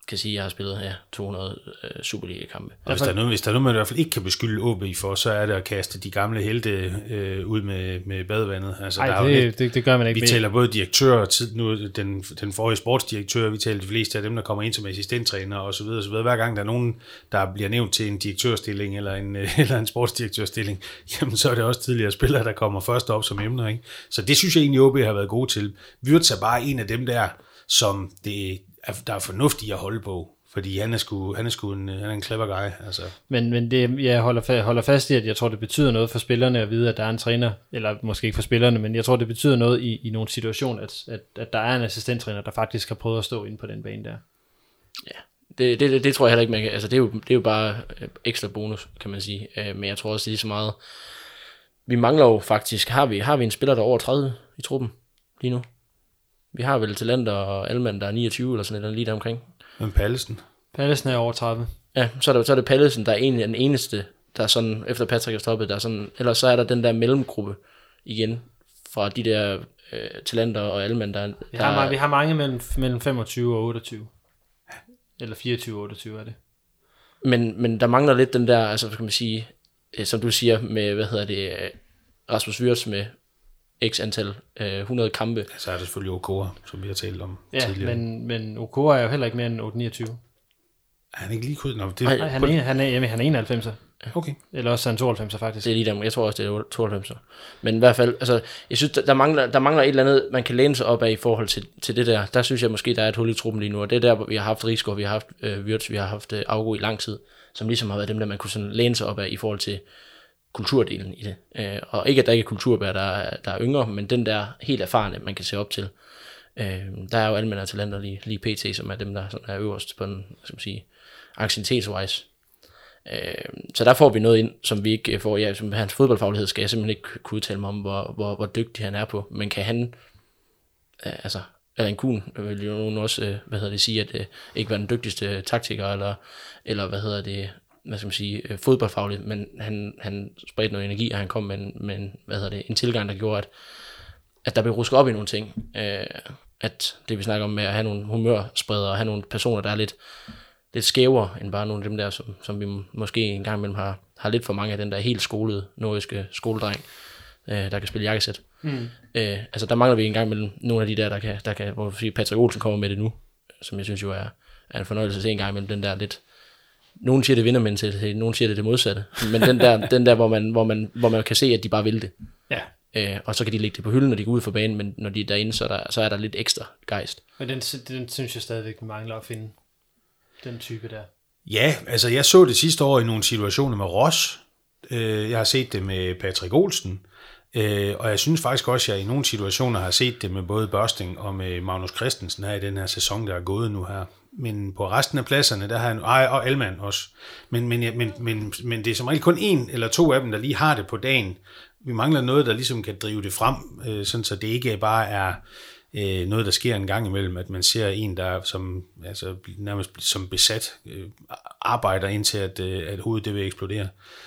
kan sige, at jeg har spillet 200 Superliga-kampe. Og hvis der er noget, man i hvert fald ikke kan beskylde OB for, så er det at kaste de gamle helte ud med badevandet. Altså, det gør man ikke. Vi taler både direktører, nu den forrige sportsdirektør, vi taler de fleste af dem, der kommer ind som assistenttræner og så videre. Hver gang der er nogen, der bliver nævnt til en direktørstilling eller en sportsdirektørstilling, jamen så er det også tidligere spillere, der kommer først op som emner. Ikke? Så det synes jeg egentlig, OB har været gode til. Wirtz er bare en af dem der, som der er fornuftigt at holde på, fordi han er en clever guy. Altså. Men det, jeg holder fast i, at jeg tror, det betyder noget for spillerne at vide, at der er en træner, eller måske ikke for spillerne, men jeg tror, det betyder noget i nogle situationer, at der er en assistenttræner, der faktisk har prøvet at stå inde på den bane der. Ja, det tror jeg heller ikke, man kan. Altså, det er jo bare ekstra bonus, kan man sige. Men jeg tror også, det er så meget. Vi mangler jo faktisk, har vi en spiller, der er over 30 i truppen lige nu? Vi har vel Talenter og Alman, der er 29 eller sådan noget, lige der omkring. Men Pallesen er over 30. Ja, så er det Pallesen, der er egentlig den eneste, der er sådan, efter Patrick er stoppet, der er sådan, ellers så er der den der mellemgruppe igen, fra de der Talenter og Alman, der vi har mange mellem 25 og 28. Eller 24 og 28 er det. Men der mangler lidt den der, altså, kan man sige, som du siger, med, Rasmus Wirtz med x antal 100 kampe. Så er det selvfølgelig Okora, som vi har talt om tidligere. Men Okora er jo heller ikke mere end 29. Er han ikke lige ud? Nej, han er 91'er. Okay. Eller også er han 92'er faktisk. Det er lige der, jeg tror også, det er 92'er. Men i hvert fald, altså, jeg synes, der mangler et eller andet, man kan læne sig op af i forhold til det der. Der synes jeg måske, der er et hul i truppen lige nu, og det er der, hvor vi har haft Rigsgaard, vi har haft Wirtz, vi har haft Augo i lang tid, som ligesom har været dem, der man kunne sådan læne sig op af i forhold til kulturdelen i det. Og ikke, at der ikke er kulturbær, der er yngre, men den der helt erfarne, man kan se op til. Der er jo almindelig talenter lige pt, som er dem, der sådan er øverst på den, skal man sige, anciennitetswise. Så der får vi noget ind, som vi ikke får. Ja, som hans fodboldfaglighed skal jeg simpelthen ikke kunne udtale mig om, hvor dygtig han er på. Men kan han, Allan Kuhn vil jo nogen også, sige, at ikke være den dygtigste taktiker, eller hvad skal man sige, fodboldfagligt, men han spredte noget energi, og han kom med en tilgang, der gjorde, at der blev rusket op i nogle ting. At det vi snakker om med at have nogle humørspredere, og have nogle personer, der er lidt skævere, end bare nogle af dem der, som vi måske en gang imellem har lidt for mange af den der helt skolede, nordiske skoledreng, der kan spille jakkesæt. Der mangler vi en gang imellem nogle af de der kan hvor Patrick Olsen kommer med det nu, som jeg synes jo er en fornøjelse at se en gang imellem den der lidt. Nogen siger det vindermentalitet, nogen siger det modsatte. Men den der hvor man kan se, at de bare vil det. Ja. Og så kan de lægge det på hylden, når de går ud for banen, men når de er derinde, så er der lidt ekstra gejst. Men den synes jeg stadigvæk mangler at finde. Den type der. Ja, altså jeg så det sidste år i nogle situationer med Ross. Jeg har set det med Patrick Olsen. Og jeg synes faktisk også, at jeg i nogle situationer har set det med både Børsting og med Magnus Christensen her i den her sæson, der er gået nu her. Men på resten af pladserne, der har han, og Alman også. Men det er som regel kun en eller to af dem, der lige har det på dagen. Vi mangler noget, der ligesom kan drive det frem, sådan så det ikke bare er noget, der sker en gang imellem, at man ser en, der som, altså, nærmest som besat arbejder indtil, at hovedet det vil eksplodere.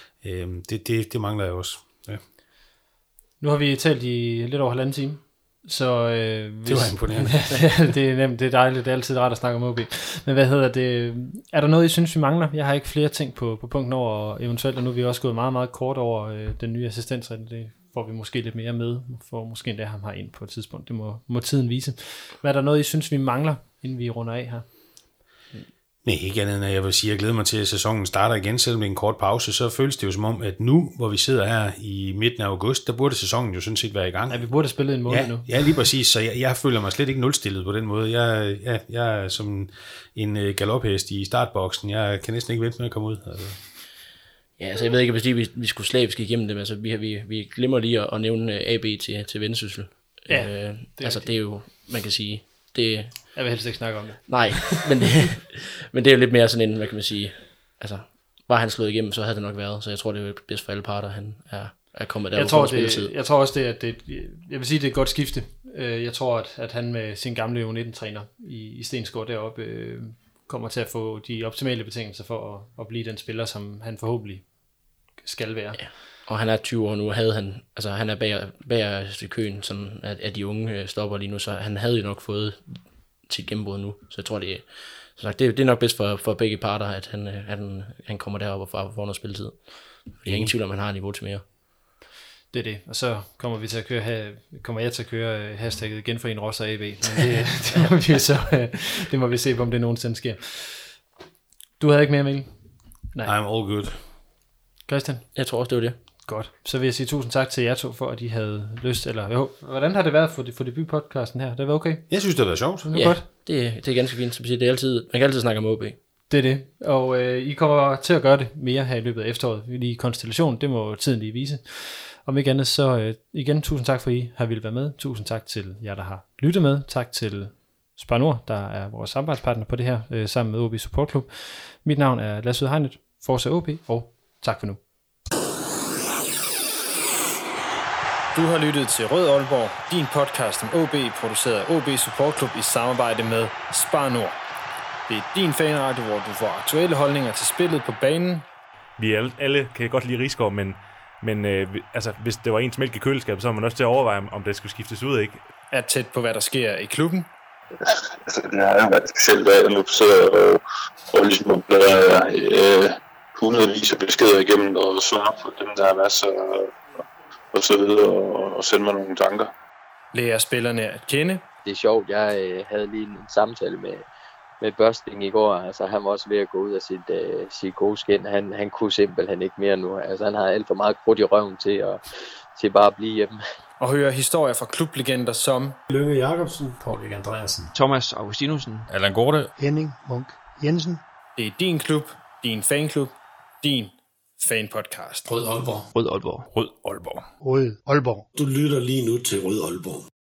Det mangler jeg også. Ja. Nu har vi talt i lidt over 1,5 time, så det var imponerende. Det er nemt, det er dejligt, det er altid rart at snakke om OB. Men er der noget, I synes, vi mangler? Jeg har ikke flere ting på punkten over, og eventuelt, og nu er vi også gået meget, meget kort over den nye assistenttræner. Det får vi måske lidt mere med, for måske endda ham ind på et tidspunkt. Det må tiden vise. Hvad er der noget, I synes, vi mangler, inden vi runder af her? Nej, ikke andet end jeg vil sige, at jeg glæder mig til, at sæsonen starter igen, selvom det er en kort pause, så føles det jo som om, at nu, hvor vi sidder her i midten af august, der burde sæsonen jo sådan set være i gang. Ja, vi burde have spillet en måned nu. Ja, lige præcis, så jeg føler mig slet ikke nulstillet på den måde. Jeg er som en galophest i startboksen. Jeg kan næsten ikke vente med at komme ud. Altså. Ja, altså jeg ved ikke, hvis vi skulle slavisk igennem det, altså vi glemmer lige at nævne AB til Vendsyssel. Ja, det er jo, man kan sige, det. Jeg vil helst ikke snakke om det. Nej, men det er jo lidt mere sådan en, hvad kan man sige, altså var han slået igennem, så havde det nok været, så jeg tror, det er bedst for alle parter, han er kommet der. Jeg tror også, jeg vil sige, det er et godt skifte. Jeg tror, at han med sin gamle U19-træner i Stensgaard deroppe, kommer til at få de optimale betingelser for at blive den spiller, som han forhåbentlig skal være. Ja. Og han er 20 år nu, han er bagerst i køen, sådan at de unge stopper lige nu, så han havde jo nok fået sit gennembrud nu. Så jeg tror, Så det er nok bedst for begge parter, at han kommer derop og får noget spilletid. Jeg er ingen tvivl om, han har niveau til mere. Det er det, og så kommer jeg til at køre hashtagget genforenet Ross og AB, men det må vi se på, om det nogensinde sker. Du havde ikke mere, Mikkel? Nej. I'm all good. Christian? Jeg tror også, det var det. Godt. Så vil jeg sige tusind tak til jer to, for at I havde lyst, hvordan har det været for debutpodcasten her? Det var okay? Jeg synes, det har været sjovt. Det er godt. Det er ganske fint. Det er altid, man kan altid snakke om OB. Det er det, og I kommer til at gøre det mere her i løbet af efteråret. Lige konstellation, det må tiden lige vise. Om ikke andet, så igen, tusind tak for, I har ville være med. Tusind tak til jer, der har lyttet med. Tak til Spar Nord, der er vores samarbejdspartner på det her, sammen med OB Support Club. Mit navn er Lasse Hegnet, Forza OB, og tak for nu. Du har lyttet til Rød Aalborg, din podcast om OB, produceret af OB Support Club i samarbejde med Spar Nord. Det er din fanradio, hvor du får aktuelle holdninger til spillet på banen. Vi alle kan godt lide Risgaard, men altså, hvis det var ens mælk i køleskabet, så var man også til at overveje, om det skulle skiftes ud, ikke? Er tæt på, hvad der sker i klubben. Altså, det har jo været specielt, at jeg nu sidder og ligesom bladrer hundredvis af beskeder igennem og svarer på dem, der har været og så videre, og sende mig nogle tanker. Lærer spillerne at kende. Det er sjovt, jeg havde lige en samtale med Børsting i går. Altså, han var også ved at gå ud af sit gode skin. Han kunne simpelthen ikke mere nu. Altså, han havde alt for meget krudt i røven til bare at blive hjemme. Og høre historier fra klublegender som Lønge Jacobsen, Paul Andreasen, Thomas Augustinussen, Allan Gorte, Henning Munk Jensen. Det er din klub, din fanklub, din fanpodcast. Rød Aalborg. Rød Aalborg. Rød Aalborg. Rød Aalborg. Du lytter lige nu til Rød Aalborg.